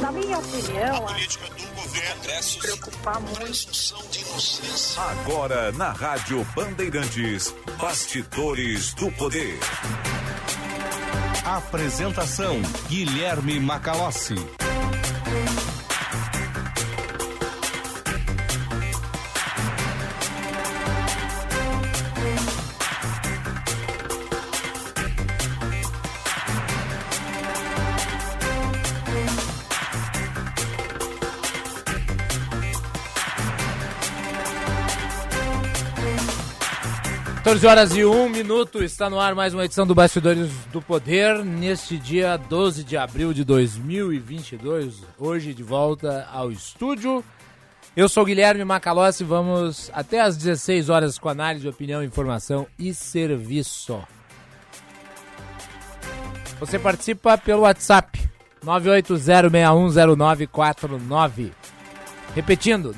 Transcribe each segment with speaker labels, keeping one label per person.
Speaker 1: Na minha opinião,
Speaker 2: a política do governo
Speaker 1: preocupar muito.
Speaker 3: Agora na Rádio Bandeirantes, Bastidores do Poder.
Speaker 4: Apresentação: Guilherme Macalossi.
Speaker 5: Horas e 1 minuto, está no ar mais uma edição do Bastidores do Poder, neste dia 12 de abril de 2022, hoje de volta ao estúdio. Eu sou Guilherme Macalossi, vamos até às 16 horas com análise, opinião, informação e serviço. Você participa pelo WhatsApp, 980610949. Repetindo,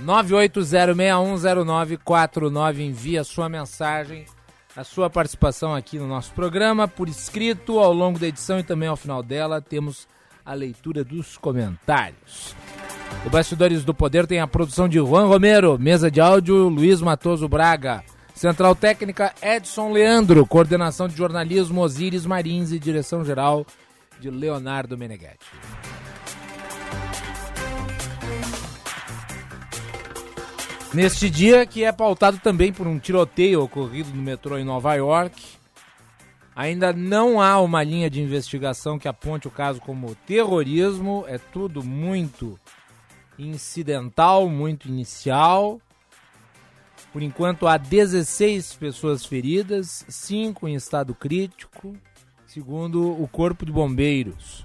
Speaker 5: 980610949, envia sua mensagem, a sua participação aqui no nosso programa, por escrito, ao longo da edição e também ao final dela, temos a leitura dos comentários. O Bastidores do Poder tem a produção de Juan Romero, mesa de áudio Luiz Matoso Braga, central técnica Edson Leandro, coordenação de jornalismo Osíris Marins e direção geral de Leonardo Meneghetti. Neste dia, que é pautado também por um tiroteio ocorrido no metrô em Nova York, ainda não há uma linha de investigação que aponte o caso como terrorismo, é tudo muito incidental, muito inicial. Por enquanto, há 16 pessoas feridas, 5 em estado crítico, segundo o Corpo de Bombeiros.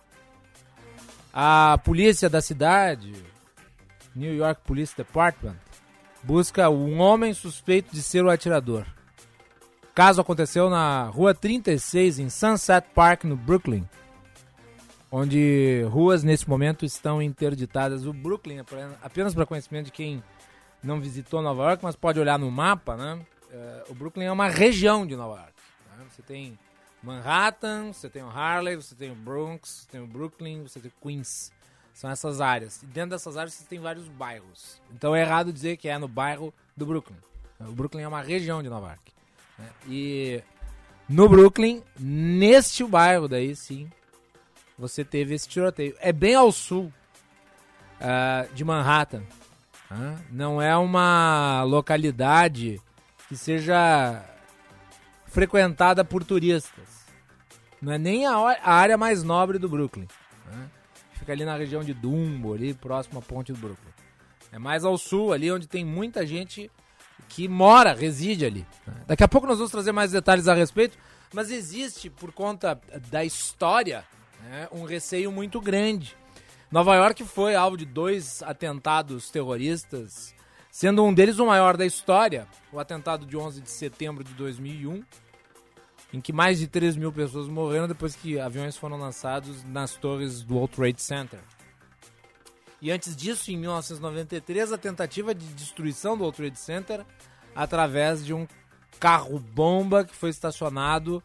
Speaker 5: A polícia da cidade, New York Police Department, busca um homem suspeito de ser o atirador. O caso aconteceu na Rua 36, em Sunset Park, no Brooklyn, onde ruas nesse momento estão interditadas. O Brooklyn, apenas para conhecimento de quem não visitou Nova York, mas pode olhar no mapa, né? O Brooklyn é uma região de Nova York. Né? Você tem Manhattan, você tem o Harlem, você tem o Bronx, você tem o Brooklyn, você tem Queens. São essas áreas. E dentro dessas áreas você tem vários bairros. Então é errado dizer que é no bairro do Brooklyn. O Brooklyn é uma região de Nova York. Né? E no Brooklyn, neste bairro daí, sim, você teve esse tiroteio. É bem ao sul de Manhattan. Não é uma localidade que seja frequentada por turistas. Não é nem a área mais nobre do Brooklyn. Fica ali na região de Dumbo, ali próximo à ponte do Brooklyn. É mais ao sul, ali onde tem muita gente que mora, reside ali. Daqui a pouco nós vamos trazer mais detalhes a respeito, mas existe, por conta da história, um receio muito grande. Nova York foi alvo de 2 atentados terroristas, sendo um deles o maior da história, o atentado de 11 de setembro de 2001, em que mais de 3 mil pessoas morreram depois que aviões foram lançados nas torres do World Trade Center. E antes disso, em 1993, a tentativa de destruição do World Trade Center através de um carro-bomba que foi estacionado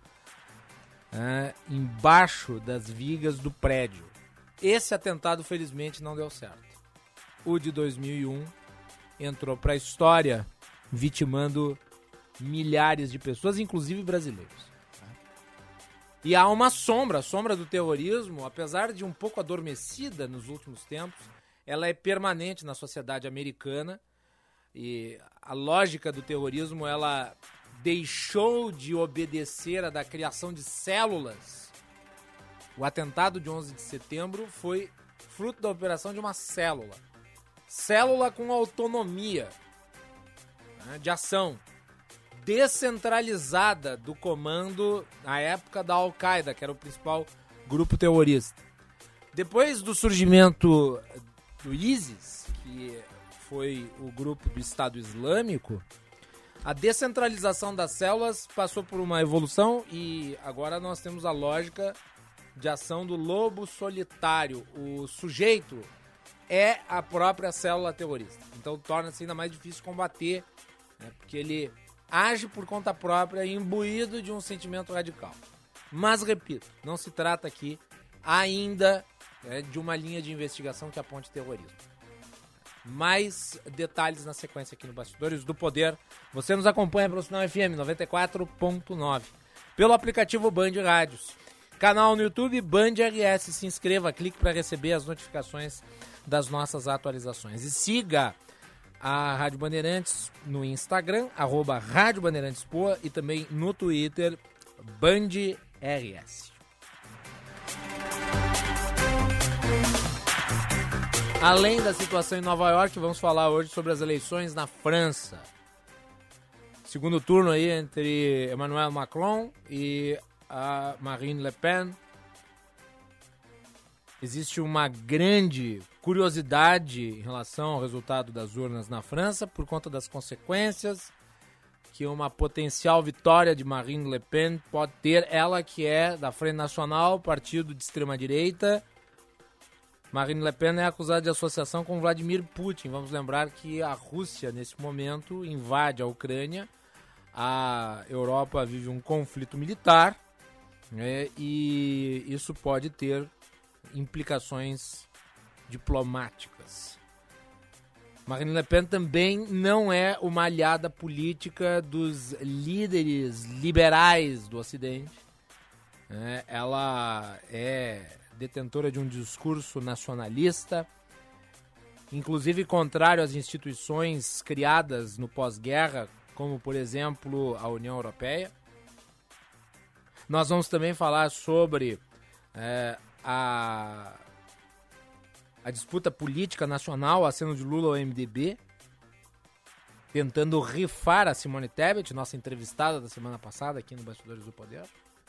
Speaker 5: embaixo das vigas do prédio. Esse atentado, felizmente, não deu certo. O de 2001 entrou para a história, vitimando milhares de pessoas, inclusive brasileiros. E há uma sombra, a sombra do terrorismo, apesar de um pouco adormecida nos últimos tempos, ela é permanente na sociedade americana e a lógica do terrorismo, ela deixou de obedecer a da criação de células. O atentado de 11 de setembro foi fruto da operação de uma célula. Célula com autonomia, de ação. Descentralizada do comando na época da Al-Qaeda, que era o principal grupo terrorista. Depois do surgimento do ISIS, que foi o grupo do Estado Islâmico, a descentralização das células passou por uma evolução e agora nós temos a lógica de ação do lobo solitário. O sujeito é a própria célula terrorista. Então torna-se ainda mais difícil combater, porque ele age por conta própria, imbuído de um sentimento radical. Mas, repito, não se trata aqui ainda de uma linha de investigação que aponte terrorismo. Mais detalhes na sequência aqui no Bastidores do Poder. Você nos acompanha pelo Sinal FM 94.9, pelo aplicativo Band Rádios, canal no YouTube Band RS. Se inscreva, clique para receber as notificações das nossas atualizações. E siga a Rádio Bandeirantes no Instagram, @Rádio Bandeirantes Poa, e também no Twitter, Band RS. Além da situação em Nova York, vamos falar hoje sobre as eleições na França. Segundo turno aí entre Emmanuel Macron e a Marine Le Pen. Existe uma grande curiosidade em relação ao resultado das urnas na França por conta das consequências que uma potencial vitória de Marine Le Pen pode ter. Ela que é da Frente Nacional, partido de extrema-direita. Marine Le Pen é acusada de associação com Vladimir Putin. Vamos lembrar que a Rússia, nesse momento, invade a Ucrânia. A Europa vive um conflito militar, né, e isso pode ter implicações diplomáticas. Marine Le Pen também não é uma aliada política dos líderes liberais do Ocidente. Ela é detentora de um discurso nacionalista, inclusive contrário às instituições criadas no pós-guerra, como, por exemplo, a União Europeia. Nós vamos também falar sobre a disputa política nacional, aceno de Lula ao MDB, tentando rifar a Simone Tebet, nossa entrevistada da semana passada aqui no Bastidores do Poder,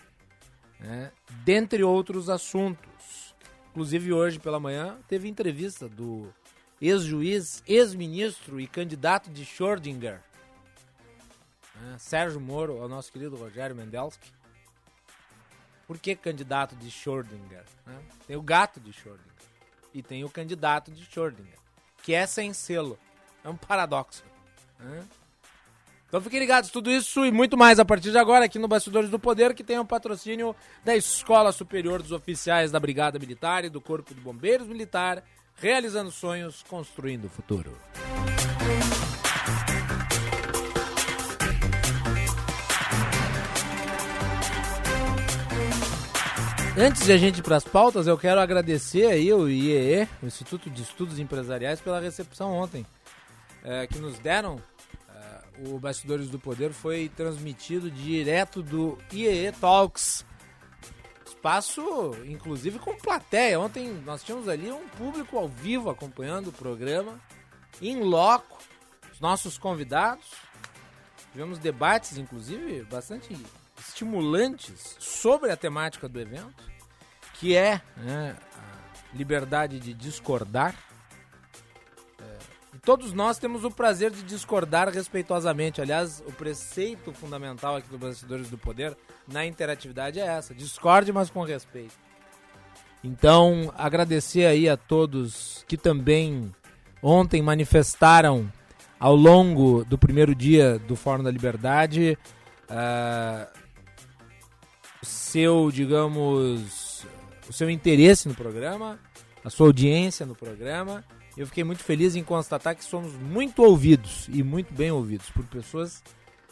Speaker 5: dentre outros assuntos. Inclusive hoje pela manhã teve entrevista do ex-juiz, ex-ministro e candidato de Schrödinger, Sérgio Moro, ao nosso querido Rogério Mendelski. Por que candidato de Schrödinger? Tem o gato de Schrödinger e tem o candidato de Schrödinger, que é sem selo. É um paradoxo. Então fiquem ligados, tudo isso e muito mais a partir de agora aqui no Bastidores do Poder, que tem o patrocínio da Escola Superior dos Oficiais da Brigada Militar e do Corpo de Bombeiros Militar, realizando sonhos, construindo o futuro. Antes de a gente ir para as pautas, eu quero agradecer aí o IEE, o Instituto de Estudos Empresariais, pela recepção ontem que nos deram. O Bastidores do Poder foi transmitido direto do IEE Talks, espaço inclusive com plateia. Ontem nós tínhamos ali um público ao vivo acompanhando o programa, em loco, os nossos convidados. Tivemos debates, inclusive, bastante estimulantes sobre a temática do evento, que é a liberdade de discordar. E todos nós temos o prazer de discordar respeitosamente. Aliás, o preceito fundamental aqui do Bastidores do Poder na interatividade é essa: discorde, mas com respeito. Então, agradecer aí a todos que também ontem manifestaram ao longo do primeiro dia do Fórum da Liberdade o seu interesse no programa, a sua audiência no programa. Eu fiquei muito feliz em constatar que somos muito ouvidos e muito bem ouvidos por pessoas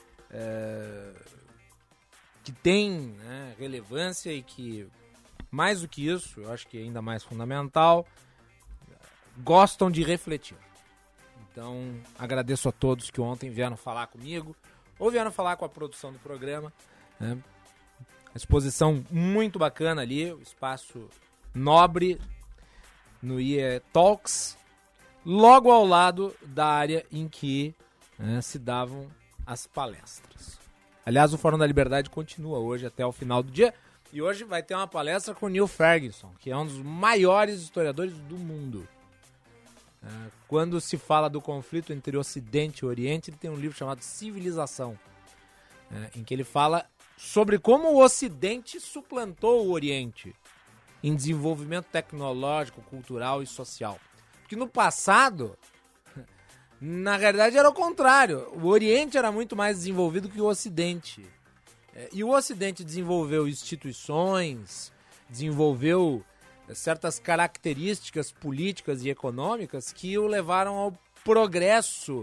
Speaker 5: que têm relevância e que, mais do que isso, eu acho que é ainda mais fundamental, gostam de refletir. Então, agradeço a todos que ontem vieram falar comigo ou vieram falar com a produção do programa. A exposição muito bacana ali, o espaço nobre no IE Talks, logo ao lado da área em que se davam as palestras. Aliás, o Fórum da Liberdade continua hoje até o final do dia, e hoje vai ter uma palestra com o Neil Ferguson, que é um dos maiores historiadores do mundo. Quando se fala do conflito entre Ocidente e Oriente, ele tem um livro chamado Civilização, em que ele fala sobre como o Ocidente suplantou o Oriente em desenvolvimento tecnológico, cultural e social. Porque no passado, na realidade, era o contrário. O Oriente era muito mais desenvolvido que o Ocidente. E o Ocidente desenvolveu instituições, desenvolveu certas características políticas e econômicas que o levaram ao progresso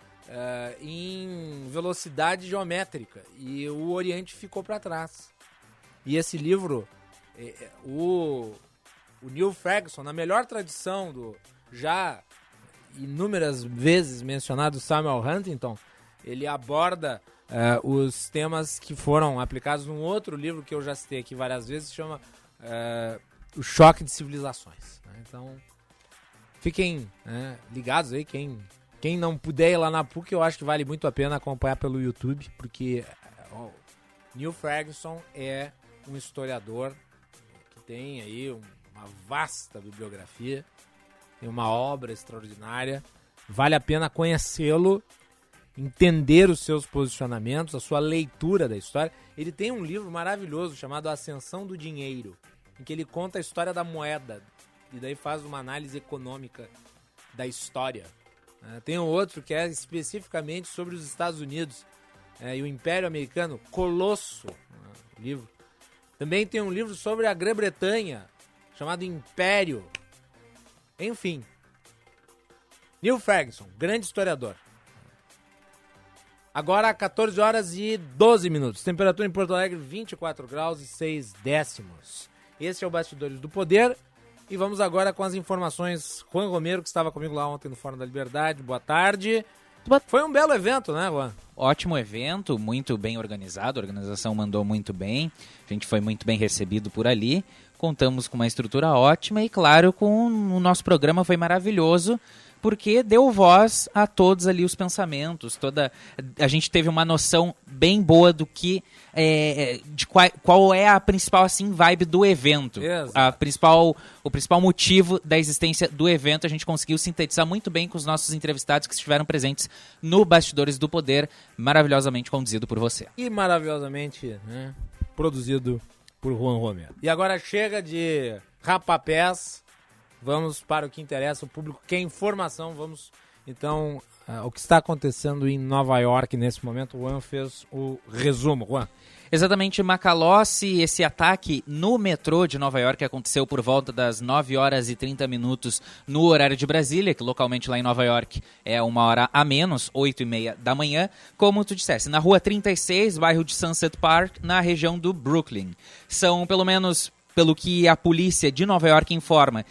Speaker 5: em velocidade geométrica, e o Oriente ficou para trás. E esse livro, o Neil Ferguson, na melhor tradição do já inúmeras vezes mencionado Samuel Huntington, ele aborda os temas que foram aplicados num outro livro que eu já citei aqui várias vezes, que chama O Choque de Civilizações. Então, fiquem ligados aí, quem não puder ir lá na PUC, eu acho que vale muito a pena acompanhar pelo YouTube, porque Neil Ferguson é um historiador que tem aí uma vasta bibliografia, tem uma obra extraordinária, vale a pena conhecê-lo, entender os seus posicionamentos, a sua leitura da história. Ele tem um livro maravilhoso chamado Ascensão do Dinheiro, em que ele conta a história da moeda e daí faz uma análise econômica da história. Tem um outro que é especificamente sobre os Estados Unidos e o Império Americano, Colosso, livro. Também tem um livro sobre a Grã-Bretanha, chamado Império. Enfim, Neil Ferguson, grande historiador. Agora 14 horas e 12 minutos. Temperatura em Porto Alegre 24 graus e 6 décimos. Esse é o Bastidores do Poder. E vamos agora com as informações. Juan Romero, que estava comigo lá ontem no Fórum da Liberdade. Boa tarde. Foi um belo evento, né, Juan?
Speaker 2: Ótimo evento, muito bem organizado. A organização mandou muito bem. A gente foi muito bem recebido por ali. Contamos com uma estrutura ótima e, claro, com o nosso programa foi maravilhoso, porque deu voz a todos ali os pensamentos, a gente teve uma noção bem boa do que, de qual é a principal assim, vibe do evento. O principal motivo da existência do evento, a gente conseguiu sintetizar muito bem com os nossos entrevistados que estiveram presentes no Bastidores do Poder, maravilhosamente conduzido por você.
Speaker 5: E maravilhosamente produzido por Juan Romero. E agora chega de rapapés. Vamos para o que interessa, o público quer informação. Vamos, então, o que está acontecendo em Nova York nesse momento. O Juan fez o resumo. Juan.
Speaker 2: Exatamente, Macalossi, esse ataque no metrô de Nova York aconteceu por volta das 9 horas e 30 minutos no horário de Brasília, que localmente lá em Nova York é 1 hora a menos, 8h30 da manhã. Como tu disseste, na rua 36, bairro de Sunset Park, na região do Brooklyn. São pelo menos, pelo que a polícia de Nova York informa,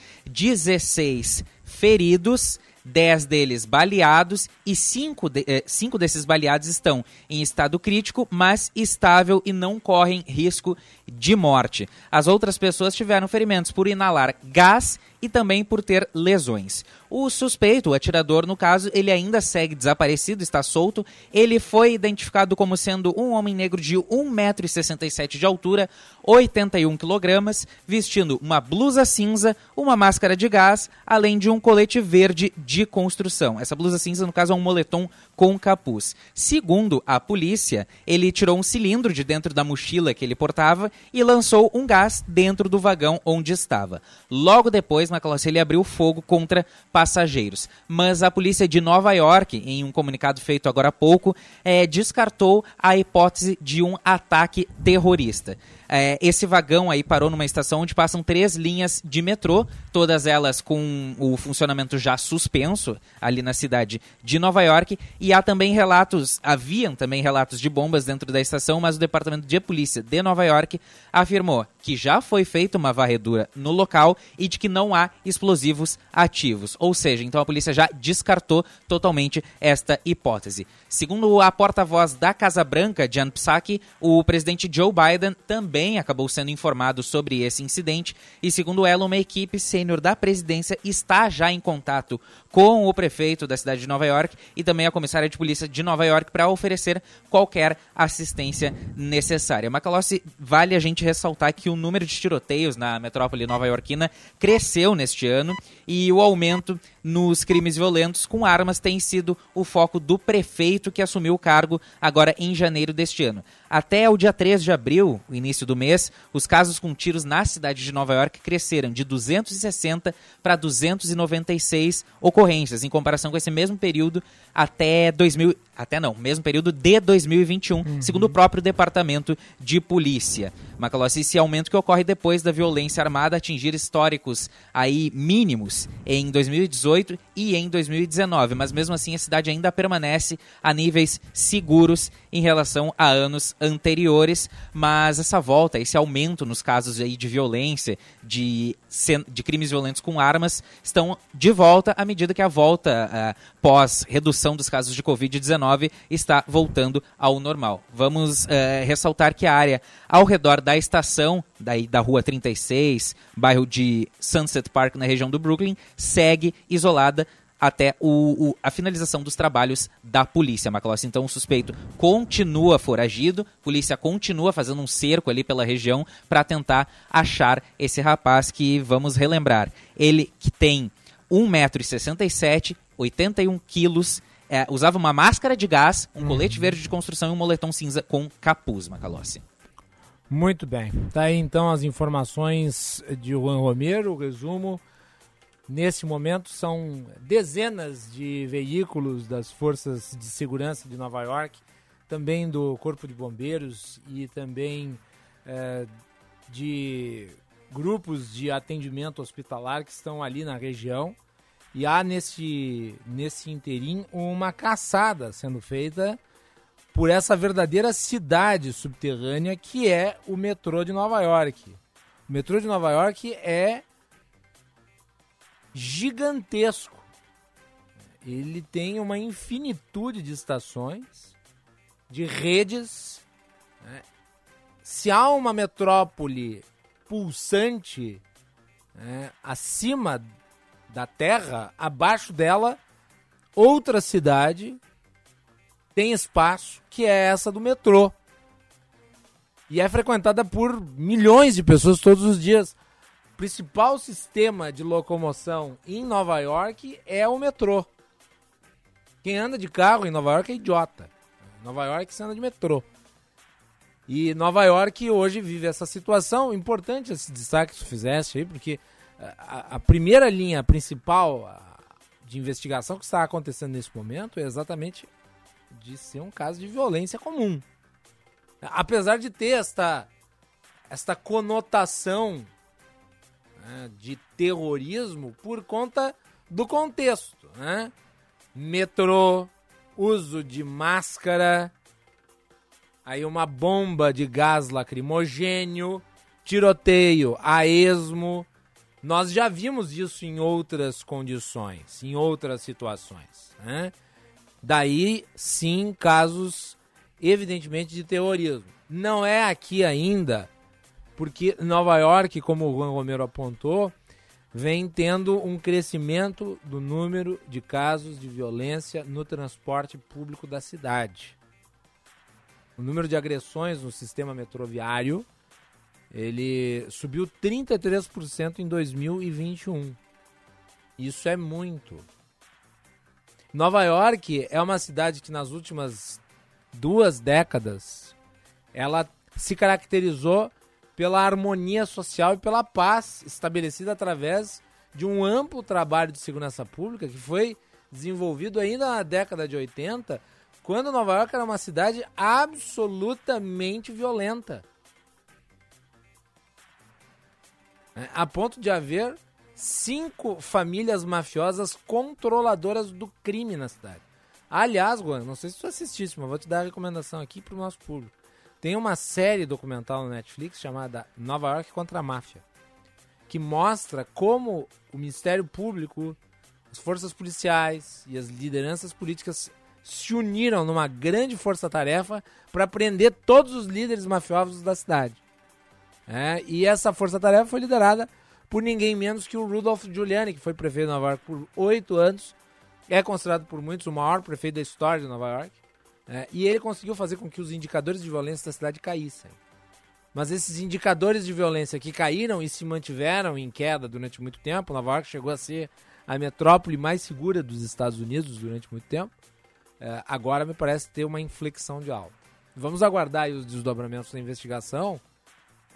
Speaker 2: 16 feridos, 10 deles baleados e 5 desses baleados estão em estado crítico, mas estável e não correm risco de morte. As outras pessoas tiveram ferimentos por inalar gás e também por ter lesões. O suspeito, o atirador no caso, ele ainda segue desaparecido, está solto. Ele foi identificado como sendo um homem negro de 1,67 m de altura, 81 kg, vestindo uma blusa cinza, uma máscara de gás, além de um colete verde de construção. Essa blusa cinza, no caso, é um moletom com capuz. Segundo a polícia, ele tirou um cilindro de dentro da mochila que ele portava e lançou um gás dentro do vagão onde estava. Logo depois, Macalossi, ele abriu fogo contra passageiros. Mas a polícia de Nova York, em um comunicado feito agora há pouco, descartou a hipótese de um ataque terrorista. Esse vagão aí parou numa estação onde passam 3 linhas de metrô, todas elas com o funcionamento já suspenso ali na cidade de Nova York, e haviam também relatos de bombas dentro da estação, mas o Departamento de Polícia de Nova York afirmou que já foi feita uma varredura no local e de que não há explosivos ativos. Ou seja, então a polícia já descartou totalmente esta hipótese. Segundo a porta-voz da Casa Branca, Jen Psaki, o presidente Joe Biden também acabou sendo informado sobre esse incidente e, segundo ela, uma equipe sênior da presidência está já em contato com o prefeito da cidade de Nova York e também a comissária de polícia de Nova York para oferecer qualquer assistência necessária. Macalossi, vale a gente ressaltar que o número de tiroteios na metrópole nova-iorquina cresceu neste ano e o aumento nos crimes violentos com armas tem sido o foco do prefeito que assumiu o cargo agora em janeiro deste ano. Até o dia 3 de abril, o início do mês, os casos com tiros na cidade de Nova York cresceram de 260 para 296 ocorrências, em comparação com esse mesmo período mesmo período de 2021, segundo o próprio Departamento de Polícia. Macalossi, esse aumento que ocorre depois da violência armada atingir históricos aí mínimos em 2018 e em 2019, mas mesmo assim a cidade ainda permanece a níveis seguros em relação a anos anteriores, mas essa volta, esse aumento nos casos aí de violência, de crimes violentos com armas, estão de volta à medida que a volta pós-redução dos casos de Covid-19 está voltando ao normal. Vamos ressaltar que a área ao redor da estação, da Rua 36, bairro de Sunset Park, na região do Brooklyn, segue isolada até a finalização dos trabalhos da polícia, Macalossi. Então o suspeito continua foragido, a polícia continua fazendo um cerco ali pela região para tentar achar esse rapaz que, vamos relembrar, ele que tem 1,67 m, 81 quilos, usava uma máscara de gás, um colete verde de construção e um moletom cinza com capuz, Macalossi.
Speaker 5: Muito bem. Tá aí então as informações de Juan Romero, o resumo. Nesse momento são dezenas de veículos das forças de segurança de Nova York, também do Corpo de Bombeiros e também de grupos de atendimento hospitalar que estão ali na região. E há nesse interim uma caçada sendo feita por essa verdadeira cidade subterrânea que é o metrô de Nova York. O metrô de Nova York é gigantesco. Ele tem uma infinitude de estações, de redes. Né? Se há uma metrópole pulsante acima da terra, abaixo dela, outra cidade tem espaço, que é essa do metrô. E é frequentada por milhões de pessoas todos os dias. O principal sistema de locomoção em Nova York é o metrô. Quem anda de carro em Nova York é idiota. Em Nova York você anda de metrô. E Nova York hoje vive essa situação. Importante esse destaque que tu fizeste aí, porque a primeira linha principal de investigação que está acontecendo nesse momento é exatamente de ser um caso de violência comum. Apesar de ter esta conotação de terrorismo por conta do contexto, né? Metrô, uso de máscara, aí uma bomba de gás lacrimogênio, tiroteio a esmo. Nós já vimos isso em outras condições, em outras situações, né? Daí, sim, casos evidentemente de terrorismo. Não é aqui ainda, porque Nova York, como o Juan Romero apontou, vem tendo um crescimento do número de casos de violência no transporte público da cidade. O número de agressões no sistema metroviário, ele subiu 33% em 2021. Isso é muito. Nova York é uma cidade que nas últimas 2 décadas ela se caracterizou pela harmonia social e pela paz estabelecida através de um amplo trabalho de segurança pública que foi desenvolvido ainda na década de 80, quando Nova York era uma cidade absolutamente violenta. A ponto de haver 5 famílias mafiosas controladoras do crime na cidade. Aliás, Juan, não sei se tu assististe, mas vou te dar a recomendação aqui para o nosso público. Tem uma série documental no Netflix chamada Nova York contra a Máfia, que mostra como o Ministério Público, as forças policiais e as lideranças políticas se uniram numa grande força-tarefa para prender todos os líderes mafiosos da cidade. E essa força-tarefa foi liderada por ninguém menos que o Rudolph Giuliani, que foi prefeito de Nova York por 8 anos, é considerado por muitos o maior prefeito da história de Nova York, e ele conseguiu fazer com que os indicadores de violência da cidade caíssem. Mas esses indicadores de violência que caíram e se mantiveram em queda durante muito tempo, Nova York chegou a ser a metrópole mais segura dos Estados Unidos durante muito tempo, agora me parece ter uma inflexão de alta. Vamos aguardar aí os desdobramentos da investigação,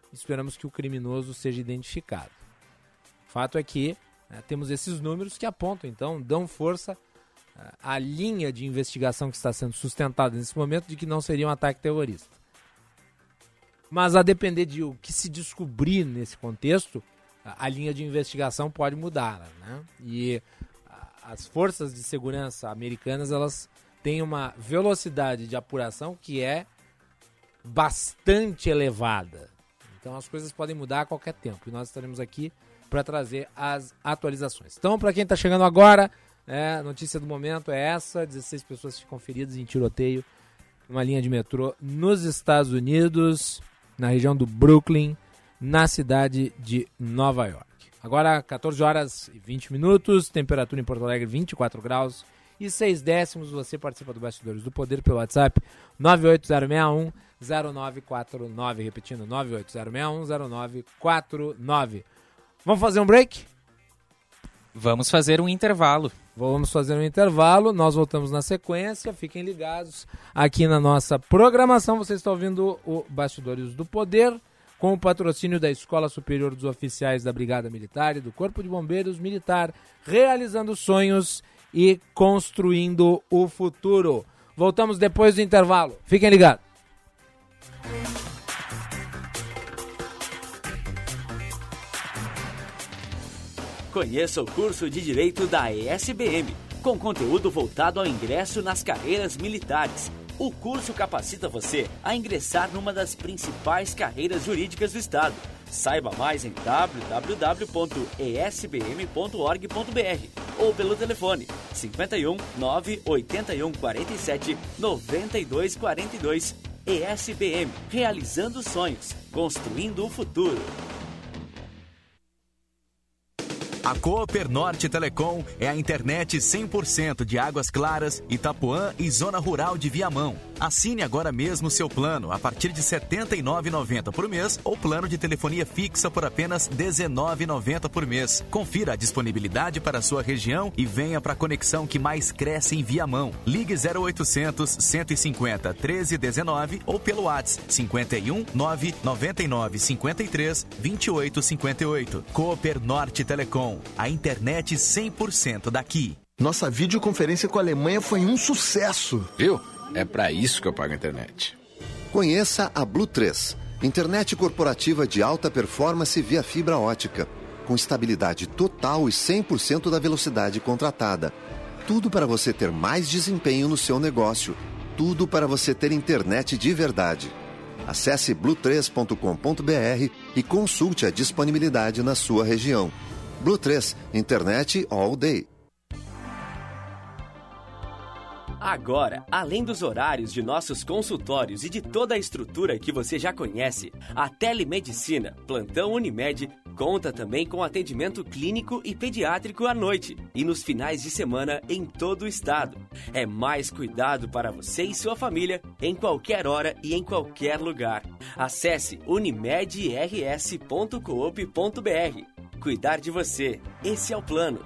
Speaker 5: esperamos que o criminoso seja identificado. O fato é que temos esses números que apontam, então, dão força à linha de investigação que está sendo sustentada nesse momento de que não seria um ataque terrorista. Mas a depender de o que se descobrir nesse contexto, a linha de investigação pode mudar, né? E as forças de segurança americanas, elas têm uma velocidade de apuração que é bastante elevada. Então as coisas podem mudar a qualquer tempo e nós estaremos aqui para trazer as atualizações. Então, para quem está chegando agora, a notícia do momento é essa: 16 pessoas ficam feridas em tiroteio numa linha de metrô nos Estados Unidos, na região do Brooklyn, na cidade de Nova York. Agora, 14 horas e 20 minutos, temperatura em Porto Alegre 24 graus e 6 décimos. Você participa do Bastidores do Poder pelo WhatsApp 98061-0949, repetindo, 98061-0949. Vamos fazer um break?
Speaker 2: Vamos fazer um intervalo.
Speaker 5: Vamos fazer um intervalo, nós voltamos na sequência, fiquem ligados aqui na nossa programação. Você está ouvindo o Bastidores do Poder, com o patrocínio da Escola Superior dos Oficiais da Brigada Militar e do Corpo de Bombeiros Militar, realizando sonhos e construindo o futuro. Voltamos depois do intervalo, fiquem ligados.
Speaker 6: Conheça o curso de Direito da ESBM, com conteúdo voltado ao ingresso nas carreiras militares. O curso capacita você a ingressar numa das principais carreiras jurídicas do Estado. Saiba mais em www.esbm.org.br ou pelo telefone 51 981 47 92 42. ESBM, realizando sonhos, construindo o futuro.
Speaker 7: A Cooper Norte Telecom é a internet 100% de Águas Claras, Itapuã e Zona Rural de Viamão. Assine agora mesmo seu plano a partir de R$ 79,90 por mês ou plano de telefonia fixa por apenas R$ 19,90 por mês. Confira a disponibilidade para a sua região e venha para a conexão que mais cresce em Viamão. Ligue 0800 150 1319 ou pelo WhatsApp 51 999 53 28 58. Cooper Norte Telecom, a internet 100% daqui.
Speaker 8: Nossa videoconferência com a Alemanha foi um sucesso.
Speaker 9: Viu? É pra isso que eu pago a internet.
Speaker 10: Conheça a Blue 3, internet corporativa de alta performance via fibra ótica, com estabilidade total e 100% da velocidade contratada. Tudo para você ter mais desempenho no seu negócio. Tudo para você ter internet de verdade. Acesse blue3.com.br e consulte a disponibilidade na sua região. Blue 3, internet all day.
Speaker 6: Agora, além dos horários de nossos consultórios e de toda a estrutura que você já conhece, a Telemedicina Plantão Unimed conta também com atendimento clínico e pediátrico à noite e nos finais de semana em todo o estado. É mais cuidado para você e sua família em qualquer hora e em qualquer lugar. Acesse unimedrs.coop.br. Cuidar de você, esse é o plano.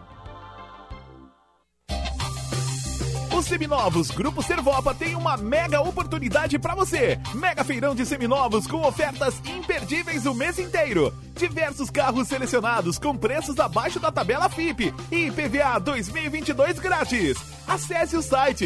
Speaker 11: Os Seminovos Grupo Servopa tem uma mega oportunidade para você. Mega feirão de seminovos com ofertas imperdíveis o mês inteiro. Diversos carros selecionados com preços abaixo da tabela FIPE e IPVA 2022 grátis. Acesse o site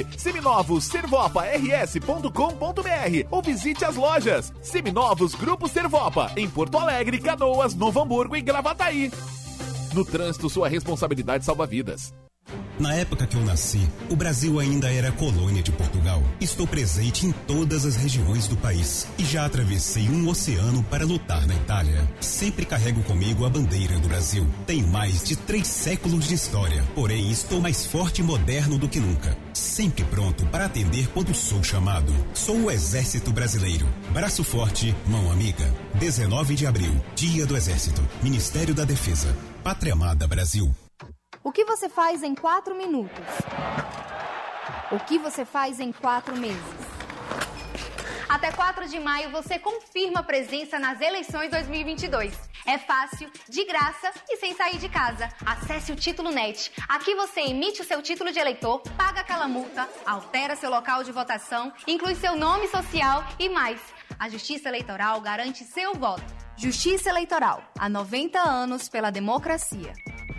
Speaker 11: seminovosservopars.com.br ou visite as lojas. Seminovos Grupo Servopa, em Porto Alegre, Canoas, Novo Hamburgo e Gravataí. No trânsito, sua responsabilidade salva vidas.
Speaker 12: Na época que eu nasci, o Brasil ainda era colônia de Portugal. Estou presente em todas as regiões do país e já atravessei um oceano para lutar na Itália. Sempre carrego comigo a bandeira do Brasil. Tenho mais de 3 séculos de história, porém estou mais forte e moderno do que nunca. Sempre pronto para atender quando sou chamado. Sou o Exército Brasileiro. Braço forte, mão amiga. 19 de abril, Dia do Exército. Ministério da Defesa. Pátria Amada Brasil.
Speaker 13: O que você faz em 4 minutos? O que você faz em 4 meses? Até 4 de maio você confirma a presença nas eleições 2022. É fácil, de graça e sem sair de casa. Acesse o Título Net. Aqui você emite o seu título de eleitor, paga aquela multa, altera seu local de votação, inclui seu nome social e mais. A Justiça Eleitoral garante seu voto. Justiça Eleitoral, há 90 anos pela democracia.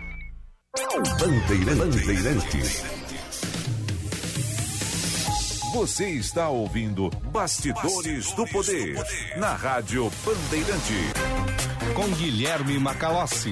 Speaker 3: Bandeirantes. Você está ouvindo Bastidores do Poder, na Rádio Bandeirante.
Speaker 4: Com Guilherme Macalossi.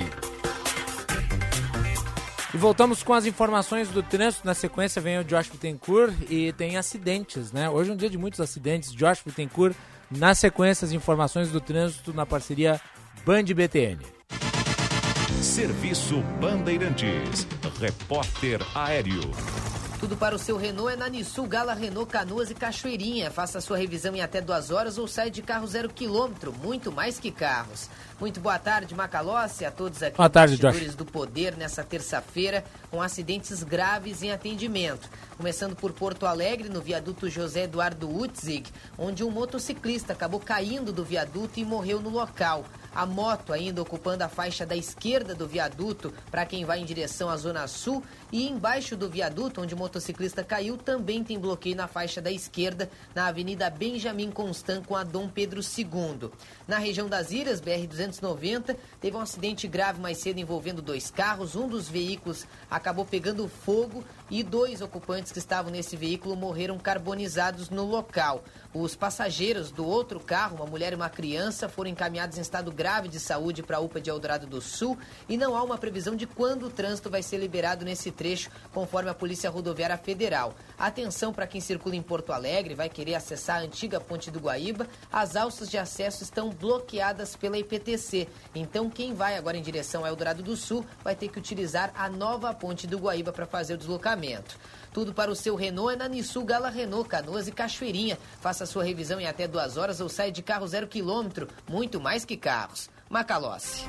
Speaker 5: E voltamos com as informações do trânsito. Na sequência vem o Josh Bittencourt e tem acidentes, né? Hoje é um dia de muitos acidentes. Josh Bittencourt, na sequência, as informações do trânsito na parceria Band BTN.
Speaker 3: Serviço Bandeirantes. Repórter Aéreo.
Speaker 14: Tudo para o seu Renault é na Nissul Gala Renault Canoas e Cachoeirinha. Faça a sua revisão em até 2 horas ou saia de carro 0 km, muito mais que carros. Muito boa tarde, Macalossi, a todos aqui
Speaker 5: boa tarde,
Speaker 14: Bastidores do Poder nessa terça-feira, com acidentes graves em atendimento. Começando por Porto Alegre, no viaduto José Eduardo Utzig, onde um motociclista acabou caindo do viaduto e morreu no local. A moto ainda ocupando a faixa da esquerda do viaduto para quem vai em direção à Zona Sul, e embaixo do viaduto onde o motociclista caiu também tem bloqueio na faixa da esquerda na Avenida Benjamin Constant com a Dom Pedro II. Na região das Ilhas, BR-290, teve um acidente grave mais cedo envolvendo 2 carros. Um dos veículos acabou pegando fogo e 2 ocupantes que estavam nesse veículo morreram carbonizados no local. Os passageiros do outro carro, uma mulher e uma criança, foram encaminhados em estado grave de saúde para a UPA de Eldorado do Sul e não há uma previsão de quando o trânsito vai ser liberado nesse trecho, conforme a Polícia Rodoviária Federal. Atenção para quem circula em Porto Alegre, vai querer acessar a antiga Ponte do Guaíba, as alças de acesso estão bloqueadas pela IPTC. Então quem vai agora em direção a Eldorado do Sul vai ter que utilizar a nova Ponte do Guaíba para fazer o deslocamento. Tudo para o seu Renault é na Nissul Gala Renault Canoas e Cachoeirinha. Faça a sua revisão em até 2 horas ou saia de carro 0 km, muito mais que carros. Macalossi.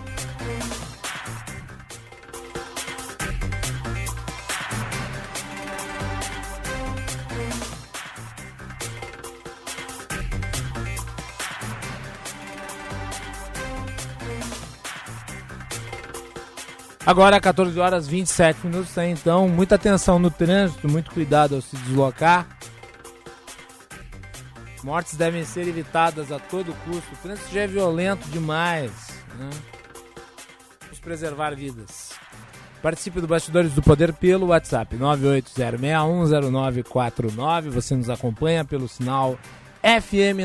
Speaker 5: Agora, 14 horas 27 minutos, né? Então, muita atenção no trânsito, muito cuidado ao se deslocar. Mortes devem ser evitadas a todo custo. O trânsito já é violento demais, né? Vamos preservar vidas. Participe do Bastidores do Poder pelo WhatsApp 980610949. Você nos acompanha pelo sinal FM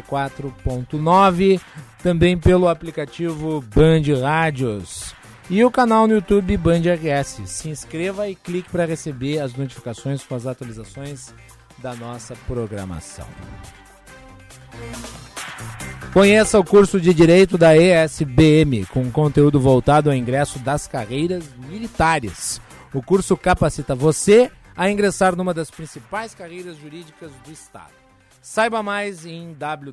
Speaker 5: 94.9, também pelo aplicativo Band Rádios. E o canal no YouTube Band RS. Se inscreva e clique para receber as notificações com as atualizações da nossa programação. Conheça o curso de Direito da ESBM, com conteúdo voltado ao ingresso das carreiras militares. O curso capacita você a ingressar numa das principais carreiras jurídicas do Estado. Saiba mais em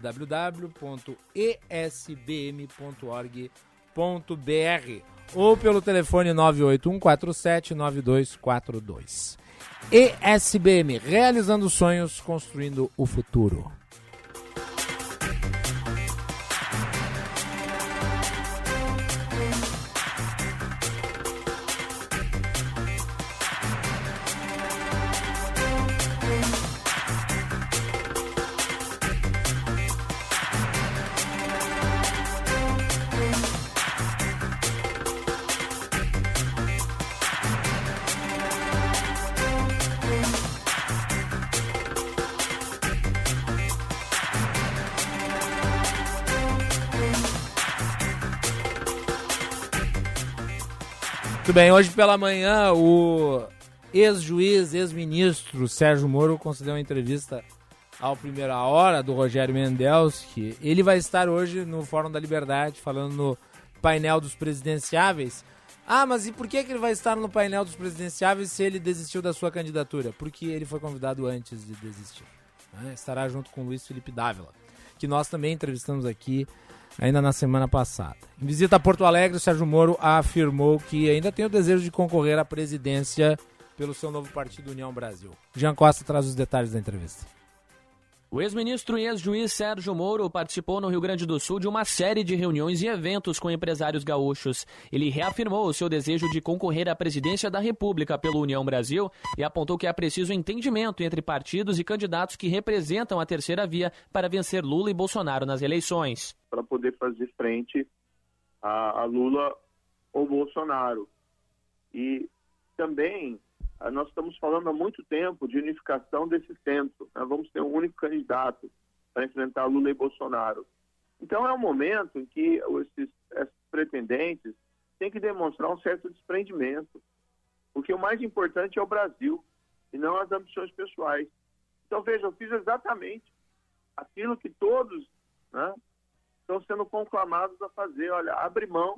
Speaker 5: www.esbm.org.br ou pelo telefone 981479242. ESBM, realizando sonhos, construindo o futuro. Muito bem, hoje pela manhã o ex-juiz, ex-ministro Sérgio Moro concedeu uma entrevista ao Primeira Hora do Rogério Mendelski. Ele vai estar hoje no Fórum da Liberdade falando no painel dos presidenciáveis. Ah, mas e por que ele vai estar no painel dos presidenciáveis se ele desistiu da sua candidatura? Porque ele foi convidado antes de desistir. Estará junto com o Luiz Felipe Dávila, que nós também entrevistamos aqui ainda na semana passada. Em visita a Porto Alegre, o Sérgio Moro afirmou que ainda tem o desejo de concorrer à presidência pelo seu novo partido União Brasil. Jean Costa traz os detalhes da entrevista.
Speaker 15: O ex-ministro e ex-juiz Sérgio Moro participou no Rio Grande do Sul de uma série de reuniões e eventos com empresários gaúchos. Ele reafirmou o seu desejo de concorrer à presidência da República pelo União Brasil e apontou que é preciso entendimento entre partidos e candidatos que representam a terceira via para vencer Lula e Bolsonaro nas eleições.
Speaker 16: Para poder fazer frente a Lula ou Bolsonaro. E também nós estamos falando há muito tempo de unificação desse centro. Nós vamos ter um único candidato para enfrentar Lula e Bolsonaro. Então é um momento em que esses pretendentes têm que demonstrar um certo desprendimento, porque o mais importante é o Brasil e não as ambições pessoais. Então veja, eu fiz exatamente aquilo que todos, né, estão sendo conclamados a fazer. Olha, abre mão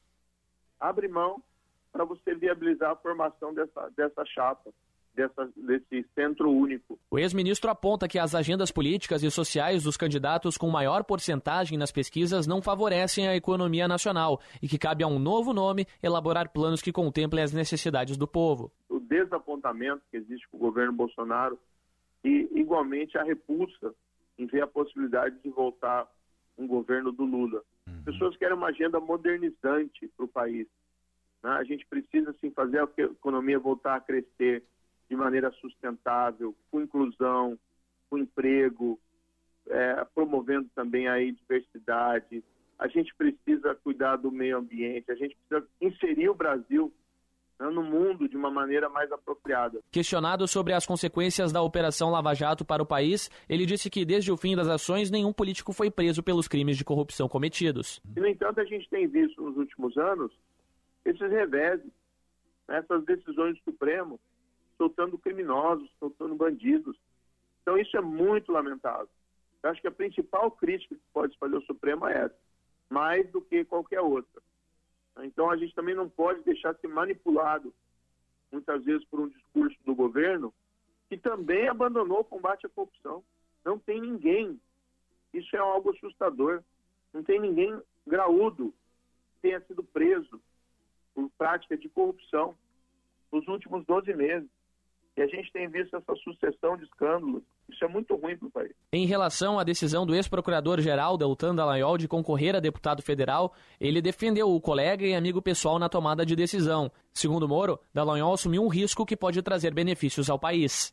Speaker 16: para você viabilizar a formação dessa chapa, desse centro único.
Speaker 15: O ex-ministro aponta que as agendas políticas e sociais dos candidatos com maior porcentagem nas pesquisas não favorecem a economia nacional e que cabe a um novo nome elaborar planos que contemplem as necessidades do povo.
Speaker 16: O desapontamento que existe com o governo Bolsonaro e, igualmente, a repulsa em ver a possibilidade de voltar um governo do Lula. As pessoas querem uma agenda modernizante para o país. A gente precisa, sim, fazer a economia voltar a crescer de maneira sustentável, com inclusão, com emprego, promovendo também a diversidade. A gente precisa cuidar do meio ambiente, a gente precisa inserir o Brasil, né, no mundo de uma maneira mais apropriada.
Speaker 15: Questionado sobre as consequências da Operação Lava Jato para o país, ele disse que desde o fim das ações, nenhum político foi preso pelos crimes de corrupção cometidos.
Speaker 16: E, no entanto, a gente tem visto nos últimos anos esses reveses, essas decisões do Supremo, soltando criminosos, soltando bandidos. Então isso é muito lamentável. Eu acho que a principal crítica que pode fazer ao Supremo é essa, mais do que qualquer outra. Então a gente também não pode deixar ser manipulado, muitas vezes por um discurso do governo, que também abandonou o combate à corrupção. Não tem ninguém, isso é algo assustador, não tem ninguém graúdo que tenha sido preso por prática de corrupção nos últimos 12 meses. E a gente tem visto essa sucessão de escândalos. Isso é muito ruim para o país.
Speaker 15: Em relação à decisão do ex-procurador-geral Deltan Dallagnol de concorrer a deputado federal, ele defendeu o colega e amigo pessoal na tomada de decisão. Segundo Moro, Dallagnol assumiu um risco que pode trazer benefícios ao país.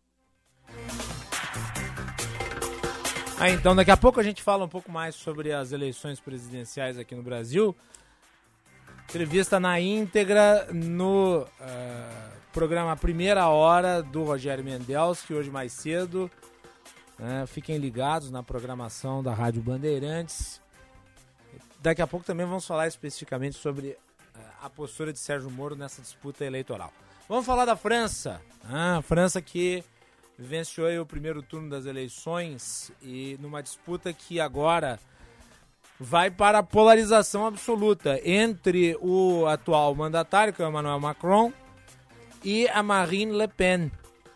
Speaker 5: Então daqui a pouco a gente fala um pouco mais sobre as eleições presidenciais aqui no Brasil. Entrevista na íntegra no programa Primeira Hora do Rogério Mendelski, hoje mais cedo. Fiquem ligados na programação da Rádio Bandeirantes. Daqui a pouco também vamos falar especificamente sobre a postura de Sérgio Moro nessa disputa eleitoral. Vamos falar da França. A França que venceu aí o primeiro turno das eleições e numa disputa que agora vai para a polarização absoluta entre o atual mandatário, que é o Emmanuel Macron, e a Marine Le Pen.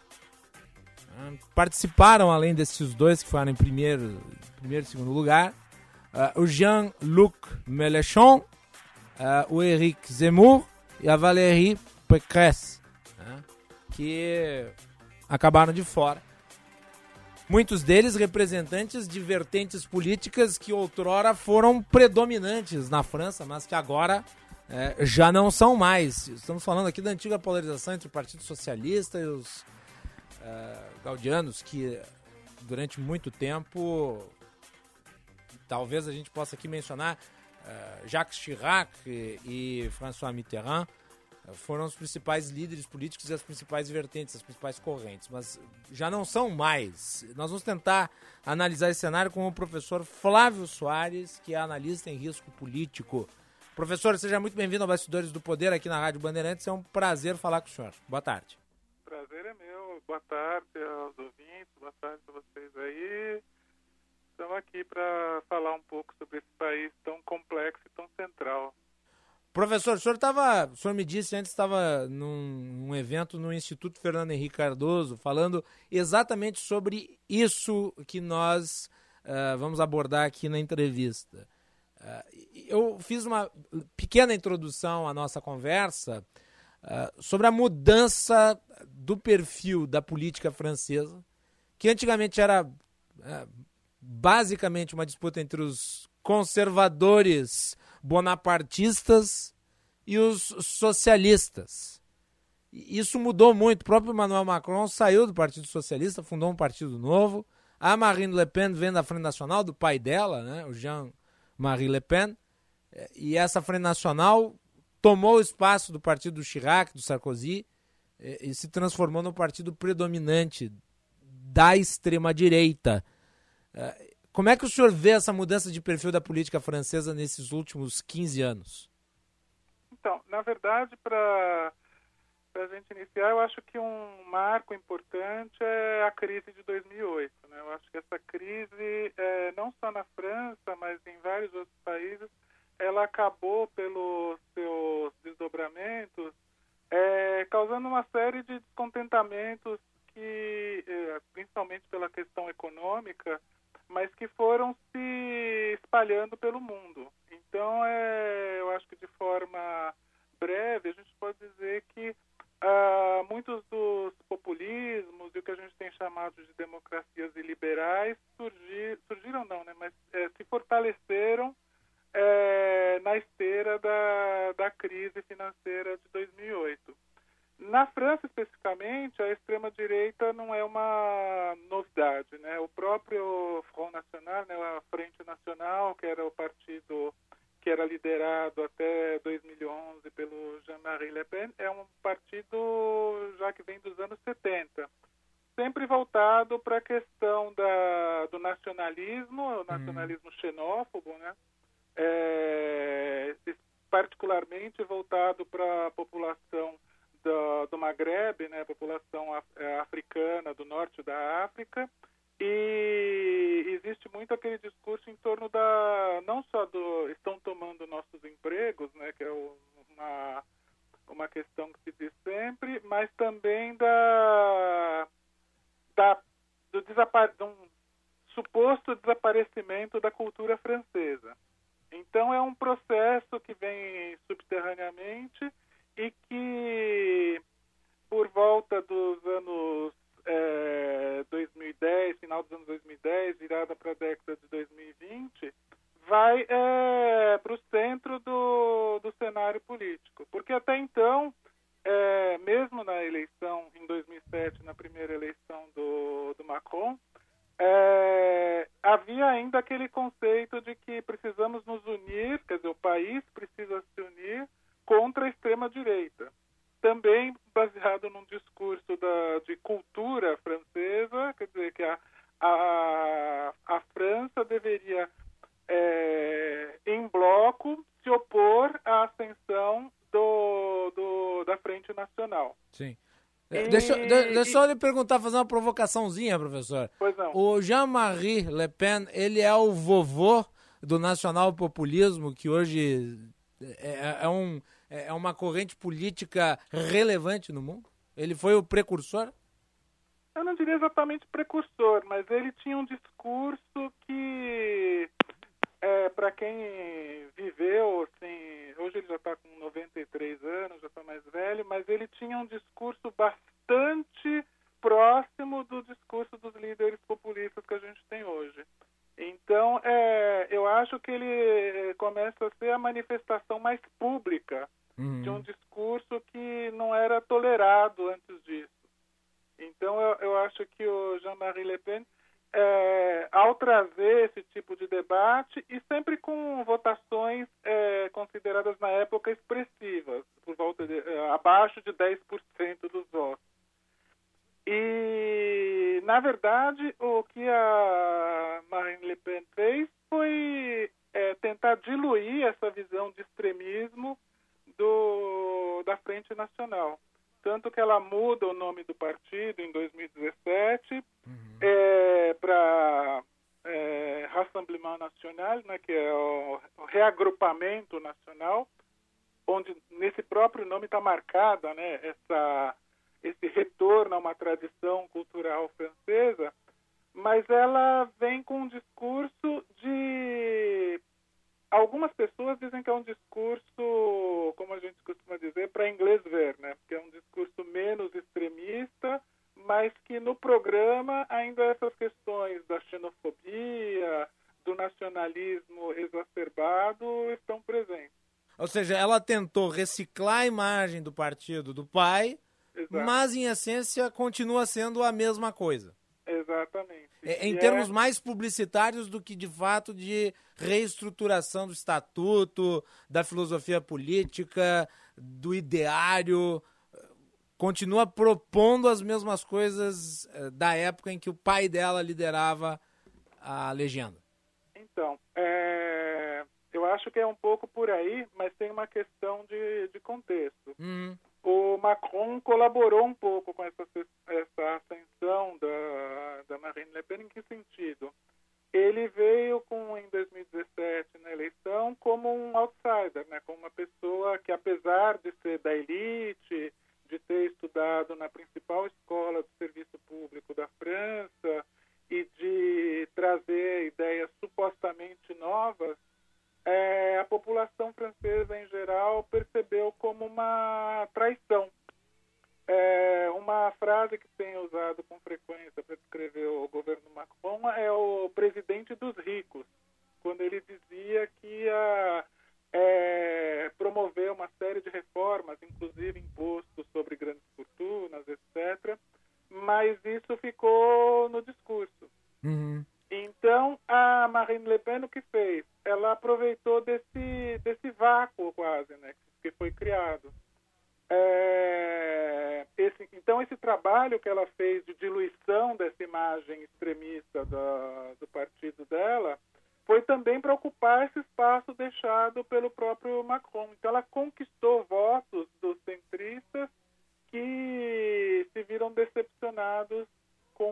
Speaker 5: Participaram, além desses dois que foram em primeiro e segundo lugar, o Jean-Luc Mélenchon, o Éric Zemmour e a Valérie Pécresse, que acabaram de fora. Muitos deles representantes de vertentes políticas que outrora foram predominantes na França, mas que agora já não são mais. Estamos falando aqui da antiga polarização entre o Partido Socialista e os gaudianos, que durante muito tempo, talvez a gente possa aqui mencionar Jacques Chirac e François Mitterrand, foram os principais líderes políticos e as principais vertentes, as principais correntes, mas já não são mais. Nós vamos tentar analisar esse cenário com o professor Flávio Soares, que é analista em risco político. Professor, seja muito bem-vindo ao Bastidores do Poder aqui na Rádio Bandeirantes. É um prazer falar com o senhor. Boa tarde.
Speaker 17: Prazer é meu. Boa tarde aos ouvintes, boa tarde a vocês aí. Estamos aqui para falar um pouco sobre esse país tão complexo e tão central.
Speaker 5: Professor, o senhor me disse antes, estava num evento no Instituto Fernando Henrique Cardoso, falando exatamente sobre isso que nós vamos abordar aqui na entrevista. Eu fiz uma pequena introdução à nossa conversa sobre a mudança do perfil da política francesa, que antigamente era basicamente uma disputa entre os conservadores bonapartistas e os socialistas. Isso mudou muito. O próprio Emmanuel Macron saiu do Partido Socialista, fundou um partido novo. A Marine Le Pen vem da Frente Nacional, do pai dela, né, o Jean-Marie Le Pen. E essa Frente Nacional tomou o espaço do partido do Chirac, do Sarkozy, e se transformou no partido predominante da extrema-direita. Como é que o senhor vê essa mudança de perfil da política francesa nesses últimos 15 anos?
Speaker 17: Então, na verdade, para a gente iniciar, eu acho que um marco importante é a crise de 2008. Né? Eu acho que essa crise, não só na França, mas em vários outros países, ela acabou, pelos seus desdobramentos, causando uma série de descontentamentos que, principalmente pela questão econômica, mas que foram se espalhando pelo mundo. Então, eu acho que de forma breve, a gente pode dizer que muitos dos populismos e o que a gente tem chamado de democracias iliberais surgiram não, né, mas se fortaleceram na esteira da crise financeira de 2008. Na França, especificamente, a extrema-direita não é uma novidade, né? O próprio Front National, né, a Frente Nacional, que era o partido que era liderado até 2011 pelo Jean-Marie Le Pen, é um partido já que vem dos anos 70, sempre voltado para a questão do nacionalismo, o nacionalismo xenófobo, né? Particularmente voltado para a população do Maghreb, né, a população africana do norte da África, e existe muito aquele discurso em torno não só estão tomando nossos empregos, né, que é uma questão que se diz sempre, mas também de um suposto desaparecimento da cultura francesa. Então é um processo que vem subterraneamente e que, por volta dos anos 2010, final dos anos 2010, virada para a década de 2020, vai para o centro do cenário político. Porque até então, mesmo na eleição, em 2007, na primeira eleição do Macron, havia ainda aquele conceito de que precisamos nos unir, quer dizer, o país precisa se unir contra a extrema-direita. Também baseado num discurso de cultura francesa, quer dizer, que a França deveria, em bloco, se opor à ascensão da Frente Nacional.
Speaker 5: Sim. Deixa eu lhe perguntar, fazer uma provocaçãozinha, professor.
Speaker 17: Pois não.
Speaker 5: O Jean-Marie Le Pen, ele é o vovô do nacional-populismo, que hoje é uma corrente política relevante no mundo? Ele foi o precursor?
Speaker 17: Eu não diria exatamente precursor, mas ele tinha um discurso que, para quem viveu, assim, hoje ele já está com 93 anos, já está mais velho, mas ele tinha um discurso bastante próximo do discurso dos líderes populistas que a gente tem hoje. Então, eu acho que ele começa a ser a manifestação mais pública de um discurso que não era tolerado antes disso. Então, eu acho que o Jean-Marie Le Pen, ao trazer esse tipo de debate, e sempre com votações consideradas na época expressivas, por volta abaixo de 10% dos votos. E, na verdade, o que a Marine Le Pen fez foi tentar diluir essa visão de extremismo da Frente Nacional. Tanto que ela muda o nome do partido em 2017 para Rassemblement National, né, que é o reagrupamento nacional, onde nesse próprio nome está marcada, né, esse retorno a uma tradição cultural francesa, mas ela vem com um discurso de... Algumas pessoas dizem que é um discurso, como a gente costuma dizer, para inglês ver, né? Porque é um discurso menos extremista, mas que no programa ainda essas questões da xenofobia
Speaker 5: Ou seja, ela tentou reciclar a imagem do partido do pai, mas em essência continua sendo a mesma coisa.
Speaker 17: Exatamente.
Speaker 5: Em termos mais publicitários do que de fato de reestruturação do estatuto, da filosofia política, do ideário, continua propondo as mesmas coisas da época em que o pai dela liderava a legenda.
Speaker 17: Então, eu acho que é um pouco por aí, mas tem uma questão de contexto. O Macron colaborou um pouco com essa ascensão da Marine Le Pen. Em que sentido? Ele veio em 2017 na eleição como um outsider, né? Como uma pessoa que, apesar de ser da elite, de ter estudado na principal escola do serviço público da França e de trazer ideias supostamente novas, a população francesa em geral percebeu como uma traição. Uma frase que tem usado com frequência para descrever o governo Macron é o presidente dos ricos, quando ele dizia que ia promover uma série de reformas, inclusive imposto sobre grandes fortunas, etc., mas isso ficou no discurso. Então, a Marine Le Pen o que fez? Ela aproveitou desse vácuo quase, né, que foi criado. Então, esse trabalho que ela fez de diluição dessa imagem extremista do partido dela foi também para ocupar esse espaço deixado pelo próprio Macron. Então, ela conquistou votos dos centristas que se viram decepcionados com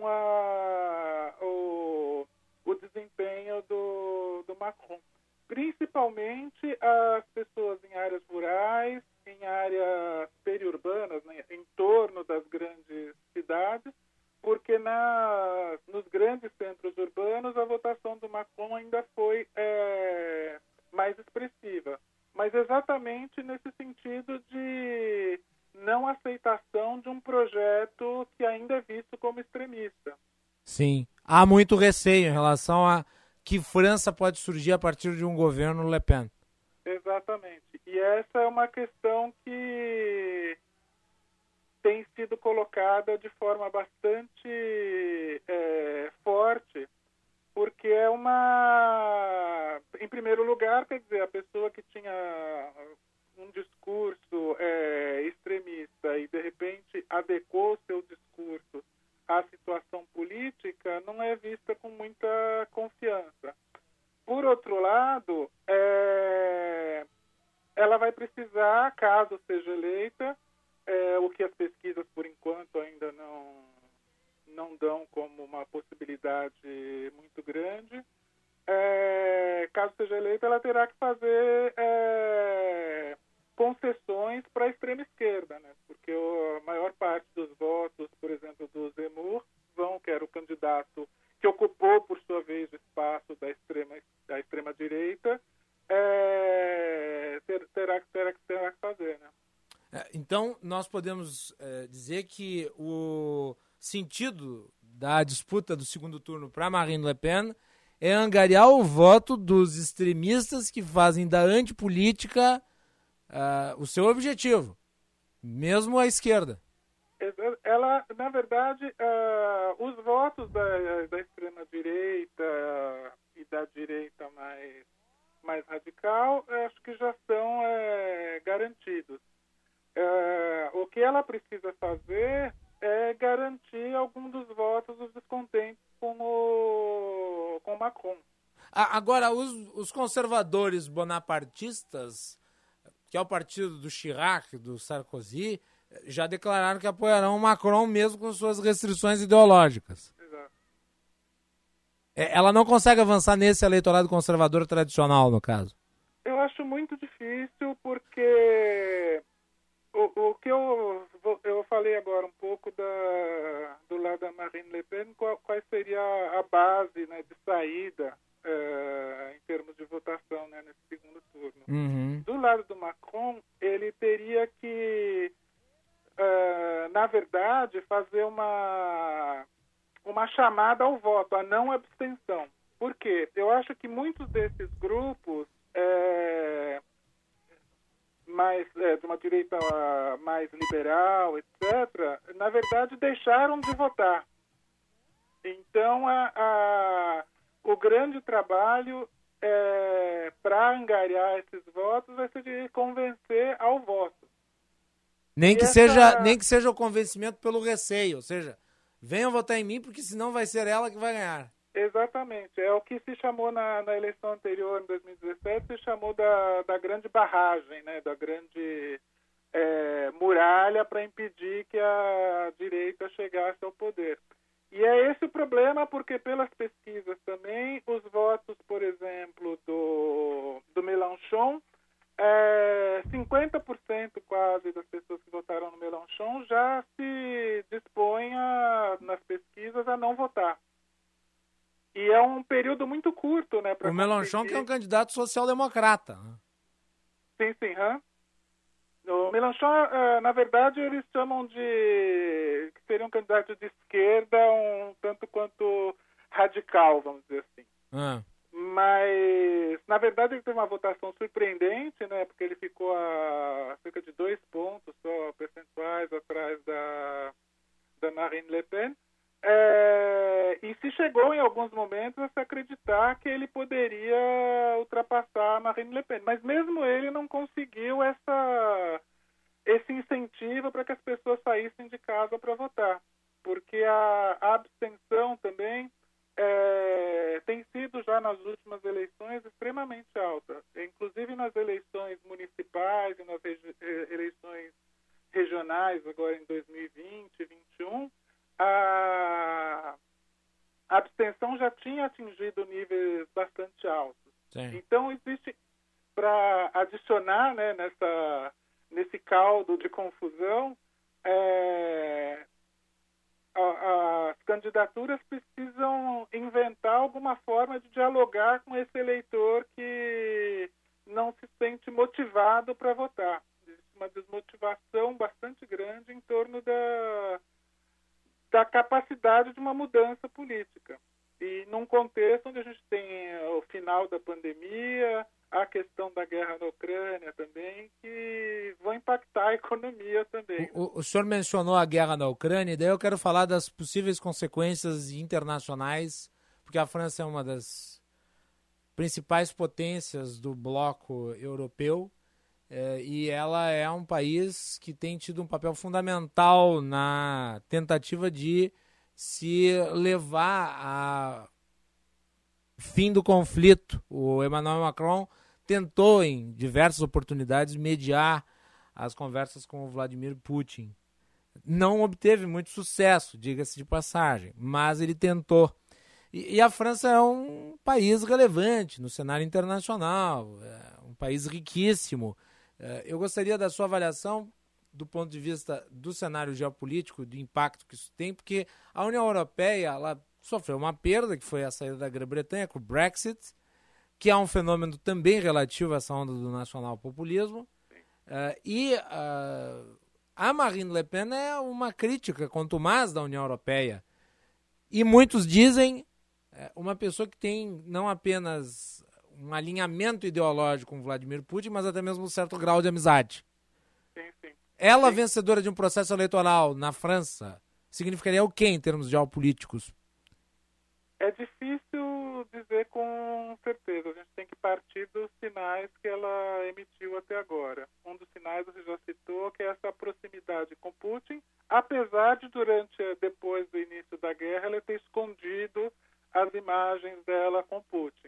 Speaker 17: o desempenho do Macron. Principalmente as pessoas em áreas rurais, em áreas periurbanas, né, em torno das grandes cidades, porque nos grandes centros urbanos a votação do Macron ainda foi mais expressiva. Mas exatamente nesse sentido de não aceitação de um projeto que ainda é visto como extremista.
Speaker 5: Sim. Há muito receio em relação a que França pode surgir a partir de um governo Le Pen.
Speaker 17: Exatamente. E essa é uma questão que tem sido colocada de forma bastante forte, porque em primeiro lugar, quer dizer, a pessoa que tinha um discurso extremista e de repente adequou seu discurso à situação política, não é vista com muita confiança. Por outro lado, ela vai precisar, caso seja eleita, o que as pesquisas por enquanto ainda não dão como uma possibilidade muito grande, caso seja eleita, ela terá que fazer concessões para a extrema esquerda, né? Porque a maior parte dos votos, por exemplo, do Zemmour, que era o candidato que ocupou, por sua vez, o espaço da extrema direita, terá que fazer, né?
Speaker 5: Então, nós podemos dizer que o sentido da disputa do segundo turno para Marine Le Pen é angariar o voto dos extremistas que fazem da antipolítica o seu objetivo, mesmo a esquerda.
Speaker 17: Ela, na verdade, os votos da extrema-direita e da direita mais radical, acho que já são garantidos. O que ela precisa fazer é garantir algum dos votos dos descontentes com Macron.
Speaker 5: Agora, os conservadores bonapartistas, que é o partido do Chirac, do Sarkozy, já declararam que apoiarão o Macron mesmo com suas restrições ideológicas.
Speaker 17: Exato.
Speaker 5: Ela não consegue avançar nesse eleitorado conservador tradicional, no caso.
Speaker 17: Eu acho muito difícil porque o que eu falei agora um pouco do lado da Marine Le Pen, qual seria a base, né, de saída em termos de votação, né, nesse segundo turno. Do lado do Macron, ele teria que na verdade, fazer uma chamada ao voto, a não abstenção. Por quê? Eu acho que muitos desses grupos de uma direita mais liberal, etc., na verdade deixaram de votar. Então, o grande trabalho para angariar esses votos vai ser de convencer ao voto.
Speaker 5: Nem que seja o convencimento pelo receio, ou seja, venham votar em mim porque senão vai ser ela que vai ganhar.
Speaker 17: Exatamente, é o que se chamou na eleição anterior, em 2017, se chamou da grande barragem, né, da grande muralha para impedir que a direita chegasse ao poder. E é esse o problema, porque pelas pesquisas também, os votos, por exemplo, do Mélenchon, 50% quase das pessoas que votaram no Mélenchon já se dispõem nas pesquisas a não votar. E é um período muito curto, né?
Speaker 5: O Mélenchon que é um candidato social-democrata.
Speaker 17: Sim. O Mélenchon, na verdade, eles chamam que seria um candidato de esquerda, um tanto quanto radical, vamos dizer assim. Mas, na verdade, ele teve uma votação surpreendente, né? Porque ele ficou a cerca de 2 pontos só percentuais atrás da Marine Le Pen. E se chegou em alguns momentos a se acreditar que ele poderia ultrapassar a Marine Le Pen. Mas mesmo ele não conseguiu esse incentivo para que as pessoas saíssem de casa para votar. Porque a abstenção também tem sido já nas últimas eleições extremamente alta. Inclusive nas eleições municipais e nas eleições regionais, agora em 2020 e 2021, a abstenção já tinha atingido níveis bastante altos. Sim. Então, existe, para adicionar, né, nesse caldo de confusão, as candidaturas precisam inventar alguma forma de dialogar com esse eleitor que não se sente motivado para votar. Existe uma desmotivação bastante grande em torno da capacidade de uma mudança política. E num contexto onde a gente tem o final da pandemia, a questão da guerra na Ucrânia também, que vão impactar a economia também.
Speaker 5: O senhor mencionou a guerra na Ucrânia, e daí eu quero falar das possíveis consequências internacionais, porque a França é uma das principais potências do bloco europeu, e ela é um país que tem tido um papel fundamental na tentativa de se levar a fim do conflito. O Emmanuel Macron tentou em diversas oportunidades mediar as conversas com o Vladimir Putin. Não obteve muito sucesso, diga-se de passagem, mas ele tentou. E a França é um país relevante no cenário internacional, é um país riquíssimo. Eu gostaria da sua avaliação do ponto de vista do cenário geopolítico, do impacto que isso tem, porque a União Europeia ela sofreu uma perda, que foi a saída da Grã-Bretanha com o Brexit, que é um fenômeno também relativo a essa onda do nacional-populismo. A Marine Le Pen é uma crítica contumaz da União Europeia. E muitos dizem uma pessoa que tem não apenas um alinhamento ideológico com Vladimir Putin, mas até mesmo um certo grau de amizade.
Speaker 17: Sim.
Speaker 5: Ela, vencedora de um processo eleitoral na França, significaria o quê em termos geopolíticos?
Speaker 17: É difícil dizer com certeza. A gente tem que partir dos sinais que ela emitiu até agora. Um dos sinais você já citou, que é essa proximidade com Putin, apesar de depois do início da guerra, ela ter escondido as imagens dela com Putin.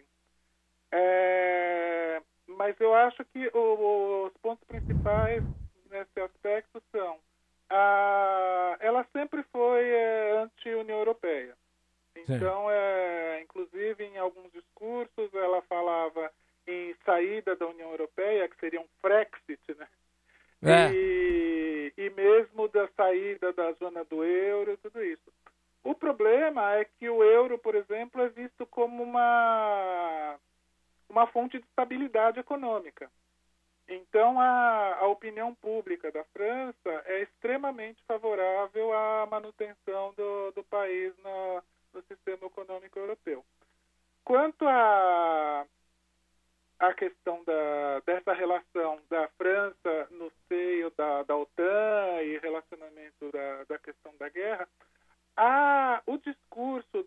Speaker 17: Mas eu acho que os pontos principais nesse aspecto são ela sempre foi anti-União Europeia. Então, inclusive em alguns discursos ela falava em saída da União Europeia, que seria um Frexit, né? E mesmo da saída da zona do euro, tudo isso. O problema é que o euro, por exemplo, é visto como uma fonte de estabilidade econômica. Então, a opinião pública da França é extremamente favorável à manutenção do país no sistema econômico europeu. Quanto à questão dessa relação da França posicionamento da questão da guerra, o discurso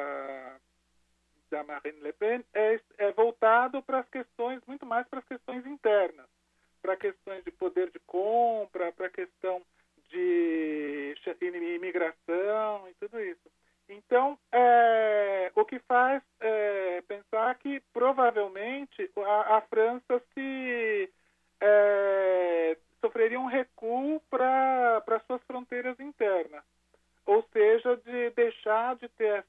Speaker 17: da Marine Le Pen é voltado para as questões, muito mais para as questões internas, para questões de poder de compra, para a questão de imigração e tudo isso. Então, o que faz pensar que provavelmente a França sofreria um recuo para suas fronteiras internas, ou seja, de deixar de ter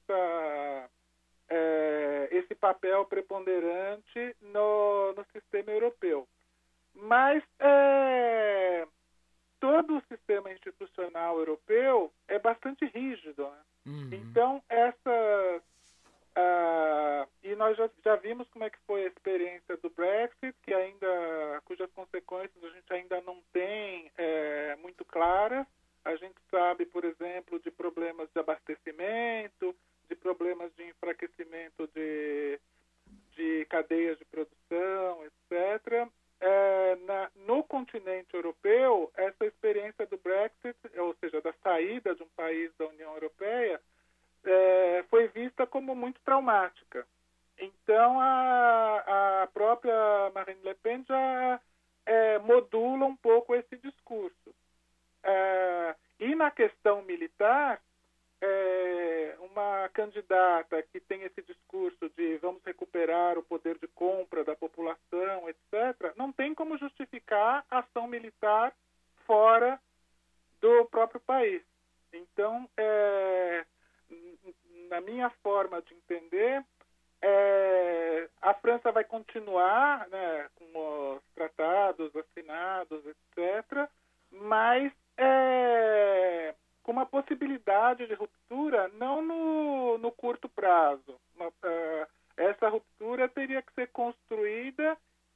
Speaker 17: esse papel preponderante no sistema europeu. Mas todo o sistema institucional europeu é bastante rígido, né? Então, e nós já vimos como é que foi a experiência do Brexit, cujas consequências a gente ainda não tem muito claras. A gente sabe, por exemplo, de problemas de abastecimento, de problemas de enfraquecimento de cadeias de produção, etc. No continente europeu, essa experiência do Brexit, ou seja, da saída de um país da União Europeia, foi vista como muito traumática. Então, a própria Marine Le Pen já modula um pouco esse discurso. E na questão militar, uma candidata que tem esse discurso de vamos recuperar o poder de compra da população, etc., não tem como justificar a ação militar fora do próprio país. Então, na minha forma de entender, a França vai continuar, né, com os tratados assinados, etc., mas com uma possibilidade de ruptura não no curto prazo. Essa ruptura teria que ser construída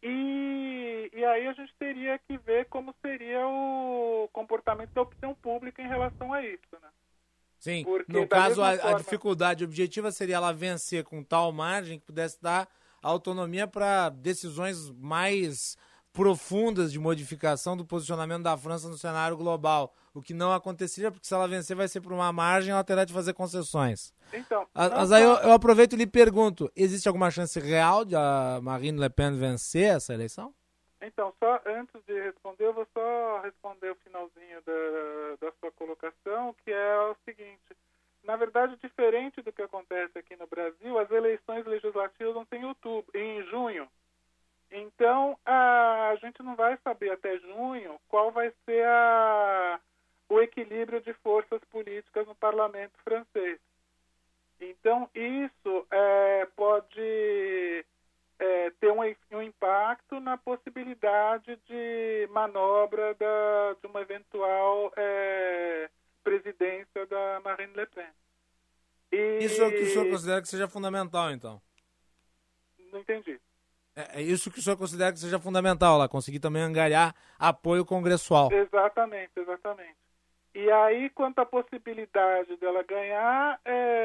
Speaker 17: e aí a gente teria que ver como seria o comportamento da opinião pública em relação a isso, né?
Speaker 5: Sim,
Speaker 17: porque,
Speaker 5: no caso, a dificuldade objetiva seria ela vencer com tal margem que pudesse dar autonomia para decisões mais profundas de modificação do posicionamento da França no cenário global, o que não aconteceria, porque se ela vencer vai ser por uma margem, ela terá de fazer concessões.
Speaker 17: Então,
Speaker 5: mas aí eu aproveito e lhe pergunto, existe alguma chance real de a Marine Le Pen vencer essa eleição?
Speaker 17: Então, só antes de responder, eu vou só responder o finalzinho da sua colocação, que é o seguinte: na verdade, diferente do que acontece aqui no Brasil, as eleições legislativas vão ser em junho. Então, a gente não vai saber até junho qual vai ser o equilíbrio de forças políticas no parlamento francês. Então, isso pode ter um impacto na possibilidade de manobra de uma eventual presidência da Marine Le Pen.
Speaker 5: Isso é o que o senhor considera que seja fundamental, então?
Speaker 17: Não entendi.
Speaker 5: É isso que o senhor considera que seja fundamental, lá, conseguir também angariar apoio congressual.
Speaker 17: Exatamente. E aí, quanto à possibilidade dela ganhar,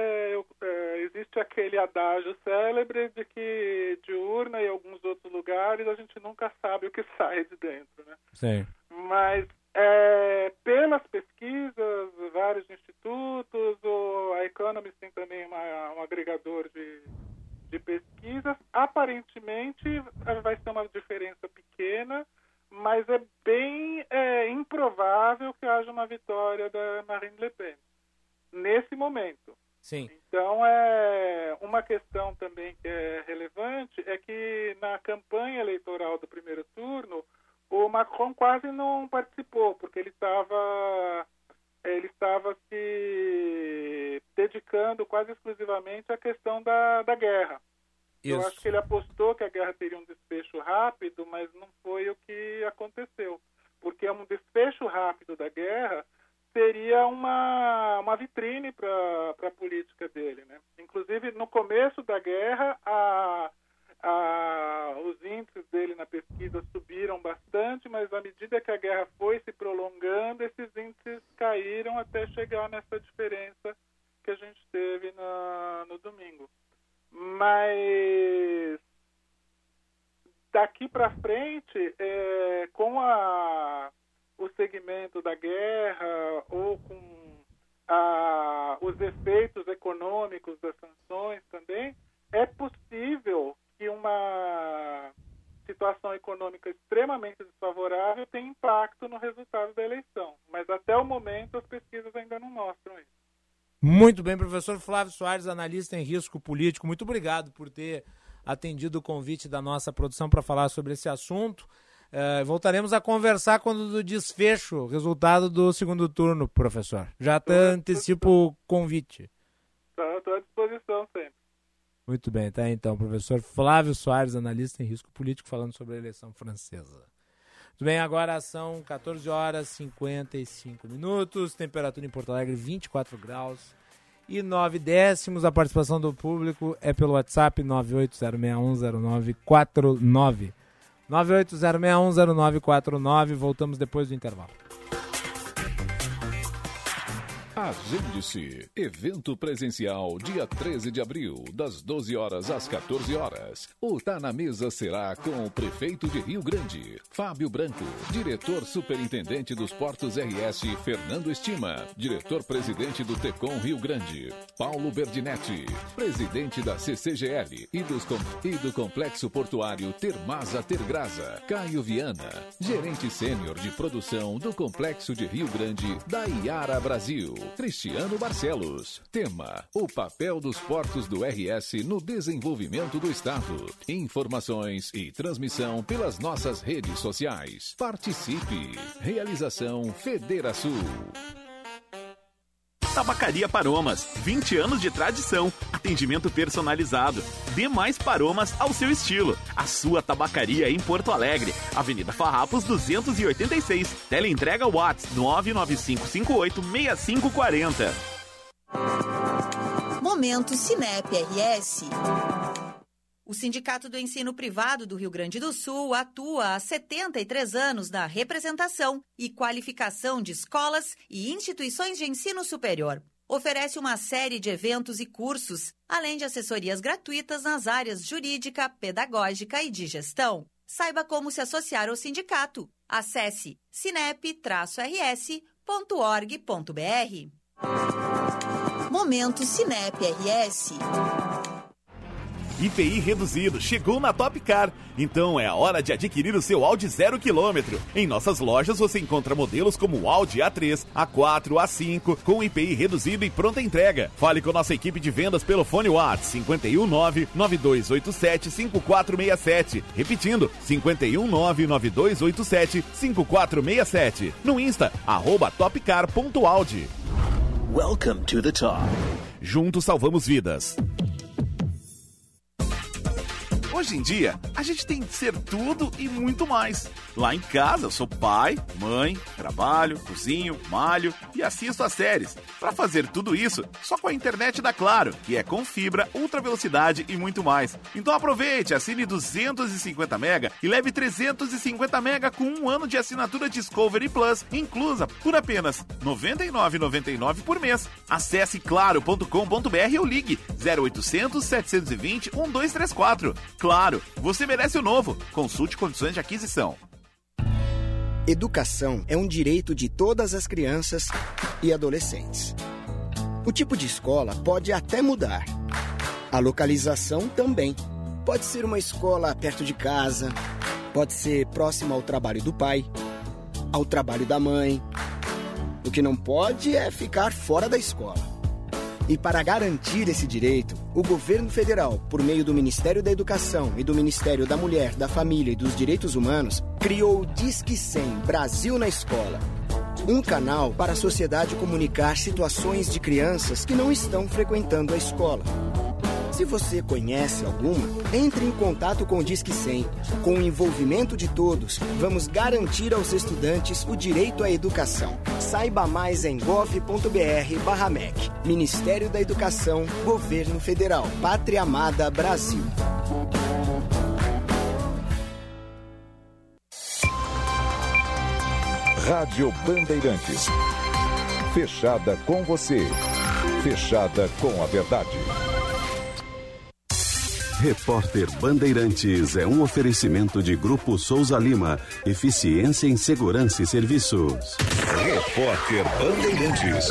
Speaker 17: existe aquele adágio célebre de que de urna e alguns outros lugares a gente nunca sabe o que sai de dentro, né?
Speaker 5: Sim.
Speaker 17: Mas pelas pesquisas, vários institutos, a Economist tem também um agregador de pesquisas, aparentemente vai ser uma diferença pequena, mas é bem improvável que haja uma vitória da Marine Le Pen nesse momento.
Speaker 5: Sim.
Speaker 17: Então, uma questão também que é relevante é que na campanha eleitoral do primeiro turno, o Macron quase não participou, porque ele estava se dedicando quase exclusivamente à questão da guerra.
Speaker 5: Isso.
Speaker 17: Eu acho que ele apostou que a guerra teria um desfecho rápido, mas não foi o que aconteceu. Porque um desfecho rápido da guerra seria uma vitrine para a política dele, né? Inclusive, no começo da guerra, os índices dele na pesquisa subiram bastante, mas à medida que a guerra foi se prolongando, esses índices caíram até chegar nessa diferença que a gente teve no domingo. Mas daqui para frente, com o segmento da guerra ou com os efeitos econômicos das sanções também, é possível que uma situação econômica extremamente desfavorável tenha impacto no resultado da eleição. Mas até o momento as pesquisas ainda não mostram isso.
Speaker 5: Muito bem, professor Flávio Soares, analista em risco político. Muito obrigado por ter atendido o convite da nossa produção para falar sobre esse assunto. Voltaremos a conversar quando do desfecho, resultado do segundo turno, professor. Já até antecipo o convite.
Speaker 17: Estou à disposição sempre.
Speaker 5: Muito bem, tá então, professor Flávio Soares, analista em risco político, falando sobre a eleição francesa. Muito bem, agora são 14 horas e 55 minutos, temperatura em Porto Alegre 24 graus e 9 décimos. A participação do público é pelo WhatsApp 980610949. 980610949, voltamos depois do intervalo.
Speaker 3: Agende-se. Evento presencial, dia 13 de abril, das 12 horas às 14 horas. O Tá na Mesa será com o prefeito de Rio Grande, Fábio Branco, diretor superintendente dos Portos RS, Fernando Estima, diretor-presidente do Tecom Rio Grande, Paulo Berdinetti, presidente da CCGL e do Complexo Portuário Termasa Tergrasa, Caio Viana, gerente sênior de produção do Complexo de Rio Grande da Iara Brasil, Cristiano Barcelos. Tema: o papel dos portos do RS no desenvolvimento do Estado. Informações e transmissão pelas nossas redes sociais. Participe. Realização Federação.
Speaker 11: Tabacaria Paromas, 20 anos de tradição, atendimento personalizado. Dê mais Paromas ao seu estilo. A sua tabacaria em Porto Alegre, Avenida Farrapos 286. Teleentrega WhatsApp 995586540.
Speaker 18: Momento Cinep RS. O Sindicato do Ensino Privado do Rio Grande do Sul atua há 73 anos na representação e qualificação de escolas e instituições de ensino superior. Oferece uma série de eventos e cursos, além de assessorias gratuitas nas áreas jurídica, pedagógica e de gestão. Saiba como se associar ao sindicato. Acesse cinep-rs.org.br. Momento Cinep RS.
Speaker 11: IPI reduzido chegou na Top Car. Então é a hora de adquirir o seu Audi 0 km. Em nossas lojas você encontra modelos como o Audi A3, A4, A5, com IPI reduzido e pronta entrega. Fale com nossa equipe de vendas pelo fone WhatsApp 519-9287-5467. Repetindo, 519-9287-5467. No Insta, @topcar.audi. Welcome to the top. Juntos salvamos vidas. Hoje em dia, a gente tem que ser tudo e muito mais. Lá em casa, eu sou pai, mãe, trabalho, cozinho, malho e assisto as séries. Para fazer tudo isso, só com a internet da Claro, que é com fibra, ultra velocidade e muito mais. Então aproveite, assine 250 mega e leve 350 mega com 1 ano de assinatura Discovery Plus, inclusa por apenas R$ 99,99 por mês. Acesse claro.com.br ou ligue 0800 720 1234. Claro, você merece o novo. Consulte condições de aquisição.
Speaker 19: Educação é um direito de todas as crianças e adolescentes. O tipo de escola pode até mudar. A localização também. Pode ser uma escola perto de casa, pode ser próxima ao trabalho do pai, ao trabalho da mãe. O que não pode é ficar fora da escola. E para garantir esse direito, o governo federal, por meio do Ministério da Educação e do Ministério da Mulher, da Família e dos Direitos Humanos, criou o Disque 100 Brasil na Escola. Um canal para a sociedade comunicar situações de crianças que não estão frequentando a escola. Se você conhece alguma, entre em contato com o Disque 100. Com o envolvimento de todos, vamos garantir aos estudantes o direito à educação. Saiba mais em gov.br/MEC. Ministério da Educação, Governo Federal, Pátria Amada Brasil.
Speaker 3: Rádio Bandeirantes. Fechada com você. Fechada com a verdade.
Speaker 20: Repórter Bandeirantes é um oferecimento de Grupo Souza Lima. Eficiência em Segurança e Serviços. Repórter Bandeirantes.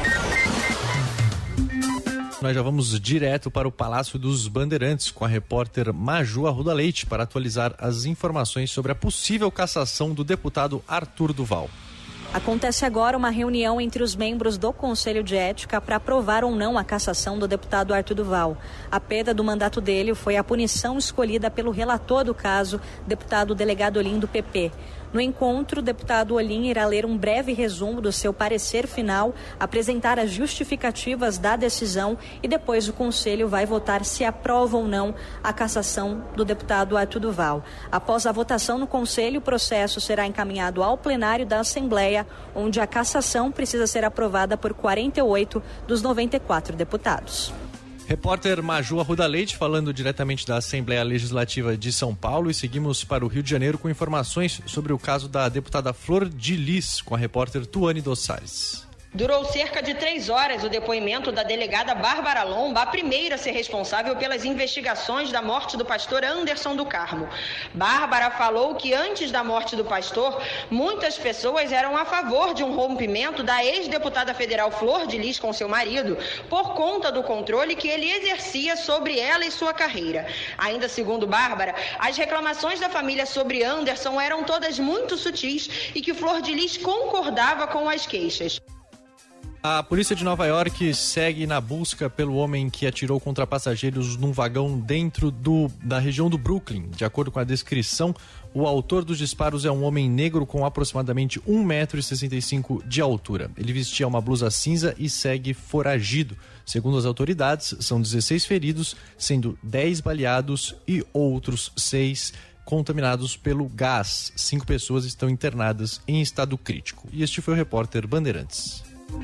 Speaker 21: Nós já vamos direto para o Palácio dos Bandeirantes com a repórter Maju Arruda Leite para atualizar as informações sobre a possível cassação do deputado Arthur Duval.
Speaker 22: Acontece agora uma reunião entre os membros do Conselho de Ética para aprovar ou não a cassação do deputado Arthur Duval. A perda do mandato dele foi a punição escolhida pelo relator do caso, deputado delegado Olim do PP. No encontro, o deputado Olim irá ler um breve resumo do seu parecer final, apresentar as justificativas da decisão e depois o Conselho vai votar se aprova ou não a cassação do deputado Arthur Duval. Após a votação no Conselho, o processo será encaminhado ao plenário da Assembleia, onde a cassação precisa ser aprovada por 48 dos 94 deputados.
Speaker 21: Repórter Maju Arruda Leite falando diretamente da Assembleia Legislativa de São Paulo, e seguimos para o Rio de Janeiro com informações sobre o caso da deputada Flor de Lis com a repórter Tuane Dossares.
Speaker 23: Durou cerca de 3 horas o depoimento da delegada Bárbara Lomba, a primeira a ser responsável pelas investigações da morte do pastor Anderson do Carmo. Bárbara falou que antes da morte do pastor, muitas pessoas eram a favor de um rompimento da ex-deputada federal Flor de Lis com seu marido, por conta do controle que ele exercia sobre ela e sua carreira. Ainda segundo Bárbara, as reclamações da família sobre Anderson eram todas muito sutis e que Flor de Lis concordava com as queixas.
Speaker 21: A polícia de Nova York segue na busca pelo homem que atirou contra passageiros num vagão dentro da região do Brooklyn. De acordo com a descrição, o autor dos disparos é um homem negro com aproximadamente 1,65 m de altura. Ele vestia uma blusa cinza e segue foragido. Segundo as autoridades, são 16 feridos, sendo 10 baleados e outros 6 contaminados pelo gás. 5 pessoas estão internadas em estado crítico. E este foi o repórter Bandeirantes.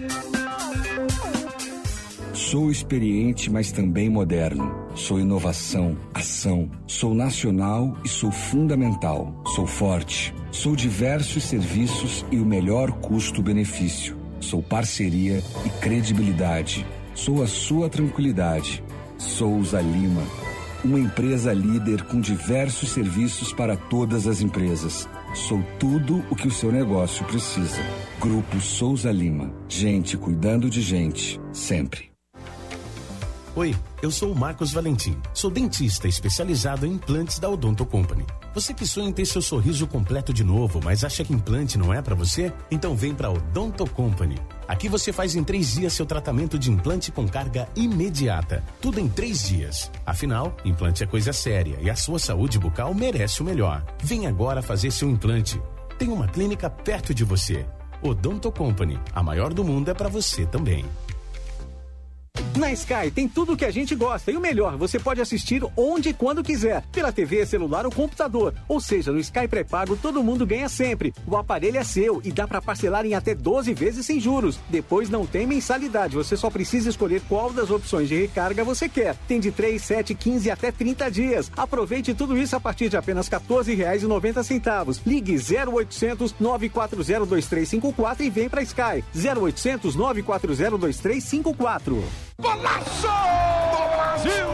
Speaker 24: Sou experiente, mas também moderno. Sou inovação, ação. Sou nacional e sou fundamental. Sou forte. Sou diversos serviços e o melhor custo-benefício. Sou parceria e credibilidade. Sou a sua tranquilidade. Souza Lima, uma empresa líder com diversos serviços para todas as empresas. Sou tudo o que o seu negócio precisa. Grupo Souza Lima. Gente cuidando de gente, sempre.
Speaker 25: Oi, eu sou o Marcos Valentim. Sou dentista especializado em implantes da Odonto Company. Você que sonha em ter seu sorriso completo de novo, mas acha que implante não é pra você? Então vem pra Odonto Company. Aqui você faz em 3 dias seu tratamento de implante com carga imediata. Tudo em 3 dias. Afinal, implante é coisa séria e a sua saúde bucal merece o melhor. Vem agora fazer seu implante. Tem uma clínica perto de você. Odonto Company. A maior do mundo é pra você também.
Speaker 26: Na Sky tem tudo o que a gente gosta e o melhor, você pode assistir onde e quando quiser, pela TV, celular ou computador. Ou seja, no Sky pré-pago todo mundo ganha sempre. O aparelho é seu e dá para parcelar em até 12 vezes sem juros. Depois não tem mensalidade, você só precisa escolher qual das opções de recarga você quer. Tem de 3, 7, 15 até 30 dias. Aproveite tudo isso a partir de apenas R$ 14,90. Ligue 0800 940 2354 e vem para Sky. 0800 940 2354.
Speaker 20: Golaço do Brasil!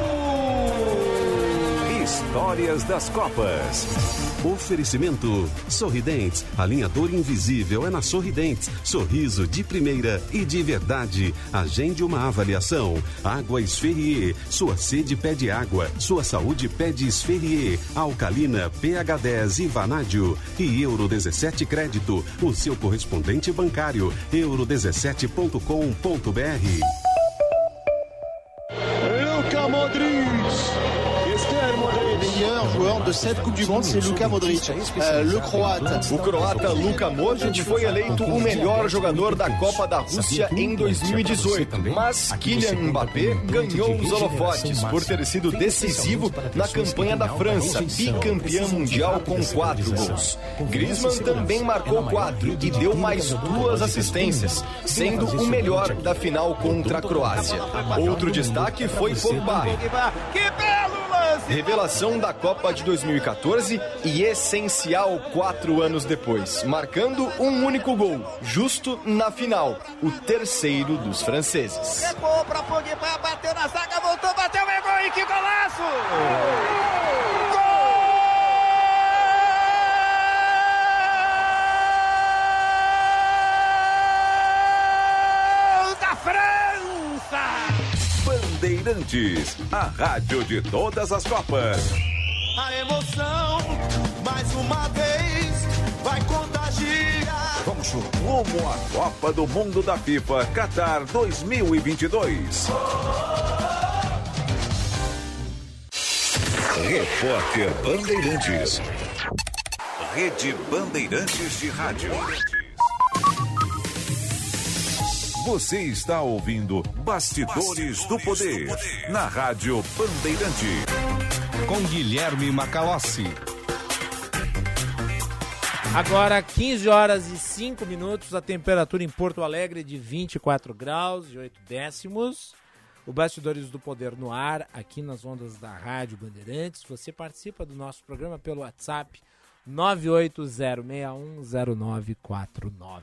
Speaker 20: Histórias das Copas. Oferecimento Sorridentes. Alinhador invisível é na Sorridentes. Sorriso de primeira e de verdade. Agende uma avaliação. Água Esferrier. Sua sede pede água. Sua saúde pede Esferrier. Alcalina, pH 10 e Vanádio. E Euro 17 Crédito. O seu correspondente bancário. euro17.com.br.
Speaker 27: Luka Modric. Meilleur joueur de cette Coupe du Monde, c'est Luka Modric, le croate.
Speaker 28: O croata Luka Modric foi eleito o melhor jogador da Copa da Rússia em 2018, mas Kylian Mbappé ganhou os holofotes por ter sido decisivo na campanha da França, bicampeã mundial com 4 gols. Griezmann também marcou 4 e deu mais 2 assistências, sendo o melhor da final contra a Croácia. Outro destaque foi Pogba.
Speaker 27: Que belo lance!
Speaker 28: Revelação da Copa de 2014 e essencial 4 anos depois, marcando um único gol, justo na final, o terceiro dos franceses.
Speaker 27: Recuou para Pogba, bateu na zaga, voltou, bateu, é gol, e que golaço! França!
Speaker 3: Bandeirantes, a rádio de todas as Copas.
Speaker 27: A emoção, mais uma vez, vai contagiar.
Speaker 3: Vamos rumo à Copa do Mundo da FIFA Qatar 2022. Repórter Bandeirantes. Rede Bandeirantes de Rádio. Você está ouvindo Bastidores do Poder na Rádio Bandeirante.
Speaker 4: Com Guilherme Macalossi.
Speaker 5: Agora 15 horas e 5 minutos, a temperatura em Porto Alegre de 24 graus e 8 décimos. O Bastidores do Poder no ar, aqui nas ondas da Rádio Bandeirantes. Você participa do nosso programa pelo WhatsApp 980610949.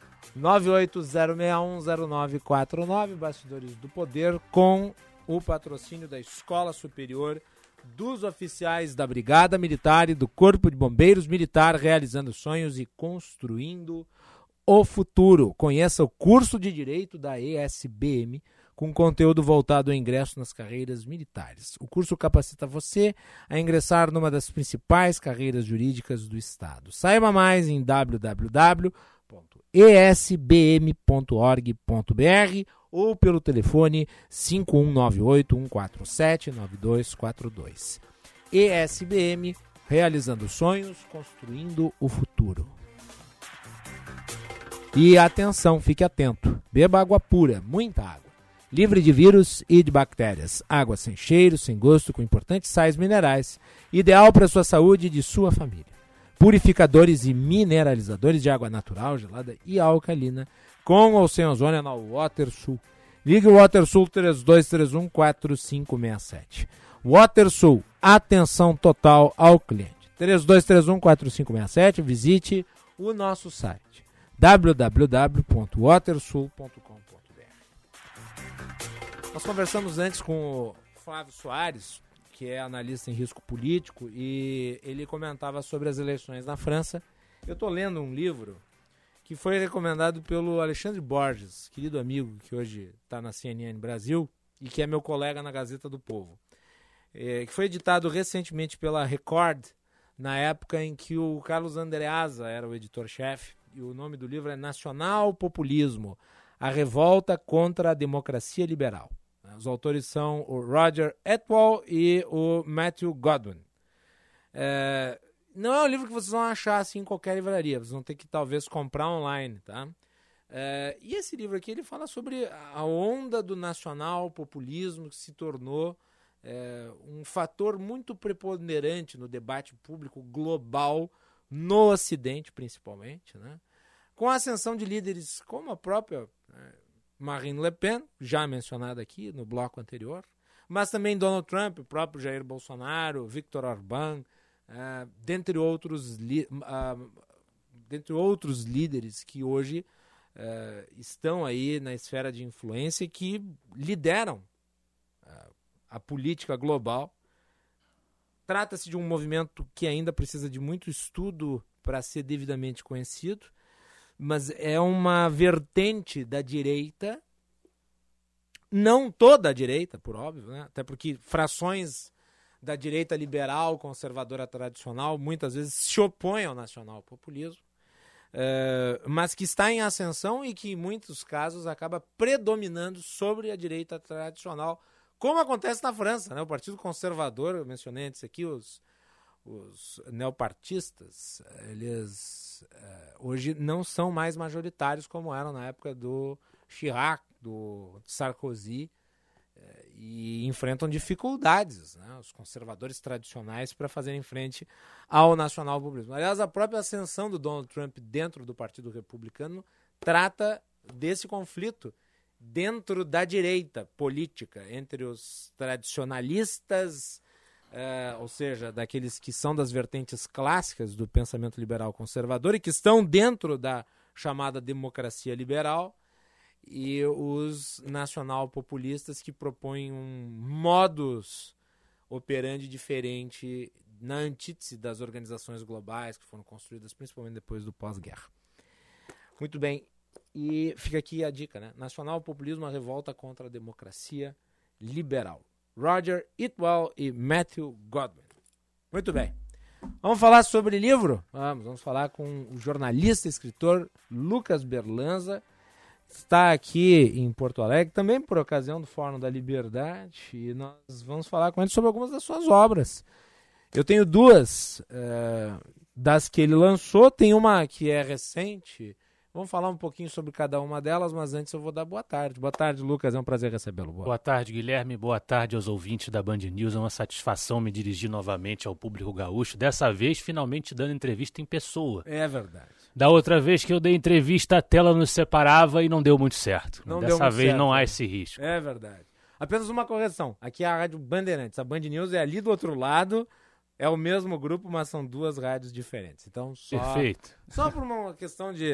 Speaker 5: 980610949, Bastidores do Poder, com o patrocínio da Escola Superior dos Oficiais da Brigada Militar e do Corpo de Bombeiros Militar, realizando sonhos e construindo o futuro. Conheça o curso de Direito da ESBM, com conteúdo voltado ao ingresso nas carreiras militares. O curso capacita você a ingressar numa das principais carreiras jurídicas do Estado. Saiba mais em www.esbm.org.br ou pelo telefone 5198-147-9242. ESBM, realizando sonhos, construindo o futuro. E atenção, fique atento. Beba água pura, muita água. Livre de vírus e de bactérias. Água sem cheiro, sem gosto, com importantes sais minerais. Ideal para a sua saúde e de sua família. Purificadores e mineralizadores de água natural, gelada e alcalina, com ou sem ozônio na WaterSul. Ligue o WaterSul 3231-4567. WaterSul, atenção total ao cliente. 3231-4567, visite o nosso site www.watersul.com.br. Nós conversamos antes com o Flávio Soares, que é analista em risco político, e ele comentava sobre as eleições na França. Eu estou lendo um livro que foi recomendado pelo Alexandre Borges, querido amigo que hoje está na CNN Brasil e que é meu colega na Gazeta do Povo, que foi editado recentemente pela Record, na época em que o Carlos Andreasa era o editor-chefe, e o nome do livro é Nacional Populismo, a revolta contra a democracia liberal. Os autores são o Roger Etwall e o Matthew Godwin. Não é um livro que vocês vão achar assim em qualquer livraria, vocês vão ter que talvez comprar online, tá? E esse livro aqui ele fala sobre a onda do nacional populismo que se tornou um fator muito preponderante no debate público global, no Ocidente principalmente, né? Com a ascensão de líderes como a própria Marine Le Pen, já mencionada aqui no bloco anterior, mas também Donald Trump, o próprio Jair Bolsonaro, Viktor Orbán, dentre outros líderes que hoje estão aí na esfera de influência e que lideram a política global. Trata-se de um movimento que ainda precisa de muito estudo para ser devidamente conhecido, mas é uma vertente da direita, não toda a direita, por óbvio, né? Até porque frações da direita liberal, conservadora tradicional, muitas vezes se opõem ao nacional-populismo, mas que está em ascensão e que em muitos casos acaba predominando sobre a direita tradicional, como acontece na França, né? O Partido Conservador, eu mencionei antes aqui, os neopartistas, eles hoje não são mais majoritários como eram na época do Chirac, do Sarkozy, e enfrentam dificuldades, né, os conservadores tradicionais, para fazerem frente ao nacional-populismo. Aliás, a própria ascensão do Donald Trump dentro do Partido Republicano trata desse conflito dentro da direita política, entre os tradicionalistas, ou seja, daqueles que são das vertentes clássicas do pensamento liberal conservador e que estão dentro da chamada democracia liberal, e os nacional-populistas que propõem um modus operandi diferente na antítese das organizações globais que foram construídas principalmente depois do pós-guerra. Muito bem. E fica aqui a dica, né? Nacional Populismo, a revolta contra a democracia liberal. Roger Itwell e Matthew Godwin. Muito bem. Vamos falar sobre livro? Vamos falar com o jornalista e escritor Lucas Berlanza. Está aqui em Porto Alegre, também por ocasião do Fórum da Liberdade, e nós vamos falar com ele sobre algumas das suas obras. Eu tenho duas das que ele lançou, tem uma que é recente. Vamos falar um pouquinho sobre cada uma delas, mas antes eu vou dar boa tarde. Boa tarde, Lucas, é um prazer recebê-lo.
Speaker 1: Boa tarde, Guilherme. Boa tarde aos ouvintes da Band News. É uma satisfação me dirigir novamente ao público gaúcho. Dessa vez, finalmente dando entrevista em pessoa.
Speaker 5: É verdade.
Speaker 1: Da outra vez que eu dei entrevista, a tela nos separava e não deu muito certo. Dessa vez não há esse risco.
Speaker 5: É verdade. Apenas uma correção. Aqui é a Rádio Bandeirantes. A Band News é ali do outro lado. É o mesmo grupo, mas são duas rádios diferentes. Então,
Speaker 1: Perfeito.
Speaker 5: Só por uma questão de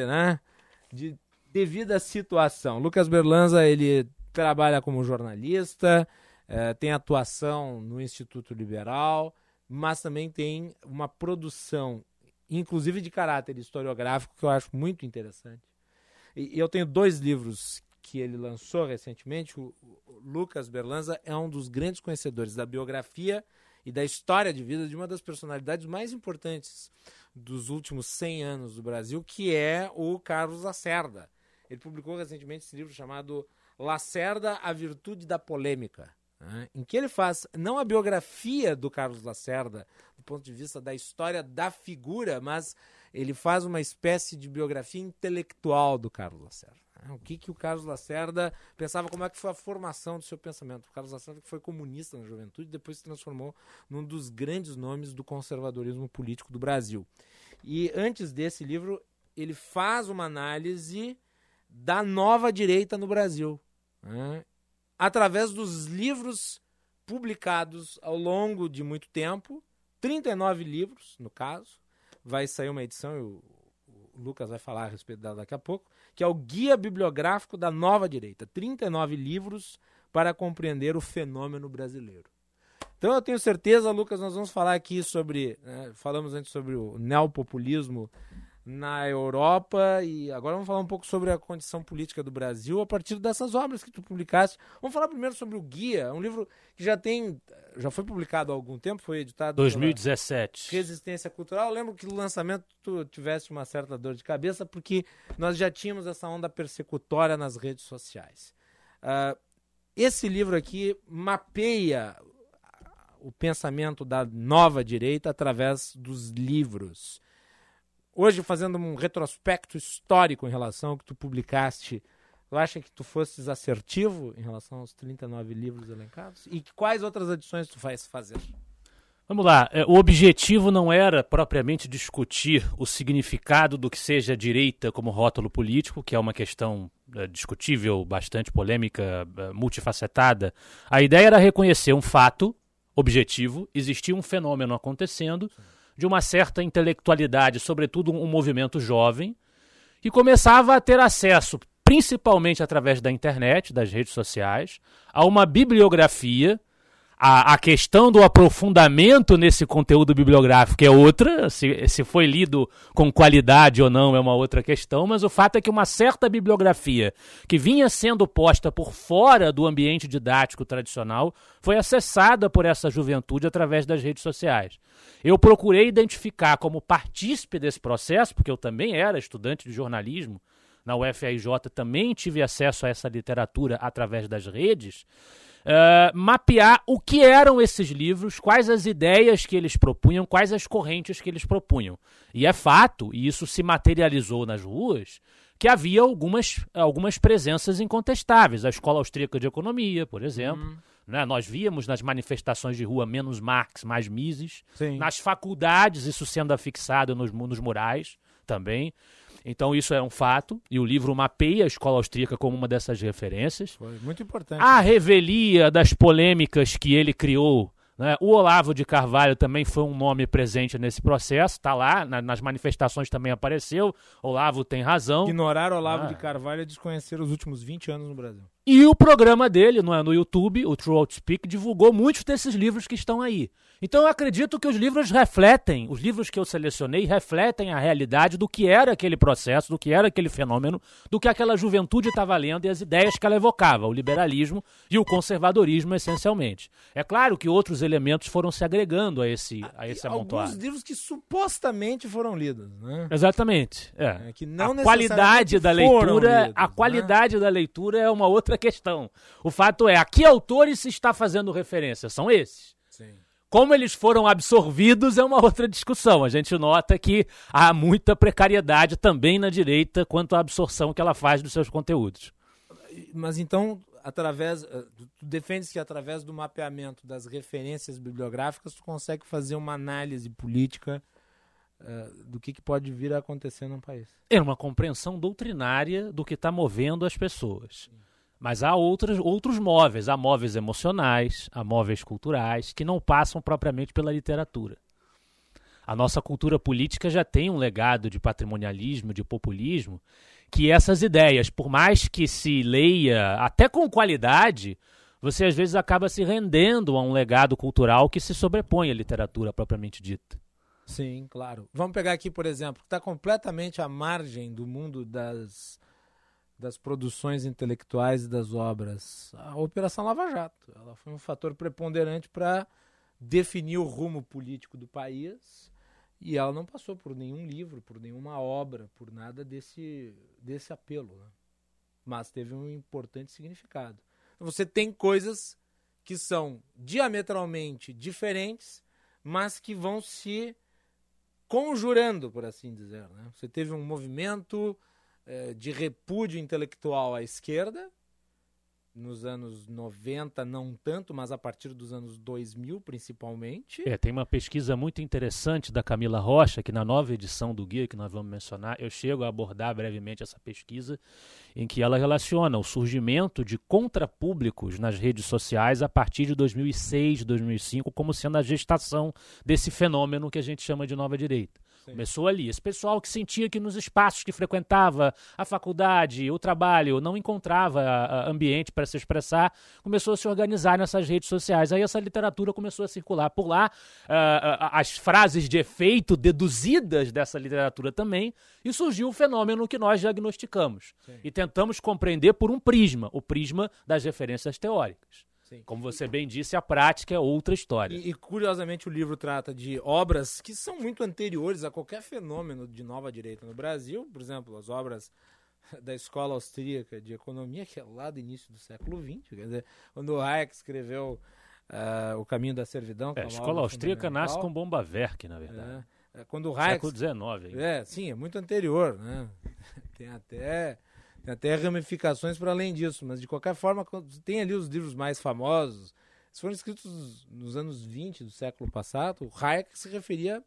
Speaker 5: devida situação. Lucas Berlanza, ele trabalha como jornalista, tem atuação no Instituto Liberal, mas também tem uma produção, inclusive de caráter historiográfico, que eu acho muito interessante. E eu tenho 2 livros que ele lançou recentemente. O Lucas Berlanza é um dos grandes conhecedores da biografia e da história de vida de uma das personalidades mais importantes dos últimos 100 anos do Brasil, que é o Carlos Lacerda. Ele publicou recentemente esse livro chamado Lacerda, a Virtude da Polêmica, né? Em que ele faz, não a biografia do Carlos Lacerda, do ponto de vista da história da figura, ele faz uma espécie de biografia intelectual do Carlos Lacerda. O que o Carlos Lacerda pensava, como é que foi a formação do seu pensamento. O Carlos Lacerda, que foi comunista na juventude, depois se transformou num dos grandes nomes do conservadorismo político do Brasil. E antes desse livro, ele faz uma análise da nova direita no Brasil, né? Através dos livros publicados ao longo de muito tempo, 39 livros, no caso. Vai sair uma edição, o Lucas vai falar a respeito dela daqui a pouco, que é o Guia Bibliográfico da Nova Direita. 39 livros para compreender o fenômeno brasileiro. Então eu tenho certeza, Lucas, nós vamos falar aqui sobre, falamos antes sobre o neopopulismo na Europa, e agora vamos falar um pouco sobre a condição política do Brasil a partir dessas obras que tu publicaste. Vamos falar primeiro sobre o Guia, um livro que já foi publicado há algum tempo, foi editado
Speaker 1: 2017.
Speaker 5: Resistência Cultural. Eu lembro que no lançamento tu tiveste uma certa dor de cabeça, porque nós já tínhamos essa onda persecutória nas redes sociais. Esse livro aqui mapeia o pensamento da nova direita através dos livros. Hoje, fazendo um retrospecto histórico em relação ao que tu publicaste, tu acha que tu fosses assertivo em relação aos 39 livros elencados? E quais outras adições tu vais fazer?
Speaker 1: Vamos lá. O objetivo não era propriamente discutir o significado do que seja direita como rótulo político, que é uma questão discutível, bastante polêmica, multifacetada. A ideia era reconhecer um fato objetivo, existia um fenômeno acontecendo, de uma certa intelectualidade, sobretudo um movimento jovem, que começava a ter acesso, principalmente através da internet, das redes sociais, a uma bibliografia. A questão do aprofundamento nesse conteúdo bibliográfico é outra, se foi lido com qualidade ou não é uma outra questão, mas o fato é que uma certa bibliografia que vinha sendo posta por fora do ambiente didático tradicional foi acessada por essa juventude através das redes sociais. Eu procurei identificar como partícipe desse processo, porque eu também era estudante de jornalismo, na UFRJ também tive acesso a essa literatura através das redes, mapear o que eram esses livros, quais as ideias que eles propunham, quais as correntes que eles propunham. E é fato, e isso se materializou nas ruas, que havia algumas presenças incontestáveis. A Escola Austríaca de Economia, por exemplo. Né? Nós víamos nas manifestações de rua menos Marx, mais Mises. Sim. Nas faculdades, isso sendo afixado nos murais também. Então isso é um fato, e o livro mapeia a Escola Austríaca como uma dessas referências.
Speaker 5: Foi muito importante.
Speaker 1: A revelia das polêmicas que ele criou, né? O Olavo de Carvalho também foi um nome presente nesse processo, está lá, nas manifestações também apareceu, Olavo tem razão.
Speaker 5: Ignorar Olavo de Carvalho é desconhecer os últimos 20 anos no Brasil.
Speaker 1: E o programa dele, no YouTube, o True Outspeak, divulgou muitos desses livros que estão aí. Então eu acredito que os livros refletem, os livros que eu selecionei refletem a realidade do que era aquele processo, do que era aquele fenômeno, do que aquela juventude estava lendo e as ideias que ela evocava, o liberalismo e o conservadorismo essencialmente. É claro que outros elementos foram se agregando a esse amontoado.
Speaker 5: Alguns livros que supostamente foram lidos, né?
Speaker 1: Exatamente.
Speaker 5: Que não
Speaker 1: a qualidade da leitura,
Speaker 5: lidos,
Speaker 1: a qualidade da leitura é uma outra questão. O fato é, a que autores se está fazendo referência? São esses.
Speaker 5: Sim.
Speaker 1: Como eles foram absorvidos é uma outra discussão. A gente nota que há muita precariedade também na direita quanto à absorção que ela faz dos seus conteúdos.
Speaker 5: Mas então, tu defendes que através do mapeamento das referências bibliográficas tu consegue fazer uma análise política do que pode vir a acontecer num país?
Speaker 1: É uma compreensão doutrinária do que está movendo as pessoas. Mas há outros móveis, há móveis emocionais, há móveis culturais, que não passam propriamente pela literatura. A nossa cultura política já tem um legado de patrimonialismo, de populismo, que essas ideias, por mais que se leia até com qualidade, você às vezes acaba se rendendo a um legado cultural que se sobrepõe à literatura propriamente dita.
Speaker 5: Sim, claro. Vamos pegar aqui, por exemplo, que está completamente à margem do mundo das produções intelectuais e das obras. A Operação Lava Jato. Ela foi um fator preponderante para definir o rumo político do país e ela não passou por nenhum livro, por nenhuma obra, por nada desse apelo, né? Mas teve um importante significado. Você tem coisas que são diametralmente diferentes, mas que vão se conjurando, por assim dizer, né? Você teve um movimento de repúdio intelectual à esquerda, nos anos 90 não tanto, mas a partir dos anos 2000 principalmente.
Speaker 1: Tem uma pesquisa muito interessante da Camila Rocha, que na nova edição do Guia, que nós vamos mencionar, eu chego a abordar brevemente essa pesquisa, em que ela relaciona o surgimento de contrapúblicos nas redes sociais a partir de 2006, 2005, como sendo a gestação desse fenômeno que a gente chama de nova direita. Sim. Começou ali. Esse pessoal que sentia que nos espaços que frequentava a faculdade, o trabalho, não encontrava ambiente para se expressar, começou a se organizar nessas redes sociais. Aí essa literatura começou a circular por lá, as frases de efeito deduzidas dessa literatura também, e surgiu o fenômeno que nós diagnosticamos. Sim. E tentamos compreender por um prisma, o prisma das referências teóricas. Sim. Como você bem disse, a prática é outra história.
Speaker 5: E curiosamente o livro trata de obras que são muito anteriores a qualquer fenômeno de nova direita no Brasil. Por exemplo, as obras da Escola Austríaca de Economia, que é lá do início do século XX. Quer dizer, quando o Hayek escreveu O Caminho da Servidão.
Speaker 1: A Escola Austríaca nasce com Bomba Werk, na verdade.
Speaker 5: Quando o Hayek,
Speaker 1: século XIX.
Speaker 5: Sim, é muito anterior, né? Tem até ramificações para além disso, mas de qualquer forma, tem ali os livros mais famosos, eles foram escritos nos anos 20 do século passado. O Hayek se referia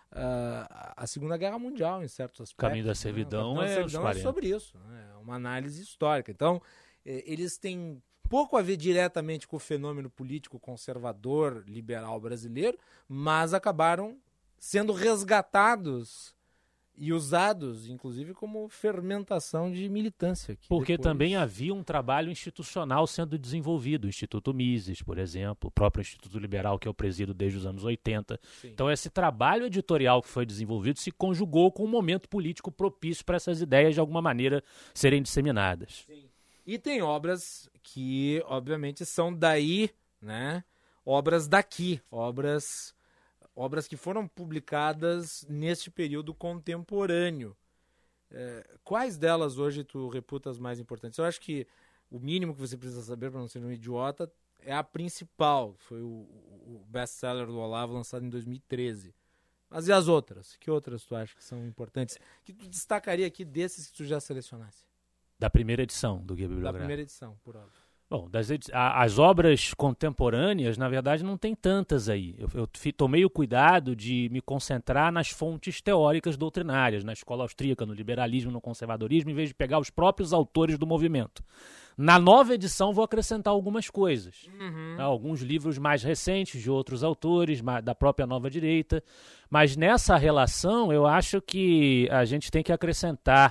Speaker 5: à Segunda Guerra Mundial, em certos aspectos.
Speaker 1: O Caminho da Servidão,
Speaker 5: é sobre isso, né? É uma análise histórica. Então, eles têm pouco a ver diretamente com o fenômeno político conservador, liberal brasileiro, mas acabaram sendo resgatados e usados, inclusive, como fermentação de militância.
Speaker 1: Porque também havia um trabalho institucional sendo desenvolvido. O Instituto Mises, por exemplo, o próprio Instituto Liberal, que eu presido desde os anos 80. Sim. Então, esse trabalho editorial que foi desenvolvido se conjugou com um momento político propício para essas ideias, de alguma maneira, serem disseminadas.
Speaker 5: Sim. E tem obras que, obviamente, são daí, né? Obras daqui, obras que foram publicadas neste período contemporâneo. Quais delas hoje tu reputas mais importantes? Eu acho que o mínimo que você precisa saber para não ser um idiota é a principal. Foi o best-seller do Olavo, lançado em 2013. Mas e as outras? Que outras tu acha que são importantes? Que tu destacaria aqui desses que tu já selecionasse?
Speaker 1: Da primeira edição do Guia Bibliográfico.
Speaker 5: Da primeira edição, por óbvio.
Speaker 1: Bom, as obras contemporâneas, na verdade, não tem tantas aí. Eu tomei o cuidado de me concentrar nas fontes teóricas doutrinárias, na escola austríaca, no liberalismo, no conservadorismo, em vez de pegar os próprios autores do movimento. Na nova edição vou acrescentar algumas coisas. Alguns livros mais recentes de outros autores, da própria nova direita. Mas nessa relação eu acho que a gente tem que acrescentar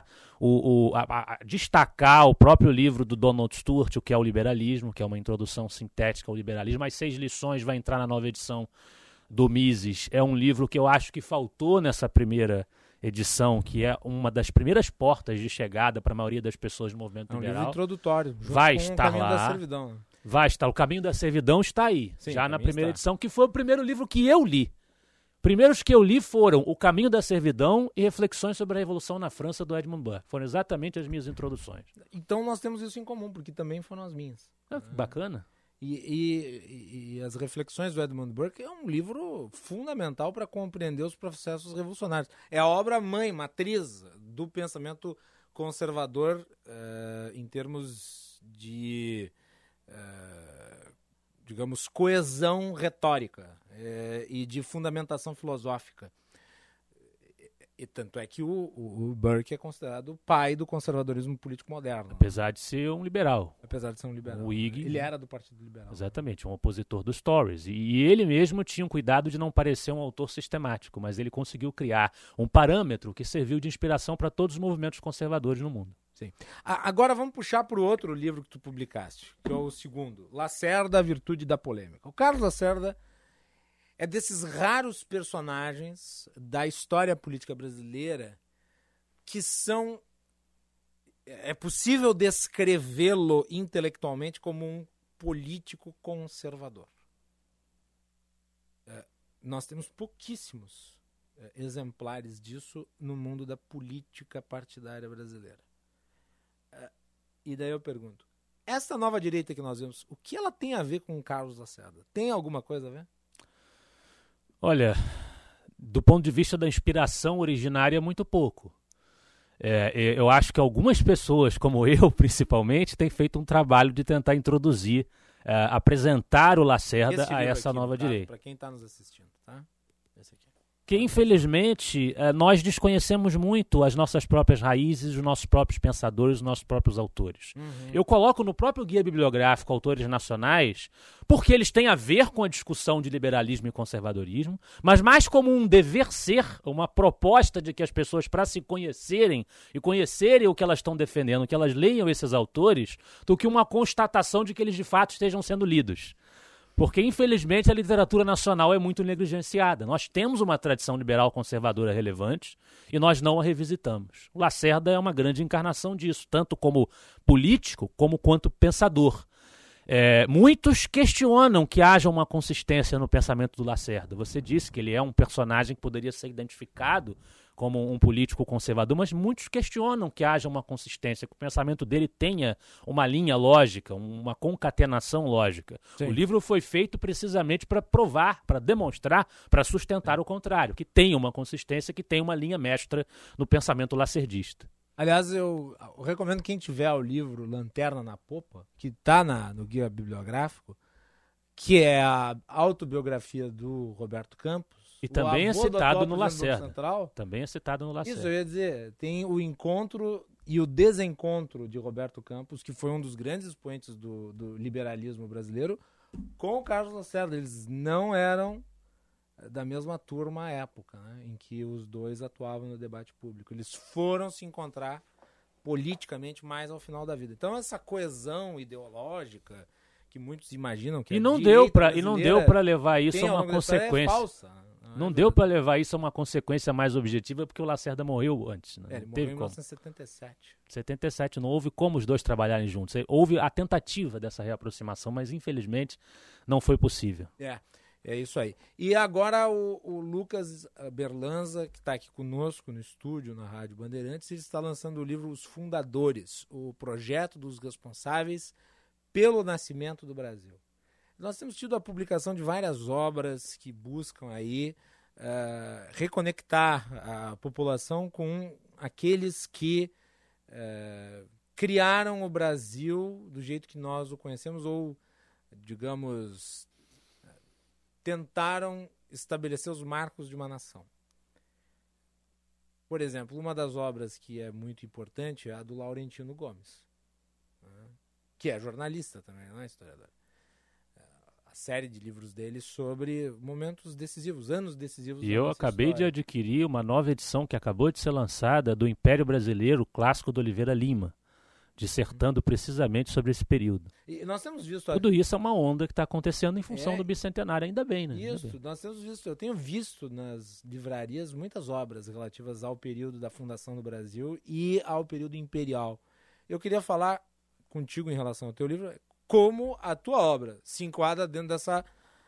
Speaker 1: destacar o próprio livro do Donald Stewart, o que é o liberalismo, que é uma introdução sintética ao liberalismo. As 6 lições vai entrar na nova edição do Mises. É um livro que eu acho que faltou nessa primeira edição, que é uma das primeiras portas de chegada para a maioria das pessoas do movimento liberal.
Speaker 5: É um livro introdutório.
Speaker 1: Vai estar
Speaker 5: o Caminho
Speaker 1: lá.
Speaker 5: Da Servidão.
Speaker 1: Vai estar. O Caminho da Servidão está aí,
Speaker 5: Sim,
Speaker 1: já na primeira
Speaker 5: está.
Speaker 1: edição, que foi o primeiro livro que eu li. Primeiros que eu li foram O Caminho da Servidão e Reflexões sobre a Revolução na França, do Edmund Burke. Foram exatamente as minhas introduções.
Speaker 5: Então nós temos isso em comum, porque também foram as minhas.
Speaker 1: Bacana.
Speaker 5: E as Reflexões do Edmund Burke é um livro fundamental para compreender os processos revolucionários. É a obra-mãe, matriz do pensamento conservador em termos de, digamos, coesão retórica e de fundamentação filosófica. E tanto é que o Burke é considerado o pai do conservadorismo político moderno.
Speaker 1: Apesar de ser um liberal.
Speaker 5: Apesar de ser um liberal.
Speaker 1: O Ig,
Speaker 5: ele era do Partido Liberal.
Speaker 1: Exatamente, um opositor dos Tories. E ele mesmo tinha um cuidado de não parecer um autor sistemático, mas ele conseguiu criar um parâmetro que serviu de inspiração para todos os movimentos conservadores no mundo.
Speaker 5: Sim. Agora vamos puxar para o outro livro que tu publicaste, que é o segundo, Lacerda, a Virtude da Polêmica. O Carlos Lacerda é desses raros personagens da história política brasileira que são... É possível descrevê-lo intelectualmente como um político conservador. Nós temos pouquíssimos exemplares disso no mundo da política partidária brasileira. E daí eu pergunto, essa nova direita que nós vemos, o que ela tem a ver com o Carlos Lacerda? Tem alguma coisa a ver?
Speaker 1: Olha, do ponto de vista da inspiração originária, muito pouco. Eu acho que algumas pessoas, como eu principalmente, têm feito um trabalho de tentar introduzir, apresentar o Lacerda a essa nova direita.
Speaker 5: Para quem está nos assistindo, tá? Esse aqui.
Speaker 1: Que, infelizmente, nós desconhecemos muito as nossas próprias raízes, os nossos próprios pensadores, os nossos próprios autores. Eu coloco no próprio guia bibliográfico autores nacionais porque eles têm a ver com a discussão de liberalismo e conservadorismo, mas mais como um dever ser, uma proposta de que as pessoas, para se conhecerem e conhecerem o que elas estão defendendo, que elas leiam esses autores, do que uma constatação de que eles de fato estejam sendo lidos. Porque, infelizmente, a literatura nacional é muito negligenciada. Nós temos uma tradição liberal conservadora relevante e nós não a revisitamos. O Lacerda é uma grande encarnação disso, tanto como político como quanto pensador. Muitos questionam que haja uma consistência no pensamento do Lacerda. Você disse que ele é um personagem que poderia ser identificado como um político conservador, mas muitos questionam que haja uma consistência, que o pensamento dele tenha uma linha lógica, uma concatenação lógica. Sim. O livro foi feito precisamente para provar, para demonstrar, para sustentar o contrário, que tem uma consistência, que tem uma linha mestra no pensamento lacerdista.
Speaker 5: Aliás, eu recomendo quem tiver o livro Lanterna na Popa, que está no guia bibliográfico, que é a autobiografia do Roberto Campos.
Speaker 1: E também é citado no Lacerda. Também é citado no Lacerda.
Speaker 5: Isso, eu ia dizer, tem o encontro e o desencontro de Roberto Campos, que foi um dos grandes expoentes do liberalismo brasileiro, com o Carlos Lacerda. Eles não eram da mesma turma à época, né, em que os dois atuavam no debate público. Eles foram se encontrar politicamente mais ao final da vida. Então essa coesão ideológica que muitos imaginam que
Speaker 1: não deu para levar isso a uma consequência.
Speaker 5: É falsa.
Speaker 1: Não deu para levar isso a uma consequência mais objetiva, porque o Lacerda morreu antes. Né?
Speaker 5: Ele morreu em 1977.
Speaker 1: 77, não houve como os dois trabalharem juntos. Houve a tentativa dessa reaproximação, mas infelizmente não foi possível.
Speaker 5: É isso aí. E agora o Lucas Berlanza, que está aqui conosco no estúdio, na Rádio Bandeirantes, ele está lançando o livro Os Fundadores, o projeto dos responsáveis pelo nascimento do Brasil. Nós temos tido a publicação de várias obras que buscam aí reconectar a população com aqueles que criaram o Brasil do jeito que nós o conhecemos ou, digamos, tentaram estabelecer os marcos de uma nação. Por exemplo, uma das obras que é muito importante é a do Laurentino Gomes, né, que é jornalista também, não é historiador. série de livros dele sobre momentos decisivos, anos decisivos.
Speaker 1: E eu acabei de adquirir uma nova edição que acabou de ser lançada do Império Brasileiro, clássico do Oliveira Lima, dissertando precisamente sobre esse período.
Speaker 5: E nós temos visto...
Speaker 1: Tudo isso é uma onda que está acontecendo em função do bicentenário, ainda bem, né?
Speaker 5: Isso,
Speaker 1: bem.
Speaker 5: Nós temos visto, eu tenho visto nas livrarias muitas obras relativas ao período da fundação do Brasil e ao período imperial. Eu queria falar contigo em relação ao teu livro, como a tua obra se enquadra dentro dessa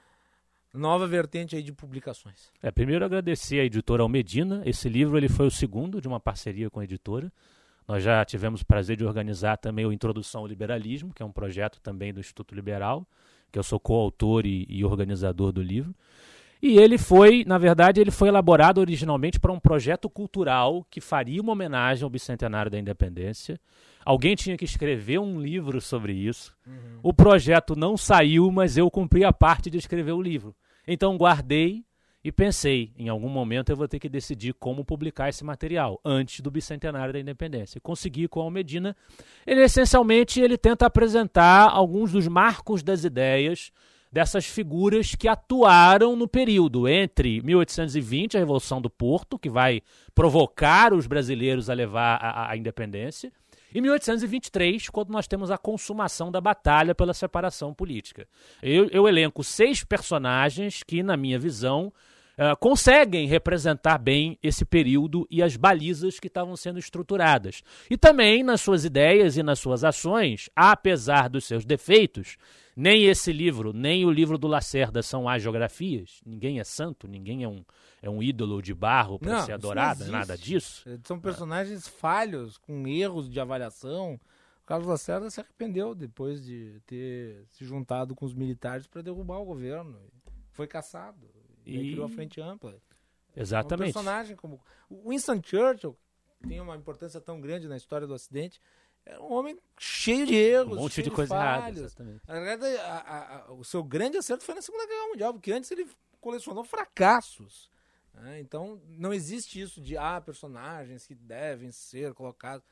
Speaker 5: nova vertente aí de publicações.
Speaker 1: Primeiro agradecer à editora Almedina. Esse livro ele foi o segundo de uma parceria com a editora. Nós já tivemos o prazer de organizar também o Introdução ao Liberalismo, que é um projeto também do Instituto Liberal, que eu sou coautor e organizador do livro. E ele foi, na verdade, elaborado originalmente para um projeto cultural que faria uma homenagem ao bicentenário da independência. Alguém tinha que escrever um livro sobre isso. Uhum. O projeto não saiu, mas eu cumpri a parte de escrever o livro. Então guardei e pensei, em algum momento eu vou ter que decidir como publicar esse material antes do bicentenário da independência. Consegui com a Almedina. Essencialmente, ele tenta apresentar alguns dos marcos das ideias dessas figuras que atuaram no período entre 1820, a Revolução do Porto, que vai provocar os brasileiros a levar a independência, e 1823, quando nós temos a consumação da batalha pela separação política. Eu elenco 6 personagens que, na minha visão, conseguem representar bem esse período e as balizas que estavam sendo estruturadas. E também, nas suas ideias e nas suas ações, apesar dos seus defeitos, nem esse livro, nem o livro do Lacerda são agiografias. Ninguém é santo, ninguém é um ídolo de barro para ser adorado, nada disso.
Speaker 5: São personagens falhos, com erros de avaliação. O Carlos Lacerda se arrependeu depois de ter se juntado com os militares para derrubar o governo. Foi caçado. E criou a Frente Ampla.
Speaker 1: Exatamente.
Speaker 5: Um personagem como Winston Churchill, que tem uma importância tão grande na história do Ocidente, era um homem cheio de erros,
Speaker 1: um monte de coisa errada. Exatamente.
Speaker 5: Na verdade, o seu grande acerto foi na Segunda Guerra Mundial, porque antes ele colecionou fracassos. Né? Então, não existe isso de personagens que devem ser colocados.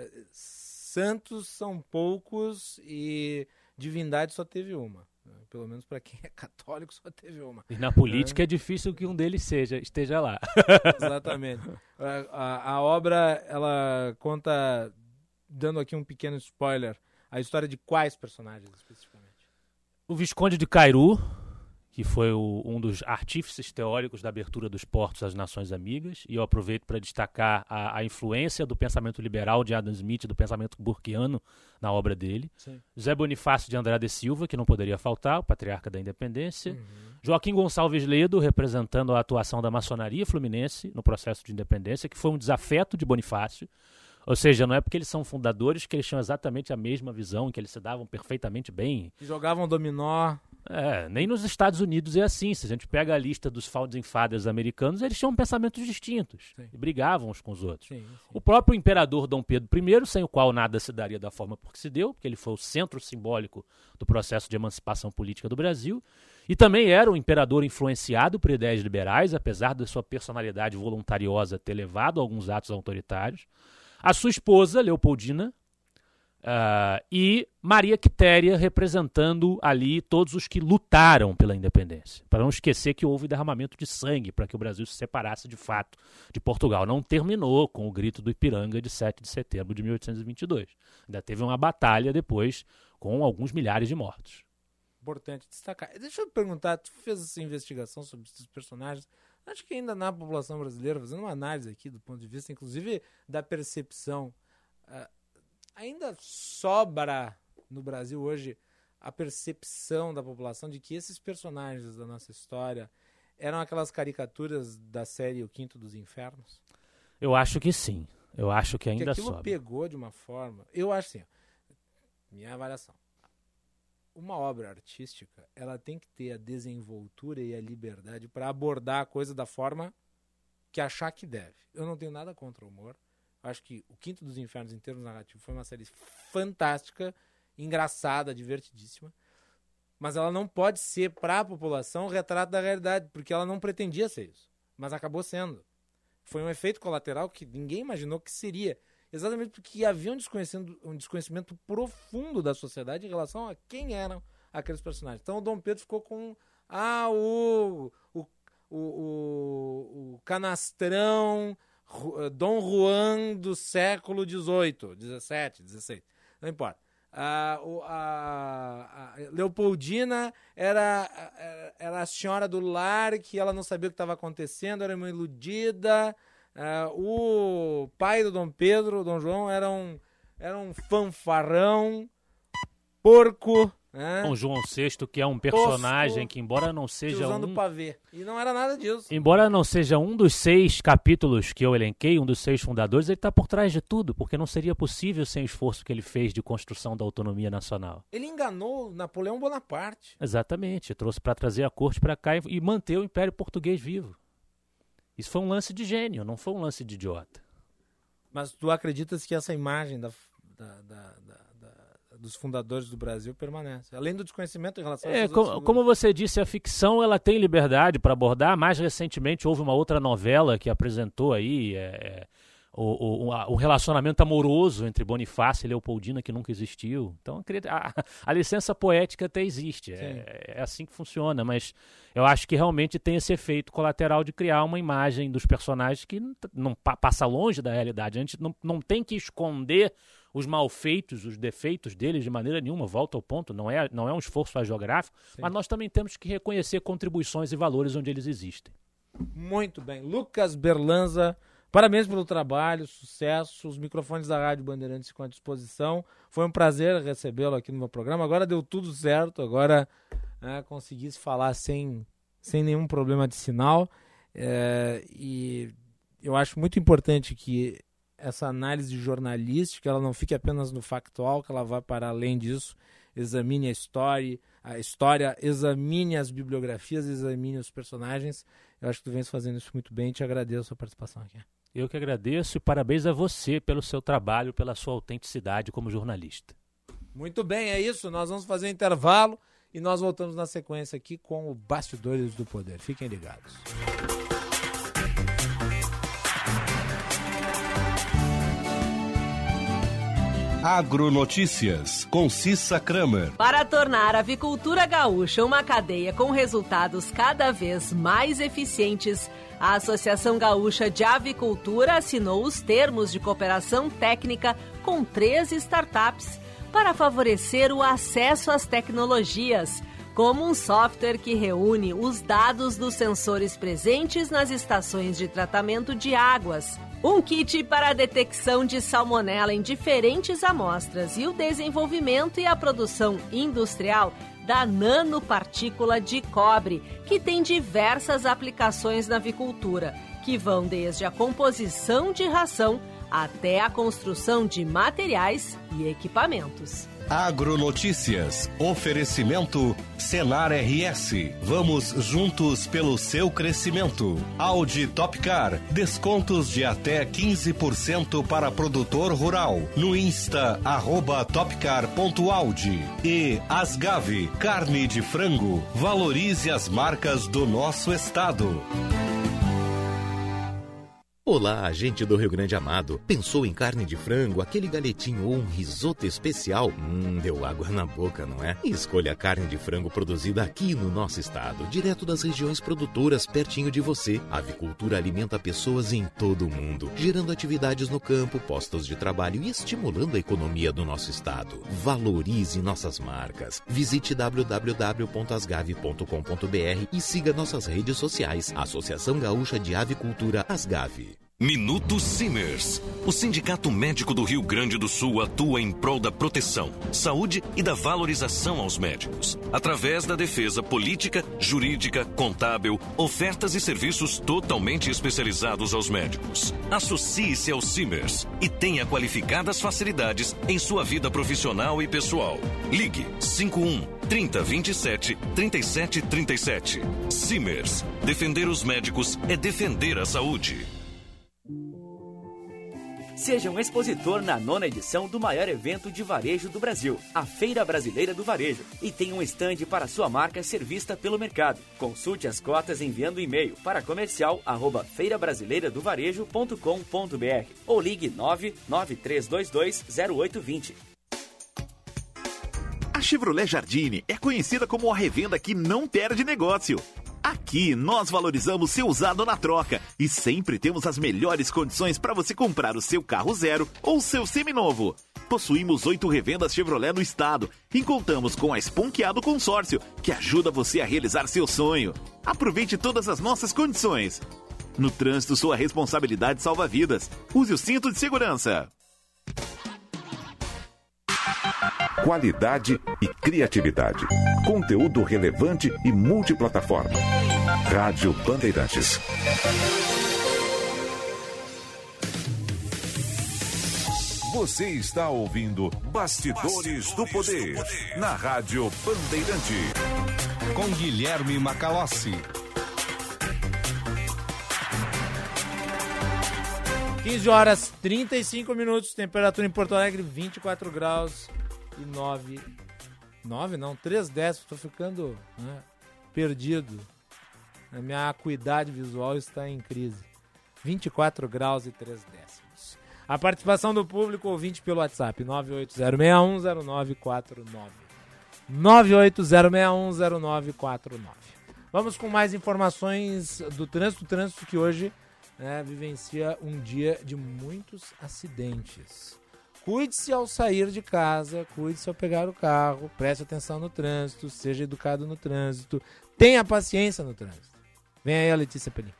Speaker 5: Santos são poucos e divindade só teve uma. Pelo menos para quem é católico só teve uma.
Speaker 1: E na política é difícil que um deles esteja lá.
Speaker 5: Exatamente. A obra, ela conta, dando aqui um pequeno spoiler, a história de quais personagens especificamente?
Speaker 1: O Visconde de Cairu, que foi um dos artífices teóricos da abertura dos portos às Nações Amigas, e eu aproveito para destacar a influência do pensamento liberal de Adam Smith, do pensamento burkeano na obra dele. Sim. José Bonifácio de Andrade Silva, que não poderia faltar, o patriarca da independência. Uhum. Joaquim Gonçalves Ledo, representando a atuação da maçonaria fluminense no processo de independência, que foi um desafeto de Bonifácio. Ou seja, não é porque eles são fundadores que eles tinham exatamente a mesma visão, que eles se davam perfeitamente bem.
Speaker 5: Que jogavam dominó.
Speaker 1: Nem nos Estados Unidos é assim. Se a gente pega a lista dos Founding Fathers americanos, eles tinham pensamentos distintos. Sim. E brigavam uns com os outros. Sim. O próprio imperador Dom Pedro I, sem o qual nada se daria da forma por que se deu, porque ele foi o centro simbólico do processo de emancipação política do Brasil, e também era um imperador influenciado por ideias liberais, apesar da sua personalidade voluntariosa ter levado a alguns atos autoritários. A sua esposa, Leopoldina, e Maria Quitéria, representando ali todos os que lutaram pela independência. Para não esquecer que houve derramamento de sangue para que o Brasil se separasse de fato de Portugal. Não terminou com o grito do Ipiranga de 7 de setembro de 1822. Ainda teve uma batalha depois com alguns milhares de mortos.
Speaker 5: Importante destacar. Deixa eu perguntar, tu fez essa investigação sobre esses personagens. Acho que ainda na população brasileira, fazendo uma análise aqui do ponto de vista, inclusive, da percepção, ainda sobra no Brasil hoje a percepção da população de que esses personagens da nossa história eram aquelas caricaturas da série O Quinto dos Infernos?
Speaker 1: Eu acho que sim. Eu acho que ainda
Speaker 5: sobra. Aquilo pegou de uma forma... Eu acho assim, minha avaliação. Uma obra artística, ela tem que ter a desenvoltura e a liberdade para abordar a coisa da forma que achar que deve. Eu não tenho nada contra o humor. Acho que O Quinto dos Infernos, em termos narrativos, foi uma série fantástica, engraçada, divertidíssima. Mas ela não pode ser, para a população, o retrato da realidade, porque ela não pretendia ser isso. Mas acabou sendo. Foi um efeito colateral que ninguém imaginou que seria. Exatamente porque havia um desconhecimento profundo da sociedade em relação a quem eram aqueles personagens. Então o Dom Pedro ficou com o canastrão Dom Juan do século XVIII, XVII, XVI, não importa. A Leopoldina era a senhora do lar, que ela não sabia o que estava acontecendo, era uma iludida. O pai do Dom Pedro, o Dom João, era um fanfarrão, porco.
Speaker 1: Dom João VI, que é um personagem que, embora não seja
Speaker 5: usando pavê. E não era nada disso.
Speaker 1: Embora não seja um dos 6 capítulos que eu elenquei, um dos 6 fundadores, ele está por trás de tudo, porque não seria possível sem o esforço que ele fez de construção da autonomia nacional.
Speaker 5: Ele enganou Napoleão Bonaparte.
Speaker 1: Exatamente, trouxe para trazer a corte para cá e manter o Império Português vivo. Isso foi um lance de gênio, não foi um lance de idiota.
Speaker 5: Mas tu acreditas que essa imagem dos fundadores do Brasil permanece, além do desconhecimento em relação a
Speaker 1: como você disse, a ficção ela tem liberdade para abordar. Mais recentemente houve uma outra novela que apresentou aí o relacionamento amoroso entre Bonifácio e Leopoldina, que nunca existiu. Então a licença poética até existe, é assim que funciona, mas eu acho que realmente tem esse efeito colateral de criar uma imagem dos personagens que não passa longe da realidade. A gente não tem que esconder os malfeitos, os defeitos deles de maneira nenhuma, volta ao ponto, não é um esforço geográfico, mas nós também temos que reconhecer contribuições e valores onde eles existem.
Speaker 5: Muito bem. Lucas Berlanza, parabéns pelo trabalho, sucesso, os microfones da Rádio Bandeirantes ficam à disposição, foi um prazer recebê-lo aqui no meu programa, agora deu tudo certo, agora consegui falar sem nenhum problema de sinal, e eu acho muito importante que essa análise jornalística, ela não fique apenas no factual, que ela vá para além disso, examine a história, examine as bibliografias, examine os personagens. Eu acho que tu vens fazendo isso muito bem e te agradeço a sua participação aqui.
Speaker 1: Eu que agradeço e parabéns a você pelo seu trabalho, pela sua autenticidade como jornalista.
Speaker 5: Muito bem, é isso. Nós vamos fazer um intervalo e nós voltamos na sequência aqui com o Bastidores do Poder. Fiquem ligados.
Speaker 20: Agronotícias, com Cissa Kramer.
Speaker 2: Para tornar a avicultura gaúcha uma cadeia com resultados cada vez mais eficientes, a Associação Gaúcha de Avicultura assinou os termos de cooperação técnica com 3 startups para favorecer o acesso às tecnologias, como um software que reúne os dados dos sensores presentes nas estações de tratamento de águas, um kit para a detecção de salmonela em diferentes amostras e o desenvolvimento e a produção industrial da nanopartícula de cobre, que tem diversas aplicações na avicultura, que vão desde a composição de ração até a construção de materiais e equipamentos.
Speaker 20: Agronotícias, oferecimento Senar RS. Vamos juntos pelo seu crescimento. Audi Topcar, descontos de até 15% para produtor rural. No Insta, @topcar.audi. E Asgave, carne de frango. Valorize as marcas do nosso estado.
Speaker 6: Olá, gente do Rio Grande Amado. Pensou em carne de frango, aquele galetinho ou um risoto especial? Deu água na boca, não é? Escolha a carne de frango produzida aqui no nosso estado, direto das regiões produtoras, pertinho de você. A avicultura alimenta pessoas em todo o mundo, gerando atividades no campo, postos de trabalho e estimulando a economia do nosso estado. Valorize nossas marcas. Visite www.asgave.com.br e siga nossas redes sociais. Associação Gaúcha de Avicultura Asgave.
Speaker 7: Minuto Simers. O Sindicato Médico do Rio Grande do Sul atua em prol da proteção, saúde e da valorização aos médicos, através da defesa política, jurídica, contábil, ofertas e serviços totalmente especializados aos médicos. Associe-se ao Simers e tenha qualificadas facilidades em sua vida profissional e pessoal. Ligue 51 30 27 37 37. Simers. Defender os médicos é defender a saúde.
Speaker 8: Seja um expositor na 9ª edição do maior evento de varejo do Brasil, a Feira Brasileira do Varejo, e tenha um estande para sua marca ser vista pelo mercado. Consulte as cotas enviando e-mail para comercial@feirabrasileiradovarejo.com.br ou ligue 993220820.
Speaker 9: A
Speaker 11: Chevrolet Jardine é conhecida como a revenda que não perde negócio. Aqui nós valorizamos seu usado na troca e sempre temos as melhores condições para você comprar o seu carro zero ou seu seminovo. Possuímos 8 revendas Chevrolet no estado e contamos com a Esponqueado Consórcio, que ajuda você a realizar seu sonho. Aproveite todas as nossas condições. No trânsito, sua responsabilidade salva vidas. Use o cinto de segurança.
Speaker 9: Qualidade e criatividade. Conteúdo relevante e multiplataforma. Rádio Bandeirantes. Você está ouvindo Bastidores do Poder, na Rádio Bandeirante.
Speaker 4: Com Guilherme Macalossi.
Speaker 5: 15 horas 35 minutos, temperatura em Porto Alegre 24 graus e 3 décimos. Estou ficando perdido. A minha acuidade visual está em crise. 24 graus e 3 décimos. A participação do público, ouvinte pelo WhatsApp, 980610949. 980610949. Vamos com mais informações do trânsito. O trânsito que hoje vivencia um dia de muitos acidentes. Cuide-se ao sair de casa, cuide-se ao pegar o carro, preste atenção no trânsito, seja educado no trânsito, tenha paciência no trânsito. Vem aí a Letícia Pelim.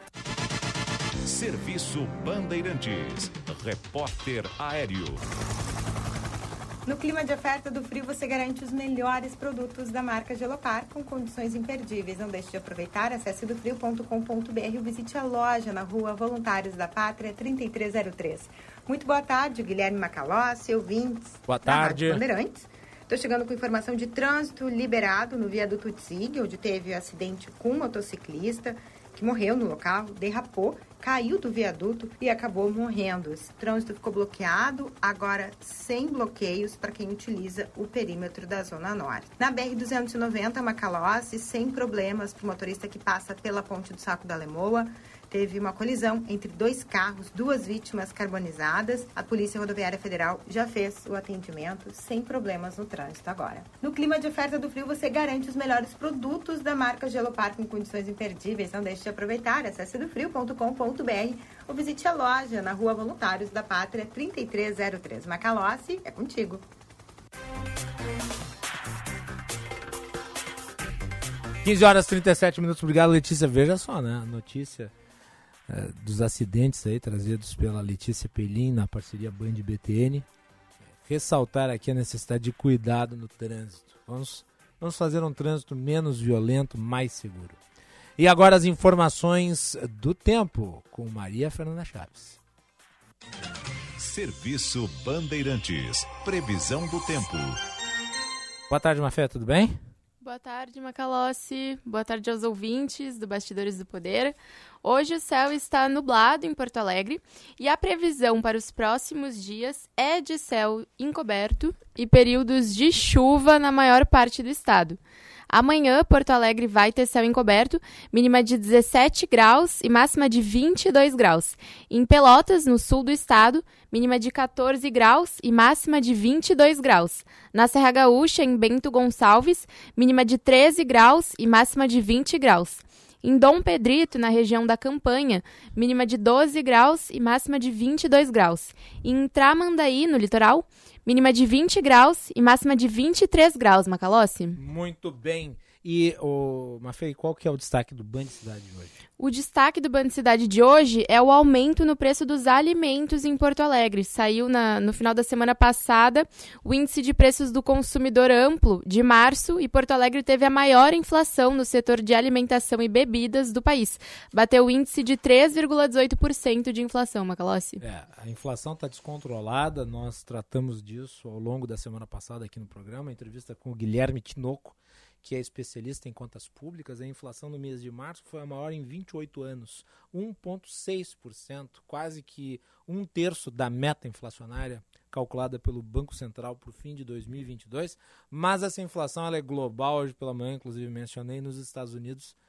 Speaker 9: Serviço Bandeirantes. Repórter Aéreo.
Speaker 10: No clima de oferta do frio, você garante os melhores produtos da marca Gelopar com condições imperdíveis. Não deixe de aproveitar, acesse dofrio.com.br e visite a loja na rua Voluntários da Pátria, 3303. Muito boa tarde, Guilherme Macalossi, ouvintes.
Speaker 5: Boa tarde.
Speaker 10: Da Rádio Bandeirantes. Estou chegando com informação de trânsito liberado no viaduto Tzig, onde teve acidente com um motociclista que morreu no local, derrapou, caiu do viaduto e acabou morrendo. Esse trânsito ficou bloqueado, agora sem bloqueios para quem utiliza o perímetro da Zona Norte. Na BR-290, Macalossi, sem problemas para o motorista que passa pela Ponte do Saco da Lemoa. Teve uma colisão entre 2 carros, 2 vítimas carbonizadas. A Polícia Rodoviária Federal já fez o atendimento sem problemas no trânsito agora. No clima de oferta do frio, você garante os melhores produtos da marca Gelopar com condições imperdíveis. Não deixe de aproveitar. Acesse dofrio.com.br ou visite a loja na Rua Voluntários da Pátria, 3303. Macalossi, é contigo.
Speaker 5: – 15 horas e 37 minutos. Obrigado, Letícia. Veja só, né? A notícia dos acidentes aí, trazidos pela Letícia Pelim na parceria Band BTN. Ressaltar aqui a necessidade de cuidado no trânsito. Vamos fazer um trânsito menos violento, mais seguro. E agora as informações do tempo, com Maria Fernanda Chaves.
Speaker 9: Serviço Bandeirantes. Previsão do tempo.
Speaker 5: Boa tarde, Mafé, tudo bem?
Speaker 12: Boa tarde, Macalossi. Boa tarde aos ouvintes do Bastidores do Poder. Hoje o céu está nublado em Porto Alegre e a previsão para os próximos dias é de céu encoberto e períodos de chuva na maior parte do estado. Amanhã, Porto Alegre vai ter céu encoberto, mínima de 17 graus e máxima de 22 graus. Em Pelotas, no sul do estado, mínima de 14 graus e máxima de 22 graus. Na Serra Gaúcha, em Bento Gonçalves, mínima de 13 graus e máxima de 20 graus. Em Dom Pedrito, na região da Campanha, mínima de 12 graus e máxima de 22 graus. Em Tramandaí, no litoral, mínima de 20 graus e máxima de 23 graus, Macalossi.
Speaker 5: Muito bem. E, Mafei, qual que é o destaque do Band Cidade de hoje?
Speaker 12: O destaque do Band Cidade de hoje é o aumento no preço dos alimentos em Porto Alegre. Saiu no final da semana passada o índice de preços do consumidor amplo de março e Porto Alegre teve a maior inflação no setor de alimentação e bebidas do país. Bateu o índice de 3,18% de inflação, Macalossi.
Speaker 5: A inflação está descontrolada, nós tratamos disso ao longo da semana passada aqui no programa, entrevista com o Guilherme Tinoco, que é especialista em contas públicas. A inflação no mês de março foi a maior em 28 anos, 1,6%, quase que 1/3 da meta inflacionária calculada pelo Banco Central para o fim de 2022, mas essa inflação ela é global. Hoje pela manhã, inclusive, mencionei nos Estados Unidos,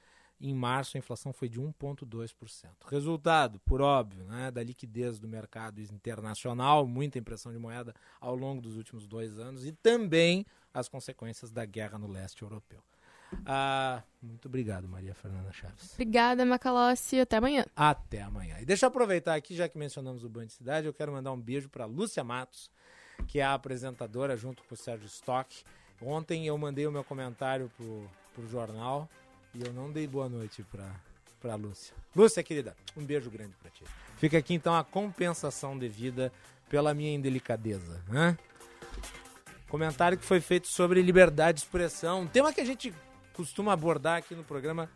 Speaker 5: Em março, a inflação foi de 1,2%. Resultado, por óbvio, né, da liquidez do mercado internacional, muita impressão de moeda ao longo dos últimos 2 anos e também as consequências da guerra no leste europeu. Muito obrigado, Maria Fernanda Chaves.
Speaker 12: Obrigada, Macalossi. Até amanhã.
Speaker 5: Até amanhã. E deixa eu aproveitar aqui, já que mencionamos o Band Cidade, eu quero mandar um beijo para Lúcia Matos, que é a apresentadora junto com o Sérgio Stock. Ontem eu mandei o meu comentário pro jornal e eu não dei boa noite pra Lúcia. Lúcia, querida, um beijo grande pra ti. Fica aqui então a compensação devida pela minha indelicadeza, né? Comentário que foi feito sobre liberdade de expressão, um tema que a gente costuma abordar aqui no programa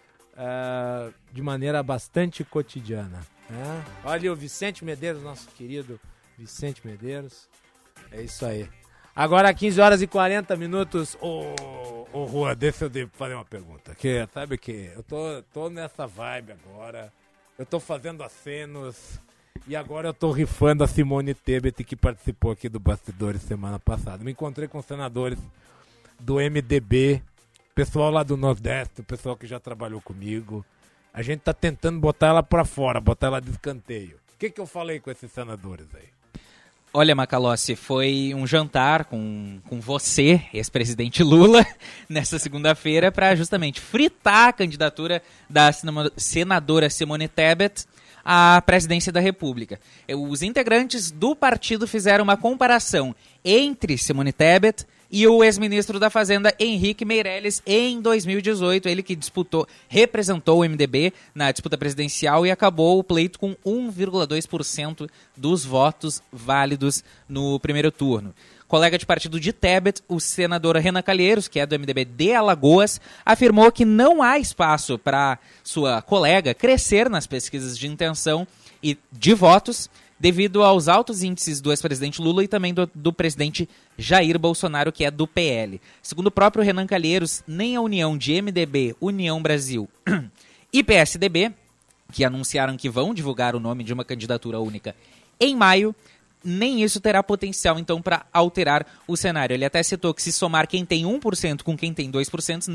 Speaker 5: de maneira bastante cotidiana, né? Olha o Vicente Medeiros, nosso querido Vicente Medeiros. É isso aí. Agora, 15 horas e 40 minutos. Ô, Rua, deixa eu fazer uma pergunta. Que, sabe que eu tô nessa vibe agora. Eu tô fazendo acenos. E agora eu tô rifando a Simone Tebet, que participou aqui do Bastidores semana passada. Me encontrei com senadores do MDB, pessoal lá do Nordeste, o pessoal que já trabalhou comigo. A gente tá tentando botar ela pra fora, botar ela de escanteio. O que eu falei com esses senadores aí?
Speaker 13: Olha, Macalossi, foi um jantar com você, ex-presidente Lula, nessa segunda-feira, para justamente fritar a candidatura da senadora Simone Tebet à presidência da República. Os integrantes do partido fizeram uma comparação entre Simone Tebet e o ex-ministro da Fazenda, Henrique Meirelles, em 2018. Ele que representou o MDB na disputa presidencial e acabou o pleito com 1,2% dos votos válidos no primeiro turno. Colega de partido de Tebet, o senador Renan Calheiros, que é do MDB de Alagoas, afirmou que não há espaço para sua colega crescer nas pesquisas de intenção e de votos, devido aos altos índices do ex-presidente Lula e também do presidente Jair Bolsonaro, que é do PL. Segundo o próprio Renan Calheiros, nem a união de MDB, União Brasil e PSDB, que anunciaram que vão divulgar o nome de uma candidatura única em maio, nem isso terá potencial, então, para alterar o cenário. Ele até citou que se somar quem tem 1% com quem tem 2%,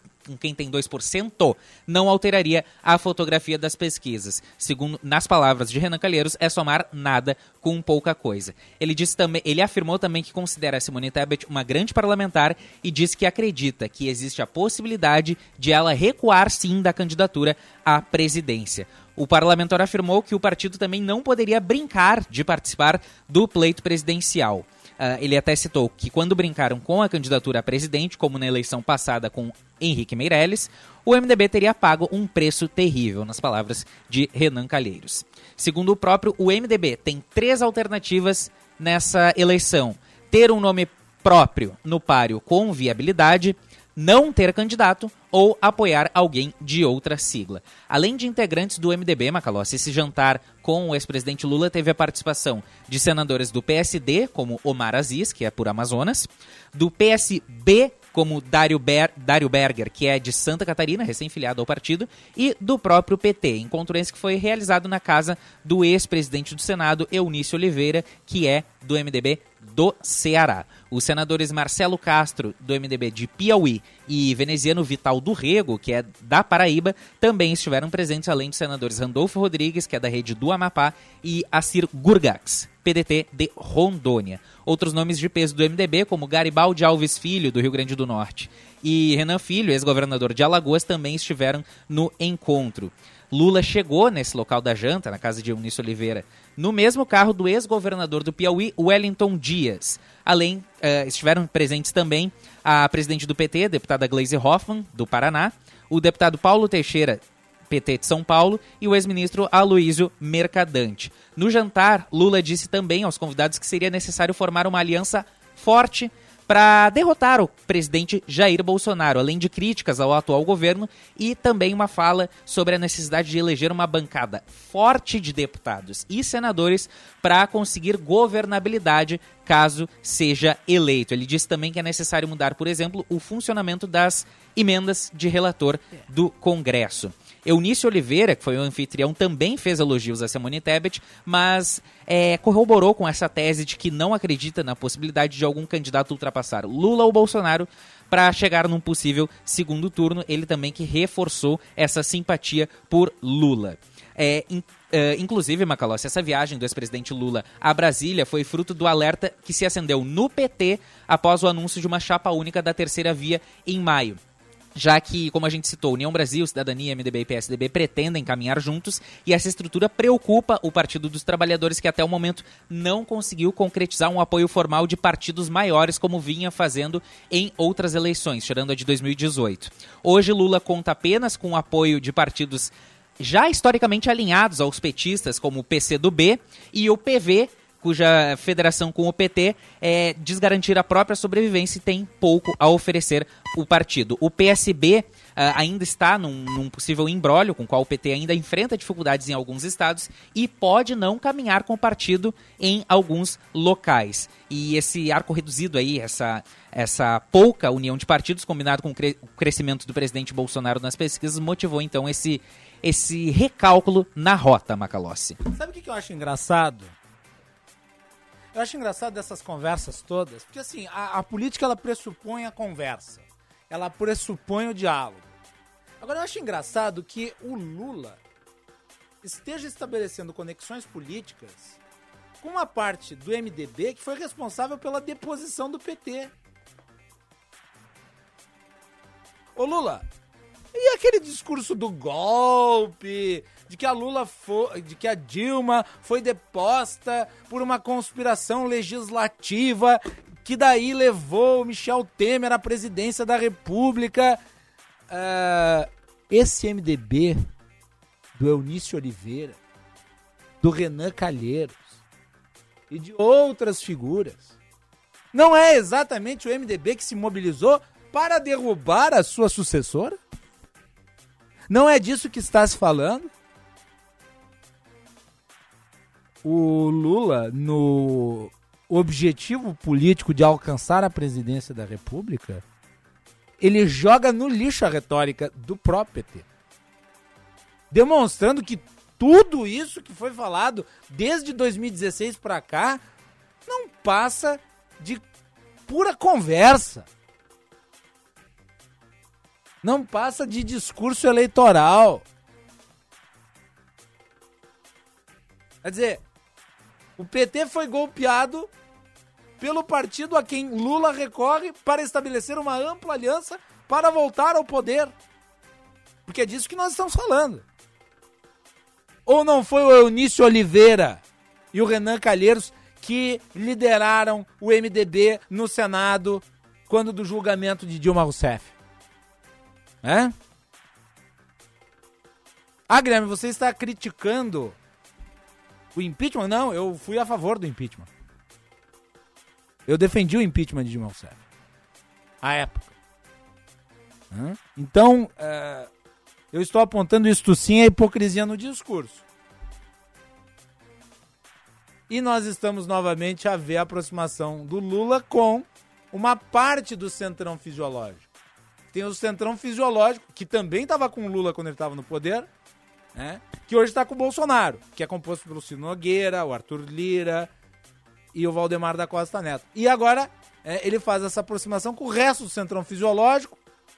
Speaker 13: não alteraria a fotografia das pesquisas. Segundo, nas palavras de Renan Calheiros, é somar nada com pouca coisa. Ele afirmou também que considera a Simone Tebet uma grande parlamentar e disse que acredita que existe a possibilidade de ela recuar sim da candidatura à presidência. O parlamentar afirmou que o partido também não poderia brincar de participar do pleito presidencial. Ele até citou que quando brincaram com a candidatura a presidente, como na eleição passada com Henrique Meirelles, o MDB teria pago um preço terrível, nas palavras de Renan Calheiros. Segundo o próprio, o MDB tem 3 alternativas nessa eleição: ter um nome próprio no páreo com viabilidade, não ter candidato ou apoiar alguém de outra sigla. Além de integrantes do MDB, Macalossi, esse jantar com o ex-presidente Lula teve a participação de senadores do PSD, como Omar Aziz, que é por Amazonas, do PSB, como Dário Berger, que é de Santa Catarina, recém-filiado ao partido, e do próprio PT. Encontro esse que foi realizado na casa do ex-presidente do Senado, Eunício Oliveira, que é do MDB do Ceará. Os senadores Marcelo Castro, do MDB de Piauí, e Veneziano Vital do Rego, que é da Paraíba, também estiveram presentes, além dos senadores Randolfo Rodrigues, que é da rede do Amapá, e Assir Gurgax, PDT de Rondônia. Outros nomes de peso do MDB, como Garibaldi Alves Filho, do Rio Grande do Norte, e Renan Filho, ex-governador de Alagoas, também estiveram no encontro. Lula chegou nesse local da janta, na casa de Eunício Oliveira, no mesmo carro do ex-governador do Piauí, Wellington Dias. Além, estiveram presentes também a presidente do PT, a deputada Gleisi Hoffmann, do Paraná, o deputado Paulo Teixeira, PT de São Paulo, e o ex-ministro Aloísio Mercadante. No jantar, Lula disse também aos convidados que seria necessário formar uma aliança forte para derrotar o presidente Jair Bolsonaro, além de críticas ao atual governo e também uma fala sobre a necessidade de eleger uma bancada forte de deputados e senadores para conseguir governabilidade caso seja eleito. Ele disse também que é necessário mudar, por exemplo, o funcionamento das emendas de relator do Congresso. Eunício Oliveira, que foi o anfitrião, também fez elogios a Simone Tebet, mas corroborou com essa tese de que não acredita na possibilidade de algum candidato ultrapassar Lula ou Bolsonaro para chegar num possível segundo turno. Ele também que reforçou essa simpatia por Lula. Inclusive, Macalossi, essa viagem do ex-presidente Lula a Brasília foi fruto do alerta que se acendeu no PT após o anúncio de uma chapa única da terceira via em maio. Já que, como a gente citou, União Brasil, Cidadania, MDB e PSDB pretendem caminhar juntos e essa estrutura preocupa o Partido dos Trabalhadores, que até o momento não conseguiu concretizar um apoio formal de partidos maiores como vinha fazendo em outras eleições, tirando a de 2018. Hoje, Lula conta apenas com o apoio de partidos já historicamente alinhados aos petistas, como o PCdoB e o PV, cuja federação com o PT diz garantir a própria sobrevivência e tem pouco a oferecer o partido. O PSB ainda está num possível imbróglio, com o qual o PT ainda enfrenta dificuldades em alguns estados e pode não caminhar com o partido em alguns locais. E esse arco reduzido aí, essa pouca união de partidos, combinado com o crescimento do presidente Bolsonaro nas pesquisas, motivou então esse recálculo na rota, Macalossi.
Speaker 5: Sabe o que eu acho engraçado? Eu acho engraçado dessas conversas todas, porque assim, a política ela pressupõe a conversa, ela pressupõe o diálogo. Agora eu acho engraçado que o Lula esteja estabelecendo conexões políticas com uma parte do MDB que foi responsável pela deposição do PT. Ô Lula, e aquele discurso do golpe, de que a Dilma foi deposta por uma conspiração legislativa que daí levou Michel Temer à presidência da República? Esse MDB do Eunício Oliveira, do Renan Calheiros e de outras figuras não é exatamente o MDB que se mobilizou para derrubar a sua sucessora? Não é disso que está se falando? O Lula, no objetivo político de alcançar a presidência da República, ele joga no lixo a retórica do próprio PT. Demonstrando que tudo isso que foi falado desde 2016 para cá não passa de pura conversa. Não passa de discurso eleitoral. Quer dizer, o PT foi golpeado pelo partido a quem Lula recorre para estabelecer uma ampla aliança para voltar ao poder. Porque é disso que nós estamos falando. Ou não foi o Eunício Oliveira e o Renan Calheiros que lideraram o MDB no Senado quando do julgamento de Dilma Rousseff? Guilherme, você está criticando o impeachment? Não, eu fui a favor do impeachment. Eu defendi o impeachment de Dilma Rousseff à época. Então, eu estou apontando isto sim a hipocrisia no discurso. E nós estamos novamente a ver a aproximação do Lula com uma parte do centrão fisiológico. Tem o centrão fisiológico, que também estava com o Lula quando ele estava no poder, que hoje está com o Bolsonaro, que é composto pelo Ciro Nogueira, o Arthur Lira e o Valdemar da Costa Neto. E agora ele faz essa aproximação com o resto do centrão fisiológico,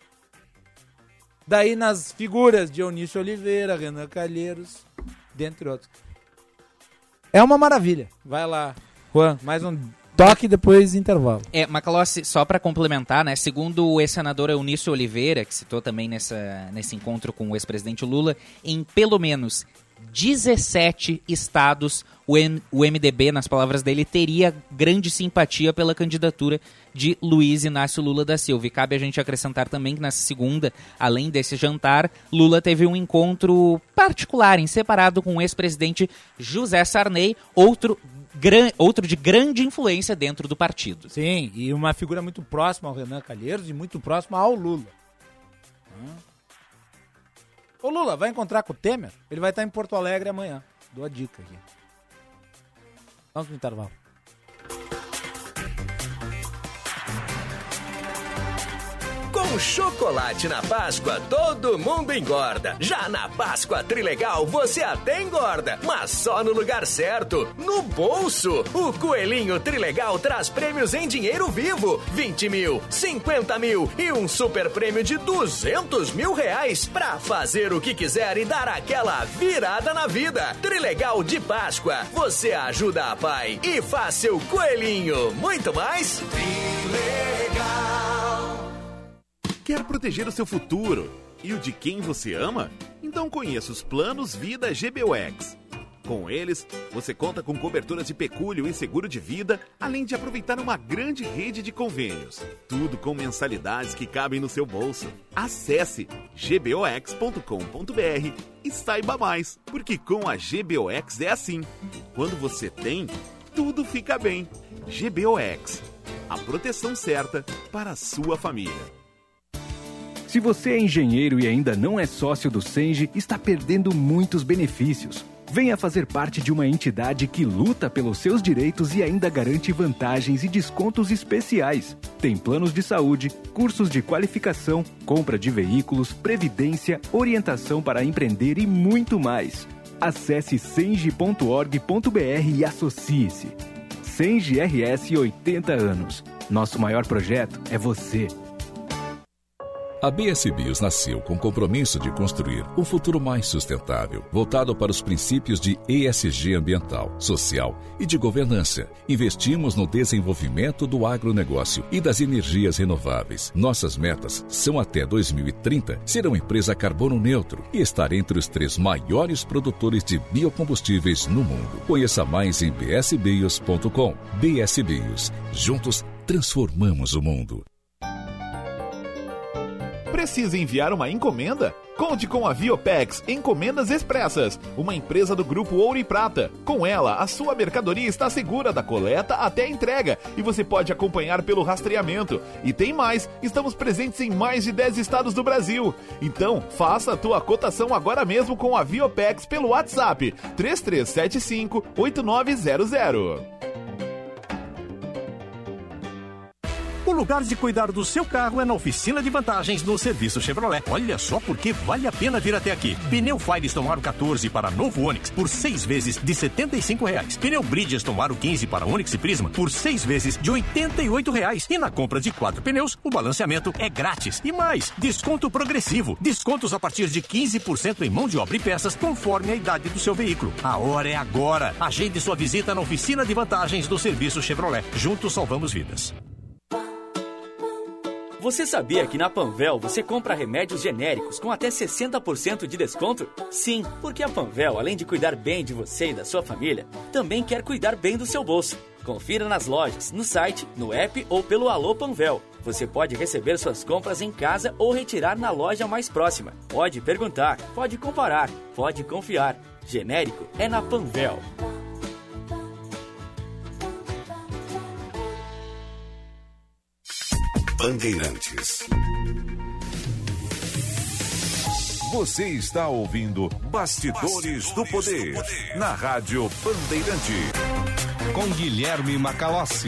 Speaker 5: daí nas figuras de Eunício Oliveira, Renan Calheiros, dentre outros. É uma maravilha. Vai lá, Juan, mais um toque e depois intervalo.
Speaker 13: Macalossi, só para complementar, né? Segundo o ex-senador Eunício Oliveira, que citou também nesse encontro com o ex-presidente Lula, em pelo menos 17 estados, o MDB, nas palavras dele, teria grande simpatia pela candidatura de Luiz Inácio Lula da Silva. E cabe a gente acrescentar também que nessa segunda, além desse jantar, Lula teve um encontro particular, em separado, com o ex-presidente José Sarney, outro de grande influência dentro do partido.
Speaker 5: Sim, e uma figura muito próxima ao Renan Calheiros e muito próxima ao Lula. O Lula vai encontrar com o Temer? Ele vai estar em Porto Alegre amanhã. Dou a dica aqui. Vamos pro intervalo.
Speaker 14: Com Com chocolate na Páscoa, todo mundo engorda. Já na Páscoa Trilegal, você até engorda, mas só no lugar certo, no bolso. O Coelhinho Trilegal traz prêmios em dinheiro vivo, 20 mil, 50 mil e um super prêmio de 200 mil reais pra fazer o que quiser e dar aquela virada na vida. Trilegal de Páscoa, você ajuda a pai e faz seu coelhinho. Muito mais?
Speaker 11: Trilegal. Quer proteger o seu futuro e o de quem você ama? Então conheça os planos Vida GBUX. Com eles, você conta com coberturas de pecúlio e seguro de vida, além de aproveitar uma grande rede de convênios. Tudo com mensalidades que cabem no seu bolso. Acesse gbox.com.br e saiba mais, porque com a GBOX é assim. Quando você tem, tudo fica bem. GBOX, a proteção certa para a sua família.
Speaker 15: Se você é engenheiro e ainda não é sócio do Senge, está perdendo muitos benefícios. Venha fazer parte de uma entidade que luta pelos seus direitos e ainda garante vantagens e descontos especiais. Tem planos de saúde, cursos de qualificação, compra de veículos, previdência, orientação para empreender e muito mais. Acesse senge.org.br e associe-se. Senge RS 80 anos. Nosso maior projeto é você.
Speaker 3: A BS Bios nasceu com o compromisso de construir um futuro mais sustentável, voltado para os princípios de ESG ambiental, social e de governança. Investimos no desenvolvimento do agronegócio e das energias renováveis. Nossas metas são até 2030 ser uma empresa carbono neutro e estar entre os 3 maiores produtores de biocombustíveis no mundo. Conheça mais em bsbios.com. BS Bios. Juntos transformamos o mundo.
Speaker 11: Precisa enviar uma encomenda? Conte com a Viopex Encomendas Expressas, uma empresa do Grupo Ouro e Prata. Com ela, a sua mercadoria está segura da coleta até a entrega e você pode acompanhar pelo rastreamento. E tem mais, estamos presentes em mais de 10 estados do Brasil. Então, faça a tua cotação agora mesmo com a Viopex pelo WhatsApp 3375-8900.
Speaker 16: O lugar de cuidar do seu carro é na oficina de vantagens no serviço Chevrolet. Olha só porque vale a pena vir até aqui. Pneu Firestone Aro 14 para novo Onix por 6 vezes de R$ 75,00. Pneu Bridgestone Aro 15 para Onix e Prisma por 6 vezes de R$ 88,00. E na compra de 4 pneus, o balanceamento é grátis. E mais, desconto progressivo. Descontos a partir de 15% em mão de obra e peças, conforme a idade do seu veículo. A hora é agora. Agende sua visita na oficina de vantagens do serviço Chevrolet. Juntos salvamos vidas.
Speaker 8: Você sabia que na Panvel você compra remédios genéricos com até 60% de desconto? Sim, porque a Panvel, além de cuidar bem de você e da sua família, também quer cuidar bem do seu bolso. Confira nas lojas, no site, no app ou pelo Alô Panvel. Você pode receber suas compras em casa ou retirar na loja mais próxima. Pode perguntar, pode comparar, pode confiar. Genérico é na Panvel.
Speaker 9: Bandeirantes. Você está ouvindo Bastidores do Poder, na Rádio Bandeirante.
Speaker 4: Com Guilherme Macalossi.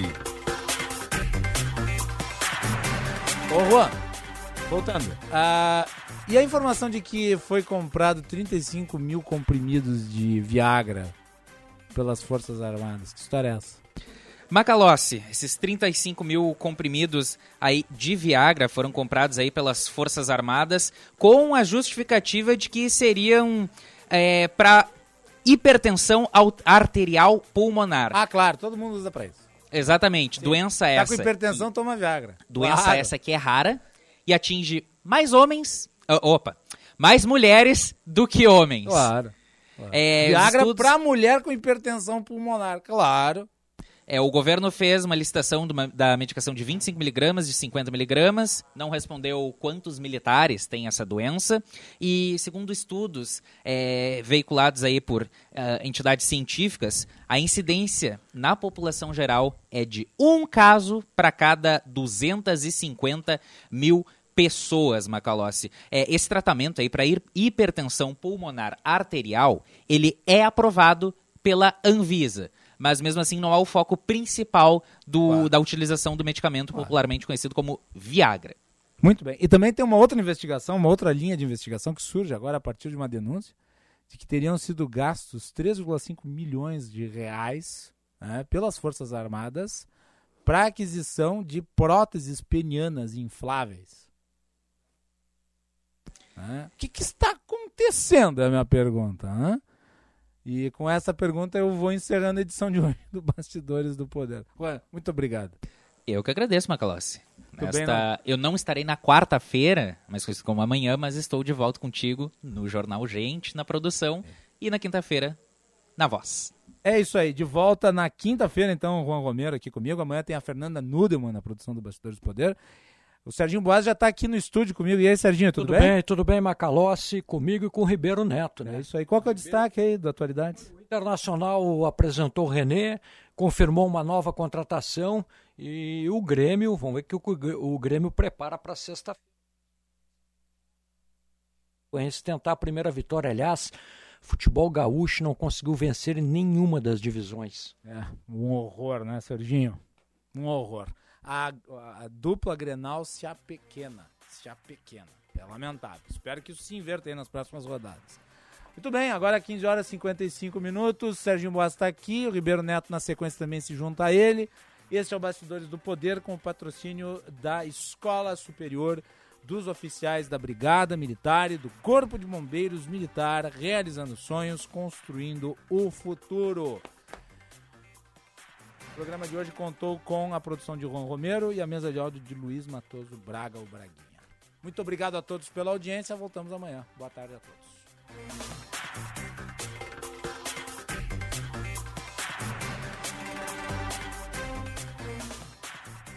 Speaker 5: Ô Juan, voltando. E a informação de que foi comprado 35 mil comprimidos de Viagra pelas Forças Armadas. Que história é essa?
Speaker 13: Macalossi, esses 35 mil comprimidos aí de Viagra foram comprados aí pelas Forças Armadas com a justificativa de que seriam para hipertensão arterial pulmonar.
Speaker 5: Ah, claro, todo mundo usa para isso.
Speaker 13: Exatamente, sim. Doença essa.
Speaker 5: Tá com hipertensão, toma Viagra.
Speaker 13: Doença claro. Essa que é rara e atinge mais mais mulheres do que homens.
Speaker 5: Claro. Viagra para mulher com hipertensão pulmonar, claro.
Speaker 13: O governo fez uma licitação da medicação de 25mg, de 50mg, não respondeu quantos militares têm essa doença e, segundo estudos veiculados aí por entidades científicas, a incidência na população geral é de 1 caso para cada 250 mil pessoas, Macalossi. Esse tratamento aí para hipertensão pulmonar arterial, ele é aprovado pela Anvisa. Mas mesmo assim não há o foco principal da utilização do medicamento popularmente conhecido como Viagra.
Speaker 5: Muito bem. E também tem uma outra investigação, uma outra linha de investigação que surge agora a partir de uma denúncia de que teriam sido gastos 3,5 milhões de reais, né, pelas Forças Armadas para aquisição de próteses penianas infláveis. O que está acontecendo, é a minha pergunta. Né? E com essa pergunta eu vou encerrando a edição de hoje do Bastidores do Poder. Ué, muito obrigado.
Speaker 13: Eu que agradeço, Macalossi. Eu não estarei na quarta-feira, mas como amanhã, mas estou de volta contigo no Jornal Gente, na produção, e na quinta-feira, na voz.
Speaker 5: É isso aí, de volta na quinta-feira, então, o Juan Romero aqui comigo. Amanhã tem a Fernanda Nudelman na produção do Bastidores do Poder. O Serginho Boas já está aqui no estúdio comigo. E aí, Serginho, tudo bem?
Speaker 17: Tudo bem, Macalossi, comigo e com o Ribeiro Neto, né?
Speaker 5: É isso aí. Qual que é o destaque aí da atualidade?
Speaker 17: O Internacional apresentou o René, confirmou uma nova contratação e o Grêmio, vamos ver que o Grêmio prepara para sexta-feira. Tentar a primeira vitória, aliás, futebol gaúcho não conseguiu vencer em nenhuma das divisões.
Speaker 5: Um horror, né, Serginho? Um horror. A dupla Grenal se apequena. É lamentável. Espero que isso se inverta aí nas próximas rodadas. Muito bem, agora 15 horas e 55 minutos. Serginho Boas está aqui. O Ribeiro Neto na sequência também se junta a ele. Este é o Bastidores do Poder com o patrocínio da Escola Superior dos Oficiais da Brigada Militar e do Corpo de Bombeiros Militar, realizando sonhos, construindo o futuro. O programa de hoje contou com a produção de Juan Romero e a mesa de áudio de Luiz Matoso Braga, o Braguinha. Muito obrigado a todos pela audiência. Voltamos amanhã. Boa tarde a todos.